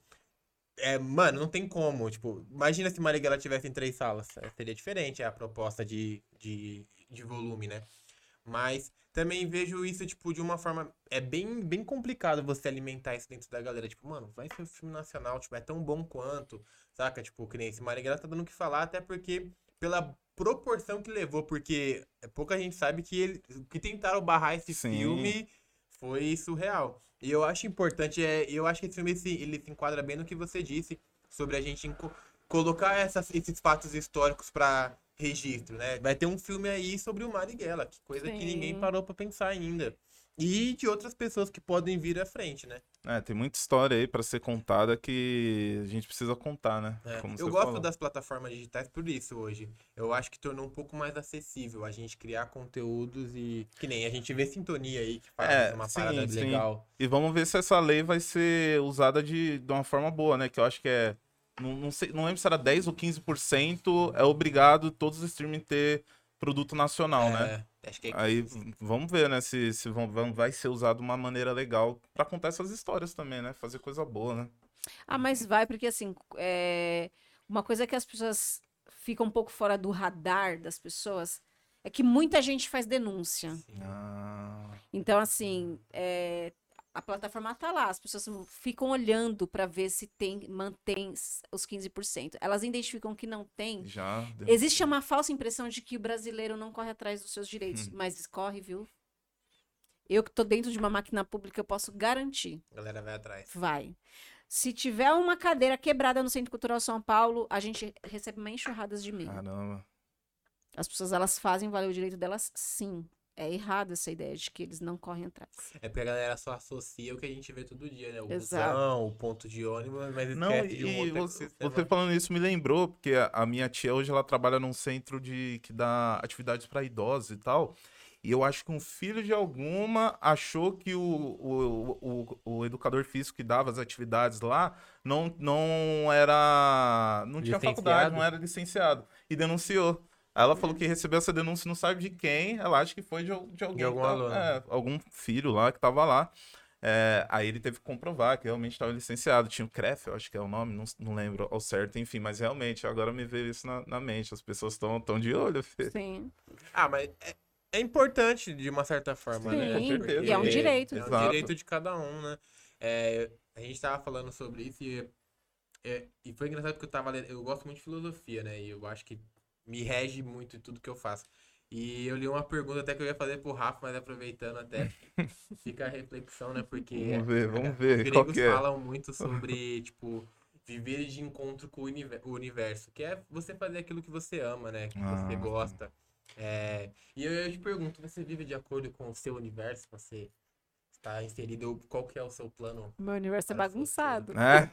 Speaker 1: é, mano, não tem como, tipo, imagina se Marighella tivesse em três salas, é, seria diferente a proposta de, de, de volume, né? Mas também vejo isso, tipo, de uma forma. É bem, bem complicado você alimentar isso dentro da galera. Tipo, mano, vai ser um filme nacional, tipo, é tão bom quanto, saca? Tipo, que nem esse Marighella tá dando o que falar, até porque, pela proporção que levou, porque pouca gente sabe que ele. Que tentaram barrar esse
Speaker 2: Sim.
Speaker 1: filme foi surreal. E eu acho importante, é, eu acho que esse filme ele se, ele se enquadra bem no que você disse sobre a gente inco- colocar essas, esses fatos históricos pra registro, né? Vai ter um filme aí sobre o Marighella, que coisa que ninguém
Speaker 3: Sim.
Speaker 1: parou pra pensar ainda. E de outras pessoas que podem vir à frente, né?
Speaker 2: É, tem muita história aí pra ser contada que a gente precisa contar, né?
Speaker 1: É,
Speaker 2: Como
Speaker 1: eu
Speaker 2: você
Speaker 1: gosto
Speaker 2: falou.
Speaker 1: das plataformas digitais por isso hoje. Eu acho que tornou um pouco mais acessível a gente criar conteúdos e. Que nem a gente vê Sintonia aí, que faz
Speaker 2: É,
Speaker 1: uma
Speaker 2: sim,
Speaker 1: parada
Speaker 2: sim.
Speaker 1: legal.
Speaker 2: E vamos ver se essa lei vai ser usada de, de uma forma boa, né? Que eu acho que é. Não, não, sei, não lembro se era dez ou quinze por cento é obrigado todos os streaming ter produto nacional, né?
Speaker 1: É, acho que é
Speaker 2: Aí v- vamos ver, né? Se, se vão, vão- vai ser usado de uma maneira legal pra contar essas histórias também, né? Fazer coisa boa, né?
Speaker 3: Ah, mas vai, porque assim, é, uma coisa que as pessoas ficam um pouco fora do radar das pessoas é que muita gente faz denúncia.
Speaker 2: Ah,
Speaker 3: Então, assim, é, a plataforma tá lá, as pessoas ficam olhando para ver se tem, mantém s- os quinze por cento. Elas identificam que não tem.
Speaker 2: já. deu-
Speaker 3: Existe uma falsa impressão de que o brasileiro não corre atrás dos seus direitos, mas corre, viu? Eu que tô dentro de uma máquina pública, eu posso garantir.
Speaker 1: A galera vai atrás.
Speaker 3: Vai. Se tiver uma cadeira quebrada no Centro Cultural São Paulo, a gente recebe uma enxurrada de e-mail.
Speaker 2: Caramba.
Speaker 3: As pessoas, elas fazem valer o direito delas, sim. É errado essa ideia de que eles não correm atrás.
Speaker 1: É porque a galera só associa o que a gente vê todo dia, né? O
Speaker 3: Exato.
Speaker 1: busão, o ponto de ônibus, mas
Speaker 2: Não,
Speaker 1: esquece de um
Speaker 2: e
Speaker 1: outro
Speaker 2: você,
Speaker 1: ecossistema.
Speaker 2: você falando isso me lembrou, porque a, a minha tia hoje ela trabalha num centro de que dá atividades para idosos e tal. E eu acho que um filho de alguma achou que o, o, o, o educador físico que dava as atividades lá não, não era. Não tinha
Speaker 1: Licenciado?
Speaker 2: faculdade, não era licenciado. E denunciou. Aí ela falou que recebeu essa denúncia, não sabe de quem. Ela acha que foi de, al- de alguém.
Speaker 1: De algum
Speaker 2: que tá-
Speaker 1: aluno.
Speaker 2: é, algum filho lá que tava lá. É, aí ele teve que comprovar que realmente estava licenciado. Tinha o C R E F, eu acho que é o nome, não, não lembro ao certo, enfim, mas realmente agora me veio isso na, na mente. As pessoas estão tão de olho, filho.
Speaker 3: Sim.
Speaker 1: Ah, mas é, é importante de uma certa forma,
Speaker 3: Sim,
Speaker 1: né?
Speaker 2: com certeza.
Speaker 1: Porque
Speaker 3: e é um direito.
Speaker 1: É um
Speaker 2: Exato.
Speaker 1: direito de cada um, né? É, a gente tava falando sobre isso e, é, e foi engraçado porque eu tava lendo, eu gosto muito de filosofia, né? E eu acho que me rege muito em tudo que eu faço. E eu li uma pergunta até que eu ia fazer pro Rafa, mas aproveitando até, fica a reflexão, né? Porque
Speaker 2: Vamos ver, vamos
Speaker 1: a-
Speaker 2: ver,
Speaker 1: os
Speaker 2: qual
Speaker 1: gregos
Speaker 2: que é?
Speaker 1: falam muito sobre, tipo, viver de encontro com o univer- o universo, que é você fazer aquilo que você ama, né? Que você
Speaker 2: Ah,
Speaker 1: gosta. É, e eu, eu te pergunto, você vive de acordo com o seu universo? Você está inserido? Qual que é o seu plano?
Speaker 3: Meu universo é
Speaker 1: para a sua
Speaker 3: bagunçado.
Speaker 2: É?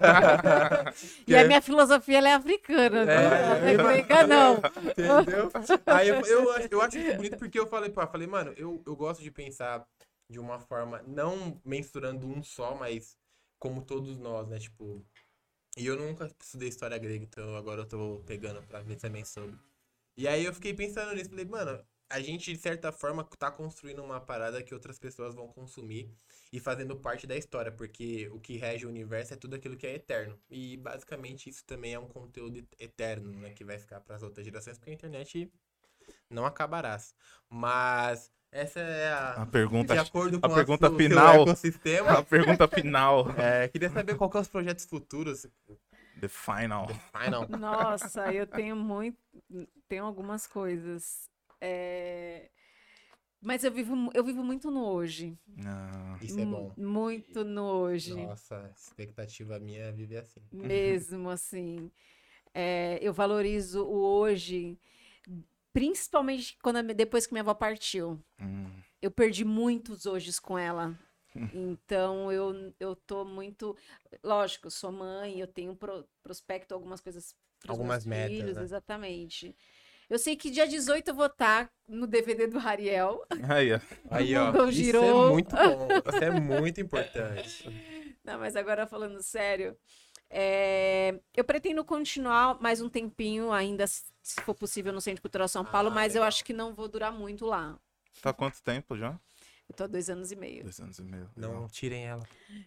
Speaker 3: E a minha filosofia, ela é africana. né? Ela não é grega, não.
Speaker 1: Entendeu? Aí eu, eu, acho- eu acho isso bonito porque eu falei, pô, eu falei, mano, eu, eu gosto de pensar de uma forma, não mensurando um só, mas como todos nós, né? Tipo, e eu nunca estudei história grega, então agora eu tô pegando pra ver também sobre. E aí eu fiquei pensando nisso, falei, mano, a gente de certa forma tá construindo uma parada que outras pessoas vão consumir e fazendo parte da história, porque o que rege o universo é tudo aquilo que é eterno. E basicamente isso também é um conteúdo eterno, né, que vai ficar para as outras gerações, porque a internet não acabará. Mas essa é a,
Speaker 2: A pergunta,
Speaker 1: de acordo com
Speaker 2: a pergunta
Speaker 1: su-
Speaker 2: final.
Speaker 1: seu ecossistema.
Speaker 2: A pergunta final.
Speaker 1: É, queria saber qual que é os projetos futuros.
Speaker 2: The final.
Speaker 1: Final.
Speaker 3: Nossa, eu tenho muito. Tenho algumas coisas. É, mas eu vivo, mu- eu vivo muito no hoje.
Speaker 2: Ah,
Speaker 1: Isso é bom.
Speaker 3: Mu- Muito no hoje.
Speaker 1: Nossa, expectativa minha é viver assim.
Speaker 3: Mesmo assim. É, eu valorizo o hoje, principalmente quando a mi- depois que minha avó partiu.
Speaker 2: hum,
Speaker 3: Eu perdi muitos hojes com ela. Então eu, eu tô muito. Lógico, eu sou mãe, eu tenho pro, prospecto algumas coisas pros
Speaker 1: Algumas
Speaker 3: meus
Speaker 1: metas,
Speaker 3: filhos,
Speaker 1: né?
Speaker 3: exatamente. Eu sei que dia dezoito eu vou estar no D V D do Rariel.
Speaker 2: aí, ó.
Speaker 1: Aí,
Speaker 3: O
Speaker 1: ó,
Speaker 3: mundo
Speaker 1: isso
Speaker 3: girou.
Speaker 1: é muito bom. Isso é muito importante.
Speaker 3: Não, mas agora falando sério, é, eu pretendo continuar mais um tempinho ainda, se se for possível, no Centro Cultural São Paulo,
Speaker 1: Ah,
Speaker 3: mas eu
Speaker 1: legal.
Speaker 3: acho que não vou durar muito lá.
Speaker 2: Tá há quanto tempo já?
Speaker 3: Eu tô há dois anos e meio.
Speaker 2: Dois anos e meio.
Speaker 1: Não
Speaker 2: legal.
Speaker 1: tirem ela.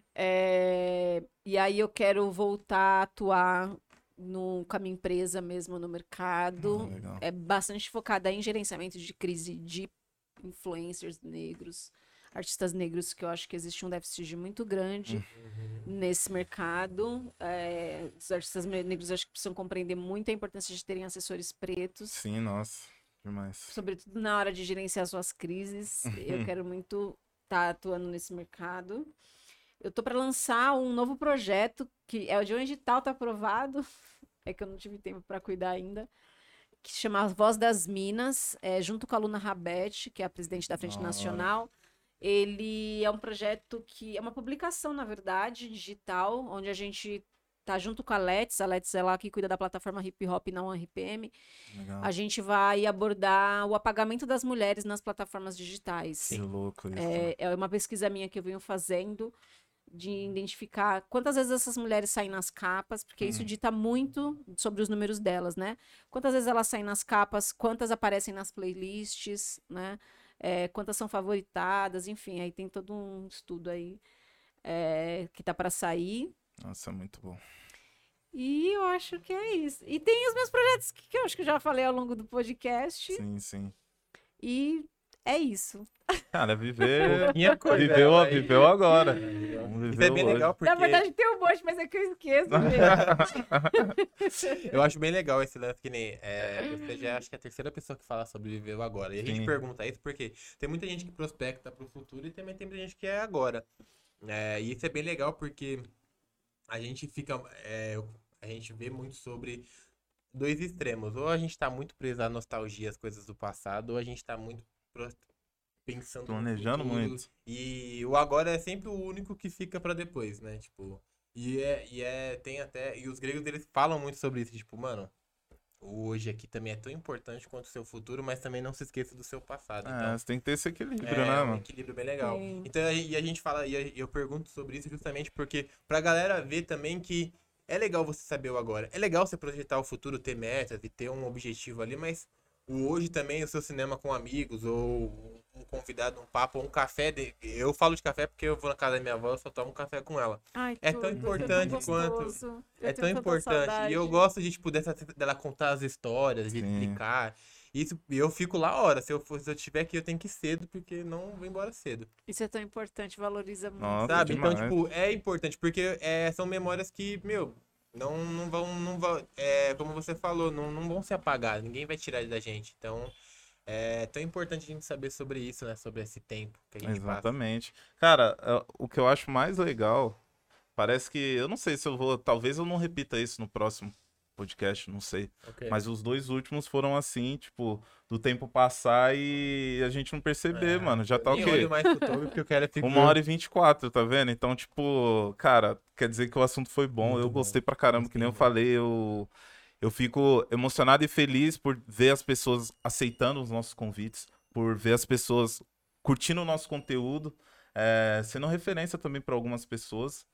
Speaker 3: É, e aí eu quero voltar a atuar no, com a minha empresa mesmo no mercado.
Speaker 2: Ah, legal.
Speaker 3: É bastante focada em gerenciamento de crise de influencers negros, artistas negros, que eu acho que existe um déficit muito grande nesse mercado. É, os artistas me- negros acho que precisam compreender muito a importância de terem assessores pretos,
Speaker 2: Sim, nossa. Demais.
Speaker 3: sobretudo na hora de gerenciar suas crises. Eu quero muito estar atuando nesse mercado. Eu tô para lançar um novo projeto que é o de um edital tá aprovado, é que eu não tive tempo para cuidar ainda, que se chama Voz das Minas, é, junto com a Luna Rabete, que é a presidente da Frente
Speaker 2: Da hora.
Speaker 3: Nacional. Ele é um projeto que é uma publicação, na verdade, digital, onde a gente tá junto com a Let's, a Let's é lá que cuida da plataforma Hip Hop na R P M.
Speaker 2: Legal.
Speaker 3: A gente vai abordar o apagamento das mulheres nas plataformas digitais.
Speaker 2: Que louco isso.
Speaker 3: É, é uma pesquisa minha que eu venho fazendo de identificar quantas vezes essas mulheres saem nas capas, porque isso
Speaker 2: Hum.
Speaker 3: dita muito sobre os números delas, né? Quantas vezes elas saem nas capas, quantas aparecem nas playlists, né? É, quantas são favoritadas, enfim, aí tem todo um estudo aí é, que tá para sair.
Speaker 2: Nossa, muito bom.
Speaker 3: E eu acho que é isso. E tem os meus projetos que, que eu acho que eu já falei ao longo do podcast.
Speaker 2: Sim, sim.
Speaker 3: E é isso.
Speaker 2: Cara, viver.
Speaker 1: Pouquinha coisa.
Speaker 2: Viveu,
Speaker 1: ela aí.
Speaker 2: viveu agora.
Speaker 1: É,
Speaker 2: Vamos
Speaker 1: Isso
Speaker 2: viver
Speaker 1: é bem
Speaker 2: hoje.
Speaker 1: legal porque
Speaker 3: Na verdade, tem um monte, mas é que eu esqueço mesmo.
Speaker 1: eu acho bem legal esse lance que nem é, você já acho que é a terceira pessoa que fala sobre viver o agora. E a gente
Speaker 2: Sim.
Speaker 1: pergunta isso porque tem muita gente que prospecta pro futuro e também tem muita gente que é agora. É, e isso é bem legal porque a gente fica é, a gente vê muito sobre dois extremos. Ou a gente tá muito preso à nostalgia, às coisas do passado, ou a gente tá muito pro- pensando no
Speaker 2: Planejando
Speaker 1: futuro.
Speaker 2: muito.
Speaker 1: E o agora é sempre o único que fica pra depois, né? Tipo, e é, e é, tem até, e os gregos eles falam muito sobre isso, tipo, mano, o hoje aqui também é tão importante quanto o seu futuro, mas também não se esqueça do seu passado.
Speaker 2: É,
Speaker 1: Então,
Speaker 2: você tem que ter esse equilíbrio,
Speaker 1: é
Speaker 2: né,
Speaker 1: um
Speaker 2: mano?
Speaker 1: equilíbrio bem legal.
Speaker 3: Sim.
Speaker 1: Então, aí- e a gente fala, e eu pergunto sobre isso justamente porque pra galera ver também que é legal você saber o agora. É legal você projetar o futuro, ter metas e ter um objetivo ali, mas o hoje também, o seu cinema com amigos, ou um convidado, um papo, ou um café. De... Eu falo de café porque eu vou na casa da minha avó, eu só tomo café com ela.
Speaker 3: Ai,
Speaker 1: É tão
Speaker 3: tudo,
Speaker 1: importante
Speaker 3: é tão
Speaker 1: quanto-
Speaker 3: gostoso. Eu
Speaker 1: É
Speaker 3: tenho
Speaker 1: tão
Speaker 3: tanta
Speaker 1: importante. E eu
Speaker 3: saudade.
Speaker 1: gosto de, tipo, dessa, dela contar as histórias, de
Speaker 2: Sim.
Speaker 1: explicar. Isso, eu fico lá a hora. Se eu, for, se eu tiver aqui, eu tenho que ir cedo, porque não vou embora cedo.
Speaker 3: Isso é tão importante, valoriza muito.
Speaker 2: Nossa,
Speaker 1: Sabe?
Speaker 2: demais.
Speaker 1: Então, tipo, é importante, porque é, são memórias que, meu, não, não vão, não vão, é, como você falou, não, não vão se apagar, ninguém vai tirar da gente. Então, é tão importante a gente saber sobre isso, né? Sobre esse tempo que a gente passa.
Speaker 2: Exatamente. Cara, é, o que eu acho mais legal, parece que, eu não sei se eu vou, talvez eu não repita isso no próximo podcast, não sei.
Speaker 1: Ok.
Speaker 2: Mas os dois últimos foram assim, tipo, do tempo passar e a gente não perceber,
Speaker 1: É,
Speaker 2: mano. Já tá
Speaker 1: eu
Speaker 2: o
Speaker 1: nem
Speaker 2: quê?
Speaker 1: olho mais pro Toby, porque eu quero é ficar...
Speaker 2: Uma hora e vinte e quatro, tá vendo? Então, tipo, cara, quer dizer que o assunto foi bom.
Speaker 1: Muito
Speaker 2: eu
Speaker 1: bom.
Speaker 2: gostei pra caramba, que nem eu
Speaker 1: Gostei,
Speaker 2: falei, eu, eu fico emocionado e feliz por ver as pessoas aceitando os nossos convites, por ver as pessoas curtindo o nosso conteúdo, é, sendo referência também pra algumas pessoas.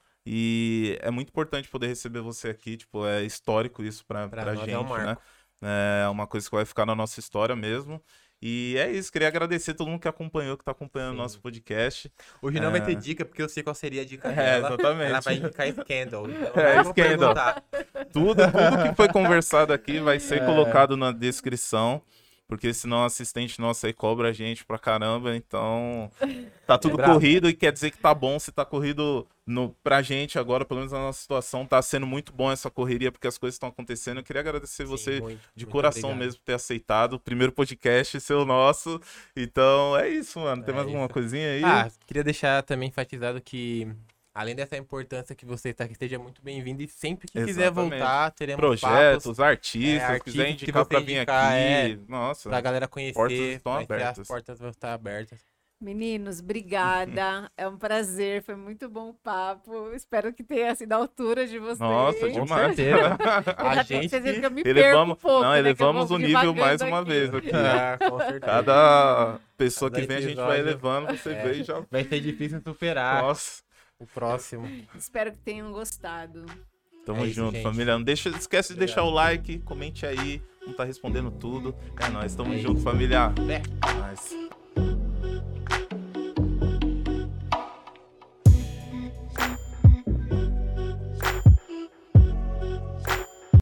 Speaker 2: E é muito importante poder receber você aqui, tipo, é histórico isso pra,
Speaker 1: Pra
Speaker 2: pra
Speaker 1: nós é
Speaker 2: gente,
Speaker 1: um marco.
Speaker 2: né? É uma coisa que vai ficar na nossa história mesmo. E é isso, queria agradecer a todo mundo que acompanhou, que tá acompanhando o
Speaker 1: Sim.
Speaker 2: nosso podcast.
Speaker 1: Hoje não
Speaker 2: É.
Speaker 1: vai ter dica, porque eu sei qual seria a dica
Speaker 2: É,
Speaker 1: dela.
Speaker 2: exatamente.
Speaker 1: Ela vai indicar Scandal. Então
Speaker 2: É,
Speaker 1: eu vou
Speaker 2: Scandal.
Speaker 1: perguntar.
Speaker 2: Tudo, tudo que foi conversado aqui vai ser
Speaker 1: É.
Speaker 2: colocado na descrição, porque senão o assistente nosso aí cobra a gente pra caramba, então tá tudo
Speaker 1: Bravo.
Speaker 2: corrido e quer dizer que tá bom se tá corrido no, pra gente agora, pelo menos na nossa situação, tá sendo muito bom essa correria, porque as coisas estão acontecendo. Eu queria agradecer
Speaker 1: Sim,
Speaker 2: você
Speaker 1: muito,
Speaker 2: de
Speaker 1: muito
Speaker 2: coração
Speaker 1: obrigado.
Speaker 2: mesmo por ter aceitado o primeiro podcast seu nosso, então é isso, mano. Tem
Speaker 1: É
Speaker 2: mais alguma
Speaker 1: isso.
Speaker 2: coisinha aí?
Speaker 1: Ah, queria deixar também enfatizado que, além dessa importância que você está aqui, esteja muito bem-vindo. E sempre que quiser
Speaker 2: Exatamente.
Speaker 1: voltar, teremos
Speaker 2: Projetos,
Speaker 1: papos
Speaker 2: artistas,
Speaker 1: é,
Speaker 2: se
Speaker 1: artistas
Speaker 2: quiser
Speaker 1: que
Speaker 2: indicar
Speaker 1: você
Speaker 2: pra vir
Speaker 1: indicar,
Speaker 2: aqui,
Speaker 1: é,
Speaker 2: nossa.
Speaker 1: pra galera conhecer.
Speaker 2: Portas estão
Speaker 1: vai ter-
Speaker 2: abertas.
Speaker 1: As portas vão estar abertas.
Speaker 3: Meninos, obrigada. É um prazer, foi muito bom o papo. Espero que tenha sido a altura de vocês.
Speaker 2: Nossa,
Speaker 1: Com
Speaker 2: demais.
Speaker 1: certeza.
Speaker 3: Eu
Speaker 1: A
Speaker 3: já
Speaker 1: gente...
Speaker 3: vocês viram que eu me perco
Speaker 2: Elevamos,
Speaker 3: um pouco,
Speaker 2: não,
Speaker 3: né, que eu
Speaker 2: elevamos
Speaker 3: vou
Speaker 2: o nível
Speaker 3: divagando
Speaker 2: mais uma
Speaker 3: aqui.
Speaker 2: vez aqui.
Speaker 1: Ah, com certeza.
Speaker 2: Cada pessoa
Speaker 1: Cada
Speaker 2: que vem a gente vai
Speaker 1: episódio,
Speaker 2: elevando, você
Speaker 1: é.
Speaker 2: vê e já...
Speaker 1: Vai ser difícil superar
Speaker 2: Nossa,
Speaker 1: o próximo.
Speaker 3: Espero que tenham gostado.
Speaker 2: tamo
Speaker 1: É isso,
Speaker 2: junto,
Speaker 1: gente.
Speaker 2: família. Não deixa, esquece de
Speaker 1: Obrigado.
Speaker 2: deixar o like, comente aí, não tá respondendo tudo. É nóis, tamo junto, família.
Speaker 1: É.
Speaker 2: Nóis.